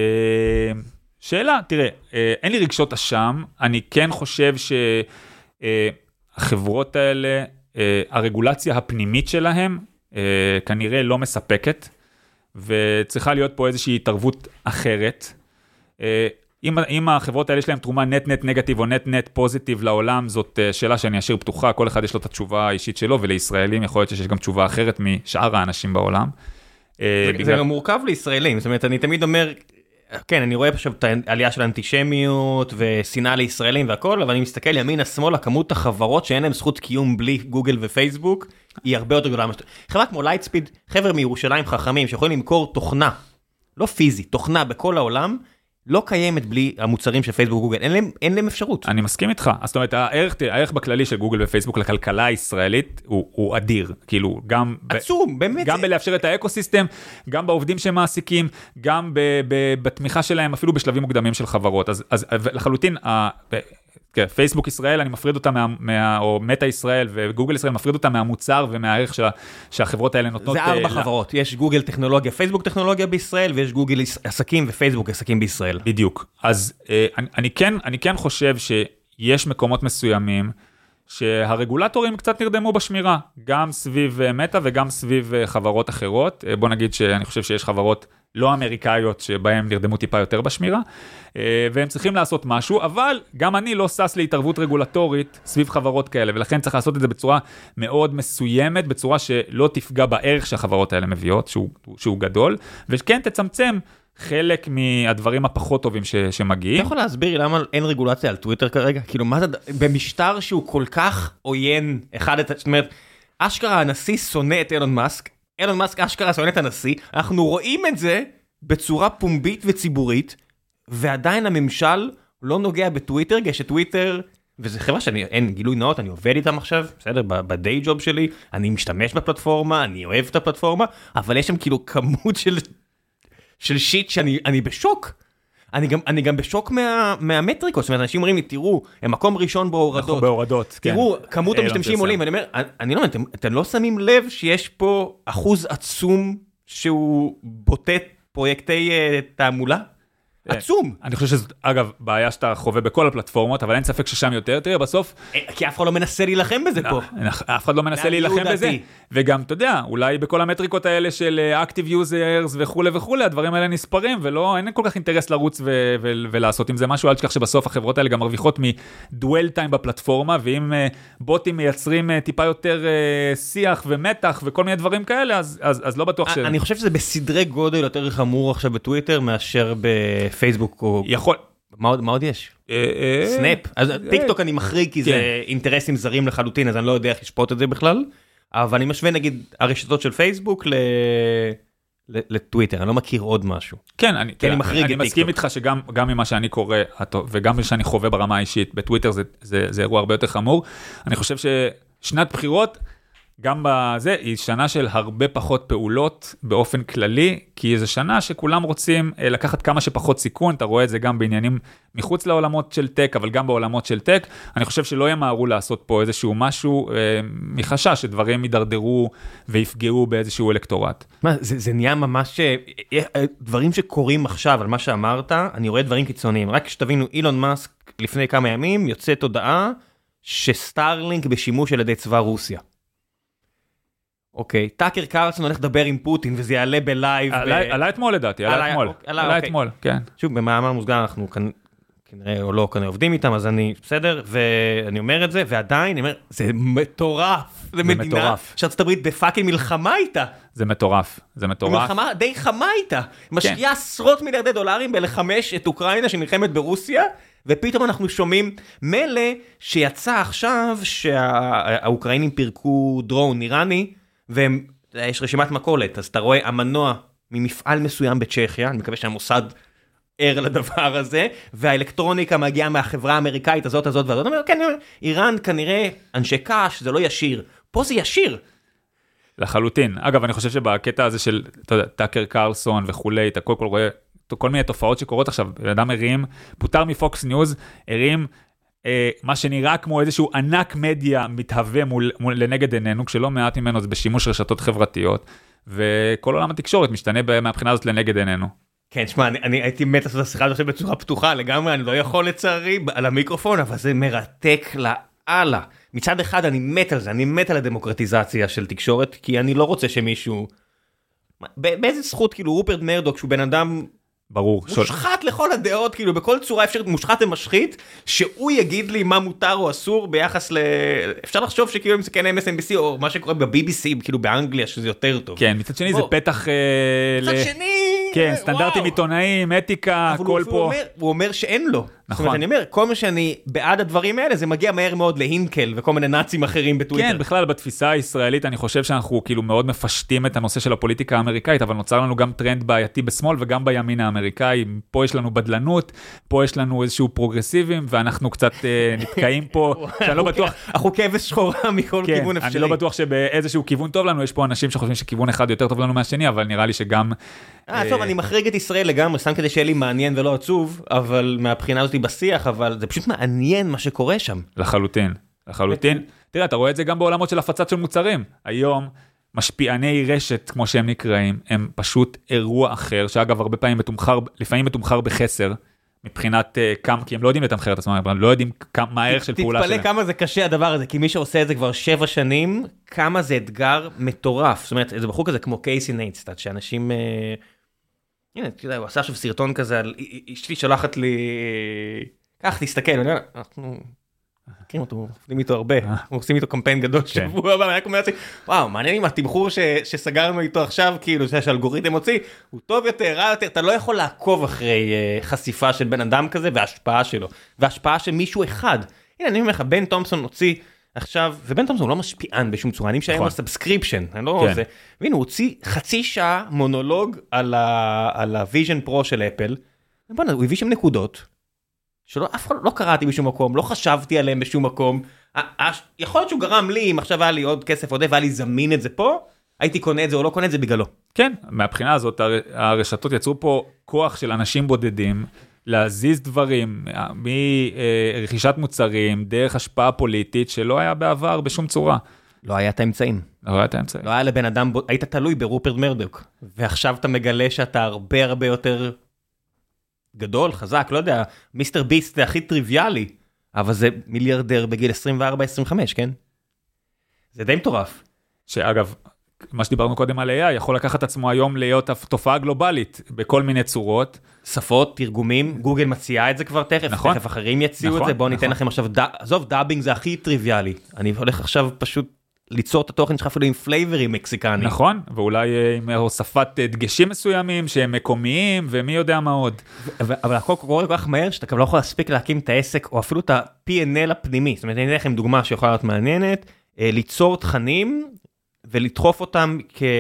שאלה, תראה, אין לי רגשות אשם, אני כן חושב שהחברות האלה, הרגולציה הפנימית שלהם כנראה לא מספקת, וצריכה להיות פה איזושהי התערבות אחרת. אם, אם החברות האלה יש להם תרומה נט נט נגטיב או נט נט פוזיטיב לעולם, זאת שאלה שאני אשאיר פתוחה, כל אחד יש לו את התשובה האישית שלו, ולישראלים יכול להיות שיש גם תשובה אחרת משאר האנשים בעולם. זה, בגלל... זה מורכב לישראלים, זאת אומרת, אני תמיד אומר, כן, אני רואה פשוט את העלייה של האנטישמיות ושנאה לישראלים והכל, אבל אני מסתכל ימינה שמאלה, כמות החברות שאין להם זכות קיום בלי גוגל ופייסבוק, היא הרבה יותר גדולה. חברה כמו לייטספיד, חבר'ה מירושלים חכמים שיכולים למכור תוכנה, לא פיזית, תוכנה בכל העולם, לא קיימת בלי המוצרים של פייסבוק וגוגל, אין להם, אין להם אפשרות. אני מסכים איתך, זאת אומרת, הערך, הערך בכללי של גוגל ופייסבוק לכלכלה הישראלית הוא, הוא אדיר, כאילו, גם, עצום, ב, באמת. גם בלאפשר את האקוסיסטם, גם בעובדים שהם מעסיקים, גם ב, ב, בתמיכה שלהם, אפילו בשלבים מוקדמים של חברות, אז, אז לחלוטין, ה, כן, פייסבוק ישראל, אני מפריד אותה מה, מה, או מטה ישראל וגוגל ישראל, מפריד אותה מהמוצר ומהערך שה, שהחברות האלה נותנות. זה ארבע חברות, יש גוגל טכנולוגיה, פייסבוק טכנולוגיה בישראל, ויש גוגל עסקים ופייסבוק עסקים בישראל. בדיוק. אז אני, אני, כן, אני כן חושב שיש מקומות מסוימים, שהרגולטורים קצת נרדמו בשמירה, גם סביב מטה וגם סביב חברות אחרות. בוא נגיד שאני חושב שיש חברות לא אמריקאיות שבהם נרדמו טיפה יותר בשמירה, והם צריכים לעשות משהו, אבל גם אני לא סס להתערבות רגולטורית סביב חברות כאלה, ולכן צריך לעשות את זה בצורה מאוד מסוימת, בצורה שלא תפגע בערך שהחברות האלה מביאות, שהוא, שהוא גדול, וכן תצמצם חלק מהדברים הפחות טובים ש, שמגיעים. אתה יכול להסביר לי למה אין רגולציה על טוויטר כרגע? כאילו, מה זה, במשטר שהוא כל כך עוין, אחד את, זאת אומרת, אשכרה הנשיא שונא את אילון מאסק, אילון מאסק אשכרה שונא את הנשיא, אנחנו רואים את זה בצורה פומבית וציבורית, ועדיין הממשל לא נוגע בטוויטר, כשטוויטר, וזה חברה שאני, אין גילוי נאות, אני עובד איתם עכשיו, בסדר, בדיי ג'וב שלי, אני משתמש בפלטפורמה, אני אוהב את הפלטפורמה, אבל יש שם כאילו כמות של... של שיט שאני אני בשוק. אני גם אני גם בשוק מה מהמטריקות, זאת אומרת אנשים אומרים לי תראו, הם מקום ראשון בהורדות. בהורדות, כן. תראו, כמות המשתמשים עולים, ואני אומר, אני לא, אתם אתם לא שמים לב שיש פה אחוז עצום שהוא בוטט פרויקטי תעמולה? עצום. אני חושב שזאת, אגב, בעיה שאתה חווה בכל הפלטפורמות, אבל אין ספק ששם יותר, תראה, בסוף... כי אף אחד לא מנסה להילחם בזה פה. אף אחד לא מנסה להילחם בזה. וגם, אתה יודע, אולי בכל המטריקות האלה של Active Users וכו' וכו', הדברים האלה נספרים, ולא, אין כל כך אינטרס לרוץ ולעשות עם זה משהו, אל תשכח שבסוף החברות האלה גם מרוויחות מדואל טיים בפלטפורמה, ואם בוטים מייצרים טיפה יותר שיח ומתח וכל מיני דברים כאלה, אז לא בטוח ש... אני חושב שזה בסדרי גודל יותר חמור עכשיו בטוויטר מאשר ב... פייסבוק או... יכול. מה עוד, מה עוד יש? סנאפ. אז טיק טוק אני מחריג כי זה אינטרסים זרים לחלוטין, אז אני לא יודע איך לשפוט את זה בכלל, אבל אני משווה נגיד הרשתות של פייסבוק לטוויטר, אני לא מכיר עוד משהו. כן, אני מחריג את טיק טוק. אני מסכים איתך שגם ממה שאני קורא, וגם מה שאני חווה ברמה האישית, בטוויטר זה אירוע הרבה יותר חמור. אני חושב ששנת בחירות, גם בזה, היא שנה של הרבה פחות פעולות באופן כללי, כי זו שנה שכולם רוצים לקחת כמה שפחות סיכון, אתה רואה את זה גם בעניינים מחוץ לעולמות של טק, אבל גם בעולמות של טק, אני חושב שלא ימהרו לעשות פה איזשהו משהו, אה, מחשש שדברים יידרדרו ויפגעו באיזשהו אלקטורט. מה, זה, זה נהיה ממש, דברים שקורים עכשיו על מה שאמרת, אני רואה דברים קיצוניים, רק שתבינו, אילון מאסק לפני כמה ימים יוצאת הודעה שסטארלינק בשימוש על ידי צבא רוסיה. אוקיי, טאקר קרלסון הולך לדבר עם פוטין, וזה יעלה בלייב. עלה אתמול לדעתי, עלה אתמול. עלה אתמול, כן. שוב, במאמר מוסגר אנחנו כנראה או לא כנראה עובדים איתם, אז אני בסדר, ואני אומר את זה, ועדיין, אני אומר, זה מטורף. זה מדינה שארצות הברית בפאקינג מלחמה איתה. זה מטורף, זה מטורף. מלחמה די חמה איתה. משקיעה עשרות מיליארדי דולרים בלחמש את אוקראינה שנלחמת ברוסיה, ופתאום אנחנו שומעים מלא שיצא עכשיו שהאוקראינים פירקו דרון איראני, ויש רשימת מקולת, אז אתה רואה המנוע ממפעל מסוים בצ'כיה, אני מקווה שהמוסד ער לדבר הזה, והאלקטרוניקה מגיעה מהחברה האמריקאית הזאת, הזאת והזאת, אומר, כן, איראן כנראה אנשי קש, זה לא ישיר, פה זה ישיר. לחלוטין. אגב, אני חושב שבקטע הזה של, אתה יודע, טאקר קרלסון וכולי, אתה כל כל רואה, כל מיני תופעות שקורות עכשיו, אדם הרים, פוטר מפוקס ניוז, הרים, מה שנראה כמו איזשהו ענק מדיה מתהווה מול, מול, לנגד עינינו, כשלא מעט ממנו זה בשימוש רשתות חברתיות, וכל עולם התקשורת משתנה מהבחינה הזאת לנגד עינינו. כן, שמה, אני, אני הייתי מת לעשות את השיחה הזאת בצורה פתוחה לגמרי, אני לא יכול לצערי על המיקרופון, אבל זה מרתק לאללה. מצד אחד אני מת על זה, אני מת על הדמוקרטיזציה של תקשורת, כי אני לא רוצה שמישהו באיזה זכות, כאילו, רופרט מרדוק, שהוא בן אדם ברור. מושחת לכל הדעות, כאילו, בכל צורה אפשרית, מושחת ומשחית, שהוא יגיד לי מה מותר או אסור ביחס ל... אפשר לחשוב שכאילו אם זה כן אם אס אן בי סי, או מה שקורה ב-בי בי סי, כאילו באנגליה, שזה יותר טוב. כן, מצד שני זה פתח... מצד שני... כן, סטנדרטים עיתונאיים, אתיקה, הכל פה. הוא אומר שאין לו. זאת אומרת, אני אומר, כל מה שאני בעד הדברים האלה, זה מגיע מהר מאוד להינקל וכל מיני נאצים אחרים בטוויטר. כן, בכלל, בתפיסה הישראלית, אני חושב שאנחנו כאילו מאוד מפשטים את הנושא של הפוליטיקה האמריקאית, אבל נוצר לנו גם טרנד בעייתי בשמאל וגם בימין האמריקאי. פה יש לנו בדלנות, פה יש לנו איזשהו פרוגרסיבים, ואנחנו קצת נתקעים פה, שאני לא בטוח... אנחנו כבש שחורה מכל כיוון אפשרי. אני לא בטוח שבאיזשהו כיוון טוב לנו, יש פה אנשים שחושבים שכיוון אחד יותר טוב לנו מהשני, אבל נראה לי שגם אה, טוב, אני מחריג את ישראל לגמרי, סתם כדי שיהיה לי מעניין ולא עצוב, אבל מהבחינה הזאת בשיח, אבל זה פשוט מעניין מה שקורה שם. לחלוטין, לחלוטין. תראה, אתה רואה את זה גם בעולמות של הפצת של מוצרים. היום, משפיעני רשת, כמו שהם נקראים, הם פשוט אירוע אחר, שאגב, הרבה פעמים מתומחר, לפעמים מתומחר בחסר, מבחינת כמה, כי הם לא יודעים לתמחר את עצמם, הם לא יודעים מה הערך של פעולה שלהם. תתפלא כמה זה קשה הדבר הזה, כי מי שעושה את זה כבר שבע שנים, כמה זה אתגר מטורף. זאת אומרת, זה בחור כזה כמו קייסי נייסטאט, שאנשים... הנה, אתה יודע, הוא עשה עכשיו סרטון כזה, אשתי שלחת לי, כך תסתכל, אנחנו מכירים אותו, עובדים איתו הרבה, אנחנו עושים איתו קמפיין גדול שבוע הבא, אני רק אומר, וואו, מעניין אם התמחור שסגרנו איתו עכשיו, כאילו, שהאלגוריתם הוציא, הוא טוב יותר, רע יותר, אתה לא יכול לעקוב אחרי חשיפה של בן אדם כזה, וההשפעה שלו, וההשפעה של מישהו אחד. הנה, אני אומר לך, בן תומפסון הוציא, עכשיו, ובן תומפסון הוא לא משפיען בשום צורה, אני משלם לו סאבסקריפשן, אני לא זה, והנה, הוא הוציא חצי שעה מונולוג על הוויז'ן פרו של אפל, ובוא'נה, הוא הביא שם נקודות, שלא, אף אחד לא קראתי בשום מקום, לא חשבתי עליהם בשום מקום, יכול להיות שהוא גרם לי, אם עכשיו היה לי עוד כסף עודף, והיה לי זמין את זה פה, הייתי קונה את זה או לא קונה את זה בגללו. כן, מהבחינה הזאת, הרשתות יצרו פה כוח של אנשים בודדים, להזיז דברים מרכישת מוצרים, דרך השפעה פוליטית, שלא היה בעבר בשום צורה. לא היה את האמצעים. לא היה את האמצעים. לא היה לבן אדם, היית תלוי ברופרט מרדוק, ועכשיו אתה מגלה שאתה הרבה הרבה יותר גדול, חזק, לא יודע, מיסטר ביסט זה הכי טריוויאלי, אבל זה מיליארדר בגיל עשרים וארבע עשרים וחמש, כן? זה די מטורף. שאגב, מה שדיברנו קודם על איי איי, יכול לקחת עצמו היום להיות תופעה גלובלית, בכל מיני צורות. שפות, תרגומים, גוגל מציעה את זה כבר תכף, נכון. תכף אחרים יציעו נכון, את זה, בואו ניתן נכון. לכם עכשיו, ד... עזוב, דאבינג זה הכי טריוויאלי, אני הולך עכשיו פשוט ליצור את התוכן שלך אפילו עם פלייברים מקסיקניים. נכון, ואולי עם הוספת דגשים מסוימים שהם מקומיים, ומי יודע מה עוד. אבל הכל קורה כל כך מהר, שאתה כבר לא יכול להספיק להקים את העסק, או אפילו את ה-פי אן אל הפנימי, זאת אומרת, אני אתן לכם דוגמה שיכולה להיות מעניינת, ליצור תכנים, ולדחוף אותם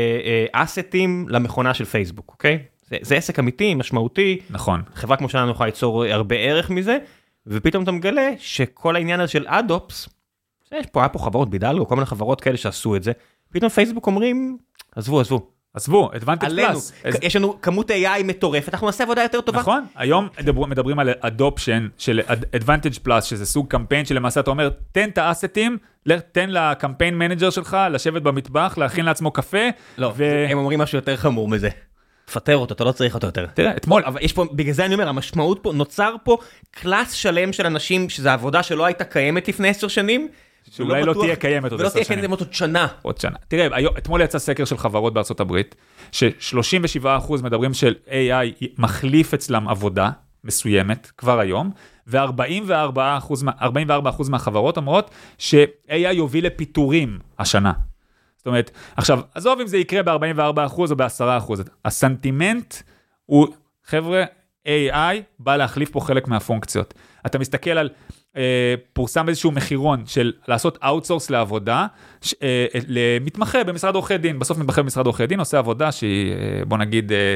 כאסטים למכונה של פייסבוק, אוקיי? זה, זה עסק אמיתי, משמעותי. נכון. חברה כמו שלנו יכולה ליצור הרבה ערך מזה, ופתאום אתה מגלה שכל העניין הזה של אדופס, יש פה, היה פה חברות בידלגו, כל מיני חברות כאלה שעשו את זה, פתאום פייסבוק אומרים, עזבו, עזבו. עזבו, Advantage Plus. יש לנו כמות איי איי מטורפת, אנחנו נעשה עבודה יותר טובה. נכון, היום מדברים על Adoption של Advantage Plus, שזה סוג קמפיין שלמעשה אתה אומר, תן את האסטים, תן לקמפיין מנג'ר שלך, לשבת במטבח, להכין לעצמו קפה. לא, הם אומרים משהו יותר חמור מזה. פטר אותו, אתה לא צריך אותו יותר. תראה, אתמול, אבל יש פה, בגלל זה אני אומר, המשמעות פה, נוצר פה קלאס שלם של אנשים, שזו עבודה שלא הייתה קיימת לפני עשר שנים, שאולי לא תהיה קיימת עוד עשר שנים. ולא תהיה קיימת עוד שנה. עוד שנה. תראה, אתמול יצא סקר של חברות בארצות הברית, ש-שלושים ושבעה אחוז מדברים של איי איי מחליף אצלם עבודה מסוימת, כבר היום, ו-ארבעים וארבעה אחוז מהחברות אומרות ש-איי איי יוביל לפיטורים השנה. זאת אומרת, עכשיו, עזוב אם זה יקרה ב-ארבעים וארבעה אחוז או ב-עשרה אחוז. הסנטימנט הוא, חבר'ה, איי איי בא להחליף פה חלק מהפונקציות. אתה מסתכל על, אה, פורסם איזשהו מחירון של לעשות אאוטסורס לעבודה, ש, אה, למתמחה במשרד עורכי דין. בסוף מתמחה במשרד עורכי דין עושה עבודה שהיא, אה, בוא נגיד, אה,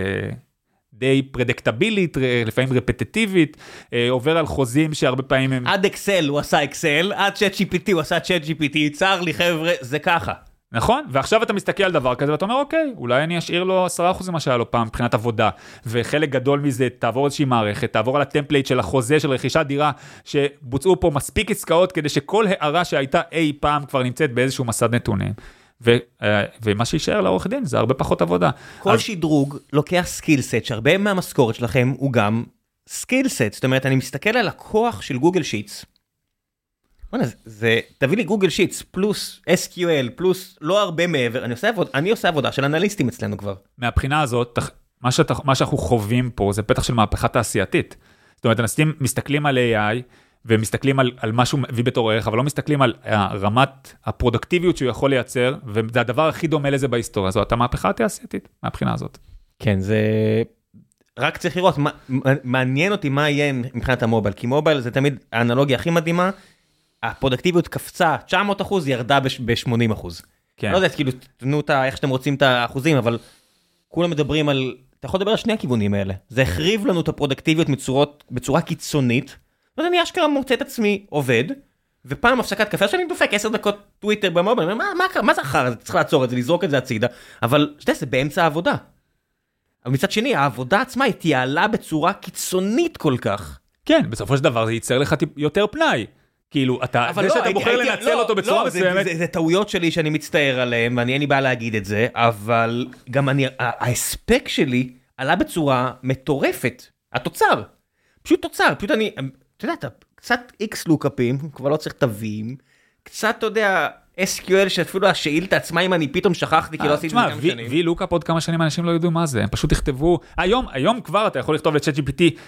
די פרדקטבילית, לפעמים רפטטיבית, אה, עובר על חוזים שהרבה פעמים הם... עד אקסל הוא עשה אקסל, עד צ'אט ג'י פי טי הוא עשה צ'אט ג'י פי טי, צר לי חבר'ה, זה ככה. נכון, ועכשיו אתה מסתכל על דבר כזה, ואתה אומר, אוקיי, אולי אני אשאיר לו עשרה אחוז מה שהיה לו פעם, מבחינת עבודה, וחלק גדול מזה, תעבור איזושהי מערכת, תעבור על הטמפלייט של החוזה של רכישת דירה, שבוצעו פה מספיק עסקאות, כדי שכל הערה שהייתה אי פעם כבר נמצאת באיזשהו מסד נתונים, ו, ומה שישאר לעורך דין, זה הרבה פחות עבודה. כל אז... שדרוג לוקח סקילסט, שהרבה מהמשכורת שלכם הוא גם סקילסט, זאת אומרת, אני מסתכל על הכוח של גוגל שיטס, זה, תביא לי גוגל שיטס, פלוס אס קיו אל, פלוס לא הרבה מעבר, אני עושה עבודה, אני עושה עבודה של אנליסטים אצלנו כבר. מהבחינה הזאת, מה, שאתה, מה שאנחנו חווים פה, זה פתח של מהפכה תעשייתית. זאת אומרת, אנשים מסתכלים על איי איי, ומסתכלים על, על משהו מביא בתור ערך, אבל לא מסתכלים על רמת הפרודקטיביות שהוא יכול לייצר, וזה הדבר הכי דומה לזה בהיסטוריה, זו המהפכה התעשייתית, מהבחינה הזאת. כן, זה... רק צריך לראות, מה, מעניין אותי מה יהיה מבחינת המובייל, כי מובייל זה תמיד האנלוגיה הכי מדהימה, הפרודקטיביות קפצה תשע מאות אחוז, ירדה ב-שמונים אחוז. כן. לא יודע, כאילו, תנו אותה, איך שאתם רוצים את האחוזים, אבל כולם מדברים על, אתה יכול לדבר על שני הכיוונים האלה. זה החריב לנו את הפרודקטיביות מצורות, בצורה קיצונית, אז אני אשכרה מוצא את עצמי עובד, ופעם הפסקת קפה שאני דופק עשר דקות טוויטר במובייל, מה, מה, מה זה אחר? צריך לעצור את זה, לזרוק את זה הצידה, אבל שתה, זה באמצע העבודה. אבל מצד שני, העבודה עצמה היא תיעלה בצורה קיצונית כל כך. כן, בסופו של דבר זה ייצר לך יותר פנאי. כאילו, אתה, זה לא, שאתה הייתי, בוחר הייתי, לנצל לא, אותו בצורה לא, מסוימת. זה, זה, זה טעויות שלי שאני מצטער עליהן, ואני אין לי בעיה להגיד את זה, אבל גם אני, ההספק שלי עלה בצורה מטורפת. התוצר. פשוט תוצר. פשוט אני, אתה יודע, אתה קצת איקס לוקאפים, כבר לא צריך תווים, קצת, אתה יודע, אס קיו אל שאפילו השאילתה עצמה, אם אני פתאום שכחתי, כי לא עשיתי את זה כמה שנים. וי לוקאפ עוד כמה שנים אנשים לא יודעו מה זה, הם פשוט יכתבו, היום, היום כבר אתה יכול לכתוב לצ'אט ג'י פי טי,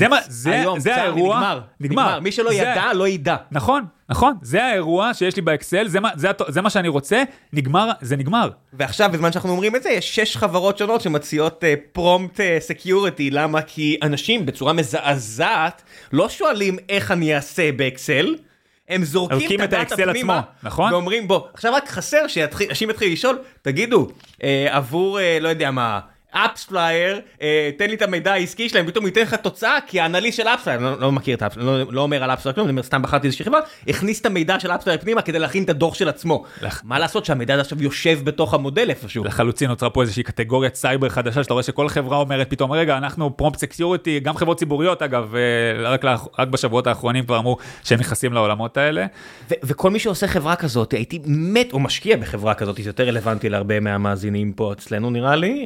זה האירוע, נגמר, מי שלא ידע, לא ידע. נכון, נכון, זה האירוע שיש לי באקסל, זה מה שאני רוצה, נגמר, זה נגמר. ועכשיו, בזמן שאנחנו אומרים את זה, יש שש חברות שונות שמציעות פרומפט סקיוריטי, למה? כי אנשים בצורה מזעזעת לא שואלים איך אני אעשה באקסל, הם זורקים את הדאטה פנימה, נכון? ואומרים בוא, עכשיו רק חסר שאנשים יתחילו לשאול, תגידו, אה, עבור, אה, לא יודע מה, אפספלייר, אה, תן לי את המידע העסקי שלהם, פתאום ייתן לך תוצאה, כי האנליסט של אפספלייר, אני לא, לא מכיר את האפספלייר, לא, לא אומר על אפספלייר כלום, אני אומר, סתם בחרתי איזושהי חברה, הכניס את המידע של אפספלייר פנימה, כדי להכין את הדוח של עצמו. לח... מה לעשות שהמידע עכשיו יושב בתוך המודל איפשהו? לחלוצין נוצרה פה איזושהי קטגוריית סייבר חדשה, שאתה רואה שכל חברה אומרת פתאום, רגע, אנחנו פרומפט סקיוריטי, גם חברות ציבוריות, אגב, רק, רק בשבועות האחרונים כבר אמרו שהם נכנסים לעולמות האלה. ו- וכל מי שעושה חברה כזאת, הייתי מת או משקיע בחברה כזאת, זה יותר רלוונטי להרבה מהמאזינים פה אצלנו, נראה לי.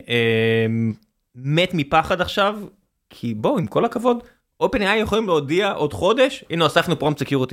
מת מפחד עכשיו, כי בואו, עם כל הכבוד, OpenAI יכולים להודיע עוד חודש, הנה, הוספנו פרומפט סקיוריטי.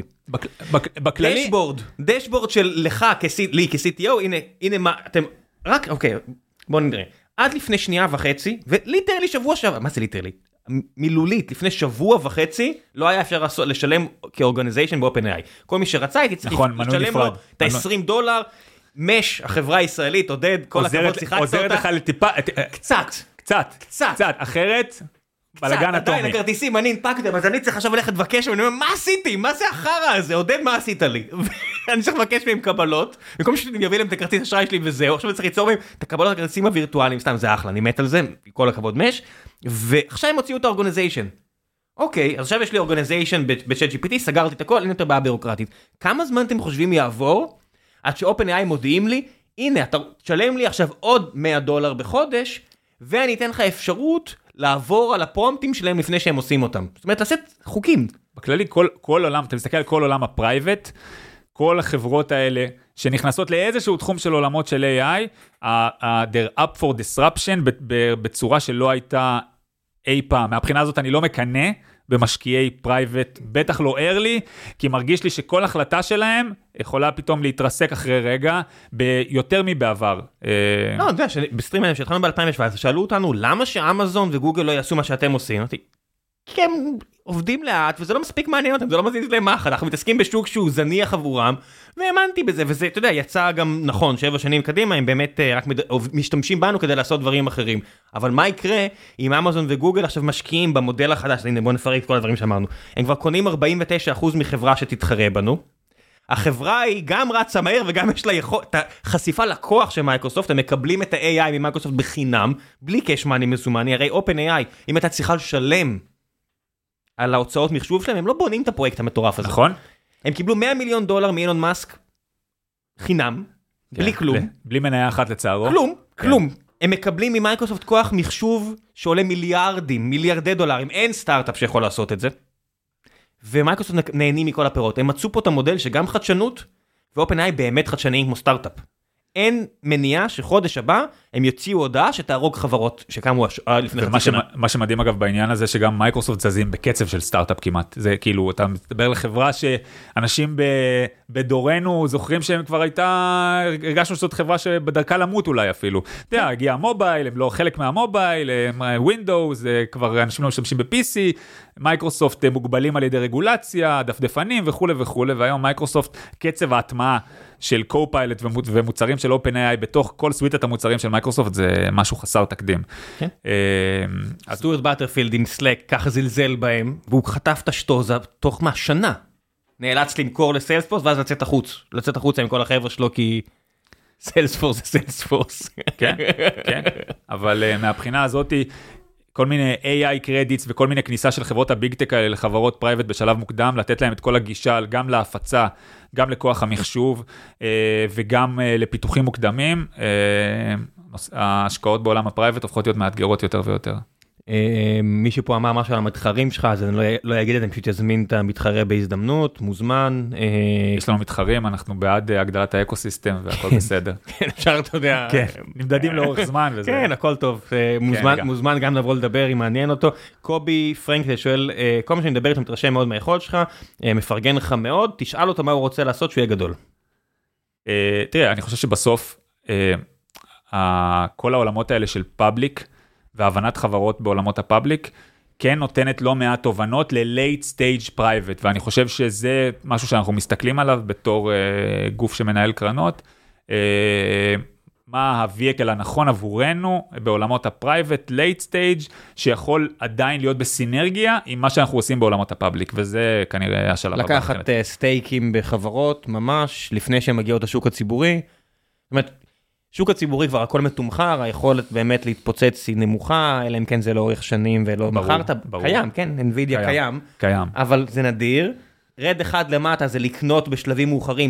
בכללי... דשבורד, דשבורד של לך, לי כ-סי טי או, הנה, הנה מה, אתם, רק, אוקיי, בואו נראה. עד לפני שנייה וחצי, וליטרלי שבוע שעבר, מה זה ליטרלי? מילולית, לפני שבוע וחצי, לא היה אפשר לשלם כאורגניזיישן ב-OpenAI. כל מי שרצה, הייתי צריך לשלם לו את ה-עשרים דולר, מש, החברה הישראלית, עודד, כל הכבוד, שיחקת אותה. עוזרת לך לטיפה... קצת. קצת. קצת. קצת. אחרת, בלגן אטומי. עדיין, הכרטיסים, אני הנפקתם, אז אני צריך עכשיו ללכת לבקש, ואני אומר, מה עשיתי? מה זה החרא הזה? עודד, מה עשית לי? אני צריך לבקש מהם קבלות, במקום שאני אביא להם את הכרטיס אשראי שלי וזהו, עכשיו אני צריך ליצור מהם את הקבלות הכרטיסים הווירטואליים, סתם זה אחלה, אני מת על זה, כל הכבוד מש, ועכשיו הם הוציאו את האורגניזיישן. אוקיי, אז עכשיו יש לי אורגניזיישן ב-צ'אט ג'י פי טי, סגרתי את הכל, אין יותר בעיה בירוקרטית. כמה זמן אתם חושבים יעבור, עד ש-OpenAI מודיעים לי, הנה, אתה תשלם לי עכשיו עוד מאה דולר בחודש, ואני אתן לך אפשרות לעבור על הפרומפטים שלהם לפני שהם עושים אותם. זאת אומרת, לעשות חוקים. בכללי, כל, כל עולם, אתה מסתכל על כל עולם הפרייבט, כל החברות האלה שנכנסות לאיזשהו תחום של עולמות של איי איי, they're up for disruption בצורה שלא הייתה אי פעם. מהבחינה הזאת אני לא מקנה במשקיעי פרייבט, בטח לא early, כי מרגיש לי שכל החלטה שלהם יכולה פתאום להתרסק אחרי רגע, ביותר מבעבר. לא, אתה יודע, בסטרים האלה שהתחלנו ב-אלפיים שבע עשרה, שאלו אותנו, למה שאמזון וגוגל לא יעשו מה שאתם עושים? אמרתי, כי הם עובדים לאט, וזה לא מספיק מעניין אותם, זה לא מזיז להם מחד, אנחנו מתעסקים בשוק שהוא זניח עבורם, והאמנתי בזה, וזה, אתה יודע, יצא גם נכון, שבע שנים קדימה, הם באמת רק משתמשים בנו כדי לעשות דברים אחרים, אבל מה יקרה אם אמזון וגוגל עכשיו משקיעים במודל החדש, הנה בוא נפרק את כל הדברים שאמרנו, הם כבר קונים ארבעים ותשעה אחוז מחברה שתתחרה בנו, החברה היא גם רצה מהר וגם יש לה יכול, את החשיפה לכוח של מייקרוסופט, הם מקבלים את ה-איי איי ממייקרוסופט בחינם, בלי קש מאני מזומני, הרי OpenAI, אם אתה צריכה לשלם על ההוצאות מחשוב שלהם, הם לא בונים את הפרויקט המטורף הזה. נכון. הם קיבלו מאה מיליון דולר מאילון מאסק, חינם, בלי כלום. בלי מניה אחת לצערו. כלום, כלום. הם מקבלים ממייקרוסופט כוח מחשוב שעולה מיליארדים, מיליארדי דולרים, אין סטארט-אפ שיכול לעשות את זה. ומייקרוסופט נהנים מכל הפירות. הם מצאו פה את המודל שגם חדשנות, ו-OpenAI באמת חדשניים כמו סטארט-אפ. אין מניעה שחודש הבא הם יוציאו הודעה שתהרוג חברות שקמו לפני חצי שנה. מה שמדהים אגב בעניין הזה, שגם מייקרוסופט זזים בקצב של סטארט-אפ כמעט. זה כאילו, אתה מדבר לחברה שאנשים בדורנו זוכרים שהם כבר הייתה, הרגשנו שזאת חברה שבדרכה למות אולי אפילו. אתה יודע, הגיע המובייל, הם לא חלק מהמובייל, ווינדוס, כבר אנשים לא משתמשים ב-פי סי, מייקרוסופט מוגבלים על ידי רגולציה, דפדפנים וכו' וכו', והיום מייקרוסופט קצב ההטמעה של קו-פיילוט ומוצרים של OpenAI בתוך כל סוויטת המוצרים של מייקרוסופט, זה משהו חסר תקדים. סטוארט בטרפילד עם סלק, ככה זלזל בהם, והוא חטף את השטוזה תוך מה? שנה. נאלץ למכור לסיילספורס, ואז לצאת החוץ. לצאת החוצה עם כל החבר'ה שלו, כי סיילספורס זה סיילספורס. כן, כן. אבל מהבחינה הזאת, כל מיני איי איי קרדיטס וכל מיני כניסה של חברות הביג-טק האלה לחברות פרייבט בשלב מוקדם, לתת להם את כל הגישה גם להפצה, גם לכוח המחשוב וגם לפיתוחים מוקדמים. ההשקעות בעולם הפרייבט הופכות להיות מאתגרות יותר ויותר. מישהו פה אמר משהו על המתחרים שלך, אז אני לא אגיד את זה, אני פשוט אזמין את המתחרה בהזדמנות, מוזמן. יש לנו מתחרים, אנחנו בעד הגדלת האקוסיסטם והכל בסדר. כן, אפשר, אתה יודע. כן, נמדדים לאורך זמן וזה. כן, הכל טוב. מוזמן גם לבוא לדבר אם מעניין אותו. קובי פרנקל שואל, כל מה שאני מדבר איתו מתרשם מאוד מהיכולת שלך, מפרגן לך מאוד, תשאל אותו מה הוא רוצה לעשות שהוא יהיה גדול. תראה, אני חושב שבסוף, כל העולמות האלה של פאבליק, והבנת חברות בעולמות הפאבליק, כן נותנת לא מעט תובנות ל-late stage private, ואני חושב שזה משהו שאנחנו מסתכלים עליו בתור uh, גוף שמנהל קרנות, uh, מה הוויקל הנכון עבורנו בעולמות ה-private late stage, שיכול עדיין להיות בסינרגיה עם מה שאנחנו עושים בעולמות הפאבליק, וזה כנראה השלב הבא. לקחת uh, סטייקים בחברות ממש, לפני שהם מגיעות לשוק הציבורי, זאת אומרת, שוק הציבורי כבר הכל מתומחר, היכולת באמת להתפוצץ היא נמוכה, אלא אם כן זה לאורך שנים ולא מחרת, קיים, כן, NVIDIA קיים, קיים, אבל זה נדיר. רד אחד למטה זה לקנות בשלבים מאוחרים,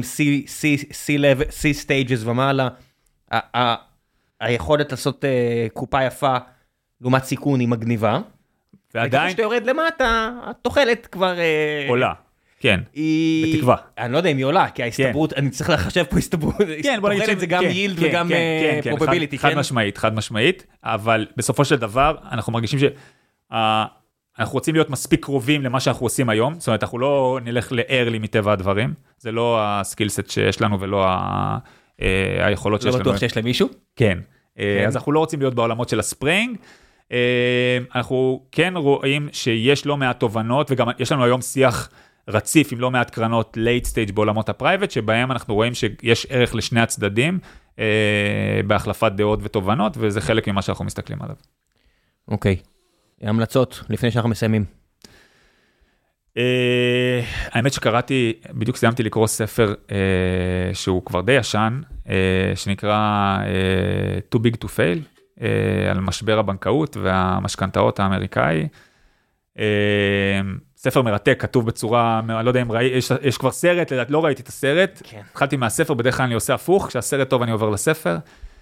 C stages ומעלה, היכולת לעשות קופה יפה, לעומת סיכון היא מגניבה, ועדיין כשאתה יורד למטה, התוחלת כבר עולה. כן, בתקווה. אני לא יודע אם היא עולה, כי ההסתברות, אני צריך לחשב פה הסתברות, תוחלת זה גם יילד וגם probability. חד משמעית, חד משמעית, אבל בסופו של דבר, אנחנו מרגישים שאנחנו רוצים להיות מספיק קרובים למה שאנחנו עושים היום, זאת אומרת, אנחנו לא נלך ל-early מטבע הדברים, זה לא הסקילסט שיש לנו ולא היכולות שיש לנו. לא בטוח שיש למישהו? כן, אז אנחנו לא רוצים להיות בעולמות של הספרינג, אנחנו כן רואים שיש לא מעט תובנות, וגם יש לנו היום שיח רציף עם לא מעט קרנות late stage בעולמות הפרייבט, שבהם אנחנו רואים שיש ערך לשני הצדדים, אה, בהחלפת דעות ותובנות, וזה חלק ממה שאנחנו מסתכלים עליו. אוקיי. המלצות, לפני שאנחנו מסיימים. אה, האמת שקראתי, בדיוק סיימתי לקרוא ספר, אה, שהוא כבר די ישן, אה, שנקרא אה, Too Big to Fail, אה, על משבר הבנקאות והמשכנתאות האמריקאי. אה, ספר מרתק, כתוב בצורה, אני לא יודע אם ראי, יש, יש כבר סרט, לדעת, לא ראיתי את הסרט, כן. התחלתי מהספר, בדרך כלל אני עושה הפוך, כשהסרט טוב אני עובר לספר,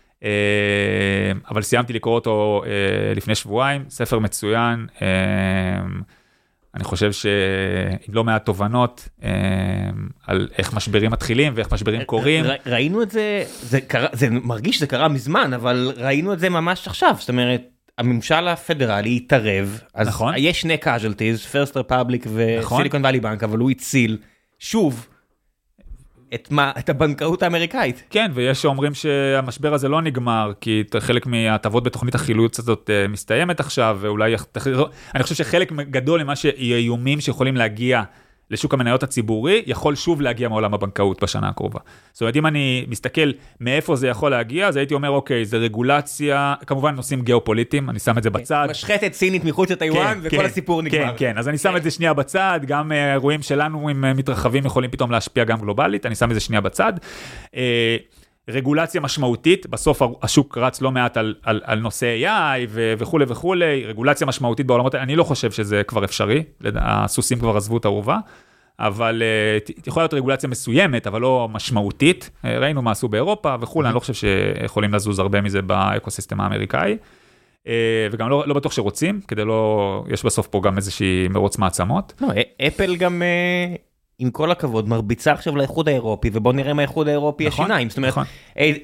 אבל סיימתי לקרוא אותו לפני שבועיים, ספר מצוין, אני חושב שאם לא מעט תובנות, על איך משברים מתחילים ואיך משברים קורים. ראינו את זה, זה, קרה, זה מרגיש שזה קרה מזמן, אבל ראינו את זה ממש עכשיו, זאת אומרת, הממשל הפדרלי התערב, אז נכון. יש שני casualties, First Republic וסיליקון ואלי בנק, אבל הוא הציל שוב את, מה, את הבנקאות האמריקאית. כן, ויש שאומרים שהמשבר הזה לא נגמר, כי חלק מההטבות בתוכנית החילוץ הזאת מסתיימת עכשיו, ואולי, אני חושב שחלק גדול למה שאיומים שיכולים להגיע לשוק המניות הציבורי, יכול שוב להגיע מעולם הבנקאות בשנה הקרובה. זאת אומרת, אם אני מסתכל מאיפה זה יכול להגיע, אז הייתי אומר, אוקיי, זה רגולציה, כמובן נושאים גיאופוליטיים, אני שם את זה בצד. משחטת סינית מחוץ לטיואן, וכל הסיפור נגמר. כן, כן, אז אני שם את זה שנייה בצד, גם אירועים שלנו עם מתרחבים יכולים פתאום להשפיע גם גלובלית, אני שם את זה שנייה בצד. רגולציה משמעותית, בסוף השוק רץ לא מעט על, על, על נושא איי איי וכו' וכו', רגולציה משמעותית בעולמות, אני לא חושב שזה כבר אפשרי, הסוסים כבר עזבו את העורבה, אבל יכולה להיות רגולציה מסוימת, אבל לא משמעותית, ראינו מה עשו באירופה וכו', אני לא חושב שיכולים לזוז הרבה מזה באקוסיסטם האמריקאי, וגם לא, לא בטוח שרוצים, כדי לא, יש בסוף פה גם איזושהי מרוץ מעצמות. לא, אפל גם עם כל הכבוד, מרביצה עכשיו לאיחוד האירופי, ובוא נראה מה האיחוד האירופי יש שיניים. זאת אומרת,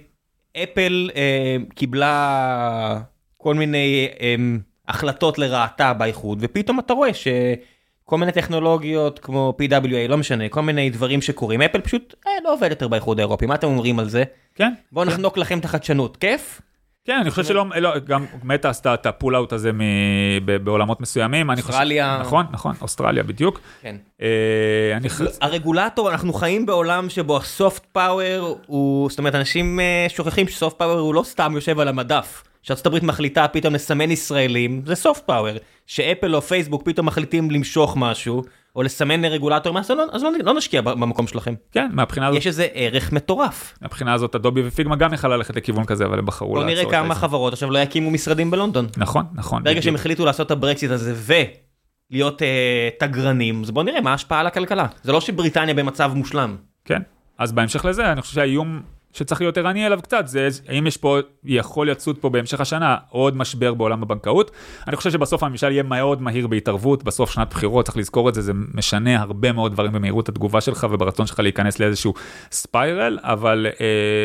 אפל אה, קיבלה כל מיני אה, החלטות לרעתה באיחוד, ופתאום אתה רואה שכל מיני טכנולוגיות כמו פי דאבליו איי, לא משנה, כל מיני דברים שקורים, אפל פשוט אה, לא עובד יותר באיחוד האירופי, מה אתם אומרים על זה? כן. בואו כן. נחנוק לכם את החדשנות, כיף? כן, אני חושב שלא, לא, גם מטה עשתה את הפול-אוט הזה מ, ב, בעולמות מסוימים. אוסטרליה. אני חושב, נכון, נכון, אוסטרליה בדיוק. כן. אה, אני... הרגולטור, אנחנו חיים בעולם שבו הסופט פאוור הוא, זאת אומרת, אנשים שוכחים שסופט פאוור הוא לא סתם יושב על המדף. שארצות הברית מחליטה פתאום לסמן ישראלים, זה סופט פאוור. שאפל או פייסבוק פתאום מחליטים למשוך משהו, או לסמן לרגולטור, אז לא, אז לא, לא נשקיע במקום שלכם. כן, מהבחינה הזאת. יש איזה ערך מטורף. מהבחינה הזאת, אדובי ופיגמה גם יכלה ללכת לכיוון כזה, אבל הם בחרו לעצור את זה. בוא נראה כמה חברות עכשיו לא יקימו משרדים בלונדון. נכון, נכון. ברגע שהם החליטו לעשות את הברקסיט הזה ולהיות אה, תגרנים, אז בוא נראה מה ההשפעה על הכלכלה. זה לא שבריטניה במצב מושלם. כן, אז בהמשך לזה, אני חושב שהאיום שצריך להיות ערני אליו קצת, זה האם יש פה, יכול לצוד פה בהמשך השנה עוד משבר בעולם הבנקאות. אני חושב שבסוף הממשל יהיה מאוד מהיר בהתערבות, בסוף שנת בחירות, צריך לזכור את זה, זה משנה הרבה מאוד דברים במהירות התגובה שלך וברצון שלך להיכנס לאיזשהו ספיירל, אבל אה,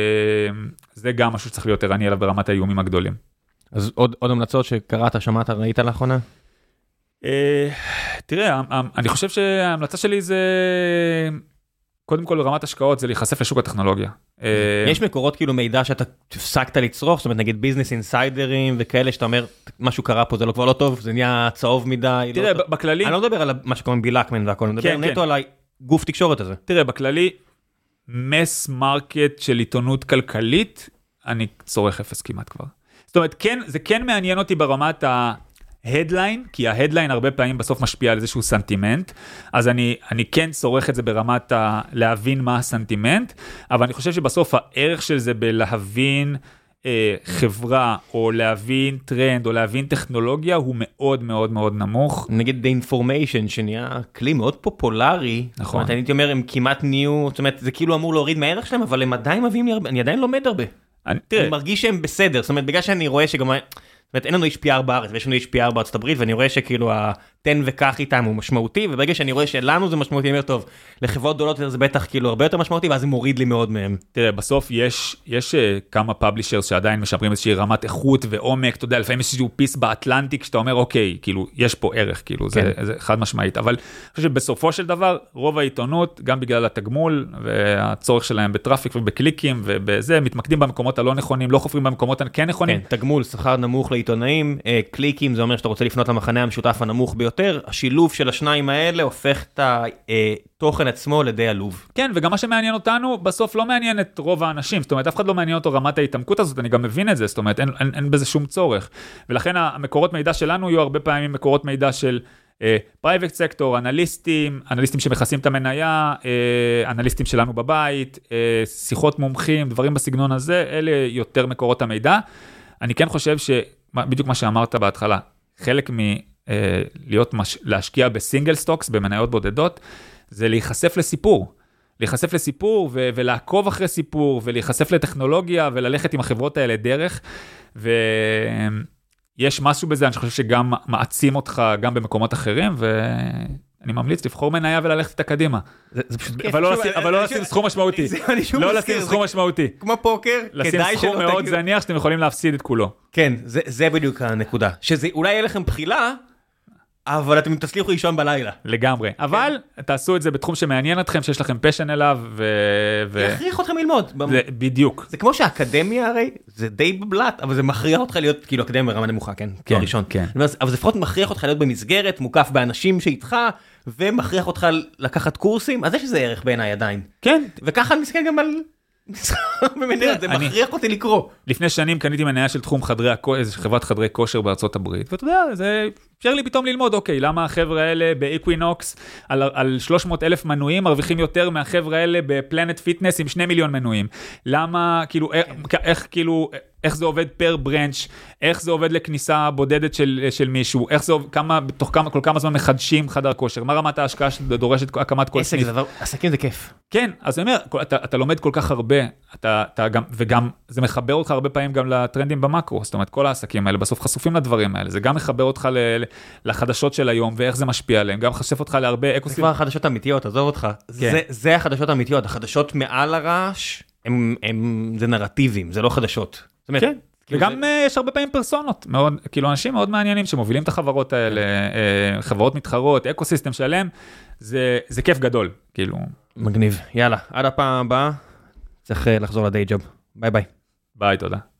זה גם משהו שצריך להיות ערני אליו ברמת האיומים הגדולים. אז עוד, עוד המלצות שקראת, שמעת, ראית לאחרונה? אה, תראה, אני חושב שההמלצה שלי זה... קודם כל, רמת השקעות זה להיחשף לשוק הטכנולוגיה. יש מקורות כאילו מידע שאתה תפסקת לצרוך, זאת אומרת נגיד ביזנס אינסיידרים וכאלה שאתה אומר, משהו קרה פה, זה לא כבר לא טוב, זה נהיה צהוב מדי. תראה, בכללי... אני לא מדבר על מה שקוראים בילקמן והכל, אני מדבר נטו על הגוף תקשורת הזה. תראה, בכללי, מס מרקט של עיתונות כלכלית, אני צורך אפס כמעט כבר. זאת אומרת, כן, זה כן מעניין אותי ברמת ה... הדליין, כי ההדליין הרבה פעמים בסוף משפיע על איזשהו סנטימנט, אז אני, אני כן צורך את זה ברמת ה, להבין מה הסנטימנט, אבל אני חושב שבסוף הערך של זה בלהבין אה, חברה, או להבין טרנד, או להבין טכנולוגיה, הוא מאוד מאוד מאוד נמוך. נגיד The Information, שנהיה כלי מאוד פופולרי, נכון. זאת אומרת, אני הייתי אומר, הם כמעט נהיו, זאת אומרת, זה כאילו אמור להוריד מהערך שלהם, אבל הם עדיין מביאים לי הרבה, אני עדיין לומד הרבה. אני, תראה, אני מרגיש שהם בסדר, זאת אומרת, בגלל שאני רואה שגם... זאת אומרת, אין לנו אייץ' פי אר בארץ, ויש לנו אייץ' פי אר בארצות הברית, ואני רואה שכאילו התן וכך איתם הוא משמעותי, וברגע שאני רואה שלנו זה משמעותי, אני אומר, טוב, לחברות גדולות זה בטח כאילו הרבה יותר משמעותי, ואז זה מוריד לי מאוד מהם. תראה, בסוף יש, יש כמה פאבלישרס שעדיין משפרים איזושהי רמת איכות ועומק, אתה יודע, לפעמים יש איזשהו פיס באטלנטיק, שאתה אומר, אוקיי, כאילו, יש פה ערך, כאילו, זה, זה חד משמעית, אבל אני חושב שבסופו של דבר, רוב העיתונות, גם בגלל התגמול והצורך שלהם בטראפיק ובקליקים ובזה, מתמקדים במקומות הלא נכונים, לא חופרים במקומות הכן נכונים. כן, תגמול, שכר נמוך לעיתונאים, קליקים, זה אומר שאתה רוצה לפנות למחנה המשותף הנמוך ביותר, השילוב של השניים האלה הופך את התוכן עצמו לידי עלוב. כן, וגם מה שמעניין אותנו, בסוף לא מעניין את רוב האנשים, זאת אומרת, אף אחד לא מעניין אותו רמת ההתעמקות הזאת, אני גם מבין את זה, זאת אומרת, אין, אין, אין בזה שום צורך. ולכן המקורות מידע שלנו יהיו הרבה פעמים מקורות מידע של פרייבט סקטור, אנליסטים, אנליסטים שמכסים את המניה, אנליסטים שלנו בבית, שיחות מומחים, דברים בסגנון הזה, אלה יותר מקורות המידע. אני כן חושב שבדיוק מה שאמרת בהתחלה, חלק מ... להיות מש... להשקיע בסינגל סטוקס, במניות בודדות, זה להיחשף לסיפור. להיחשף לסיפור ו... ולעקוב אחרי סיפור, ולהיחשף לטכנולוגיה, וללכת עם החברות האלה דרך, ויש משהו בזה, אני חושב שגם מעצים אותך גם במקומות אחרים, ואני ממליץ לבחור מניה וללכת איתה קדימה. זה, זה פשוט כיף. אבל לא, לשים, אבל לא לשים סכום משמעותי. לא לשים סכום משמעותי. כמו פוקר, לשים סכום מאוד זניח שאתם יכולים להפסיד את כולו. כן, זה, זה בדיוק הנקודה. שזה אולי יהיה לכם בחילה, אבל אתם תצליחו לישון בלילה. לגמרי. אבל תעשו את זה בתחום שמעניין אתכם, שיש לכם פשן אליו, ו... יכריח אתכם ללמוד. זה בדיוק. זה כמו שהאקדמיה הרי, זה די בבלט, אבל זה מכריח אותך להיות, כאילו אקדמיה ברמה נמוכה, כן? כן, ראשון. כן. אבל זה לפחות מכריח אותך להיות במסגרת, מוקף באנשים שאיתך, ומכריח אותך לקחת קורסים, אז יש איזה ערך בעיניי עדיין. כן. וככה אני מסתכל גם על... זה מכריח אותי לקרוא. לפני שנים קניתי מניה של תחום חדרי, חברת חדרי כושר בארצות הברית, ואתה יודע, זה אפשר לי פתאום ללמוד, אוקיי, למה החבר'ה האלה באקווינוקס על שלוש מאות אלף מנויים מרוויחים יותר מהחבר'ה האלה בפלנט פיטנס עם שני מיליון מנויים? למה, כאילו, איך, כאילו, איך זה עובד פר ברנץ', איך זה עובד לכניסה בודדת של, של מישהו, איך זה עובד, כמה, בתוך כמה, כל כמה זמן מחדשים חדר כושר, מה רמת ההשקעה שדורשת הקמת כל סניף? עסקים זה כיף. כן, אז אני אומר, אתה, אתה לומד כל כך הרבה, אתה, אתה גם, וגם זה מחבר אותך הרבה פעמים גם לטרנדים במקרו, זאת אומרת, כל העסקים האלה בסוף חשופים לדברים האלה, זה גם מחבר אותך ל, לחדשות של היום, ואיך זה משפיע עליהם, גם חשף אותך להרבה אקוסיסטם. זה כבר החדשות האמיתיות, עזוב אותך. כן. זה, זה החדשות האמיתיות, החדשות מעל הרעש, הם, הם, זה נרטיבים, זה לא חדשות. זאת אומרת, כן, כאילו וגם זה... יש הרבה פעמים פרסונות, מאוד, כאילו אנשים מאוד מעניינים שמובילים את החברות האלה, חברות מתחרות, אקוסיסטם שלם, זה, זה כיף גדול, כאילו. מגניב, יאללה, עד הפעם הבאה, צריך לחזור לדיי ג'וב. ביי ביי. ביי, תודה.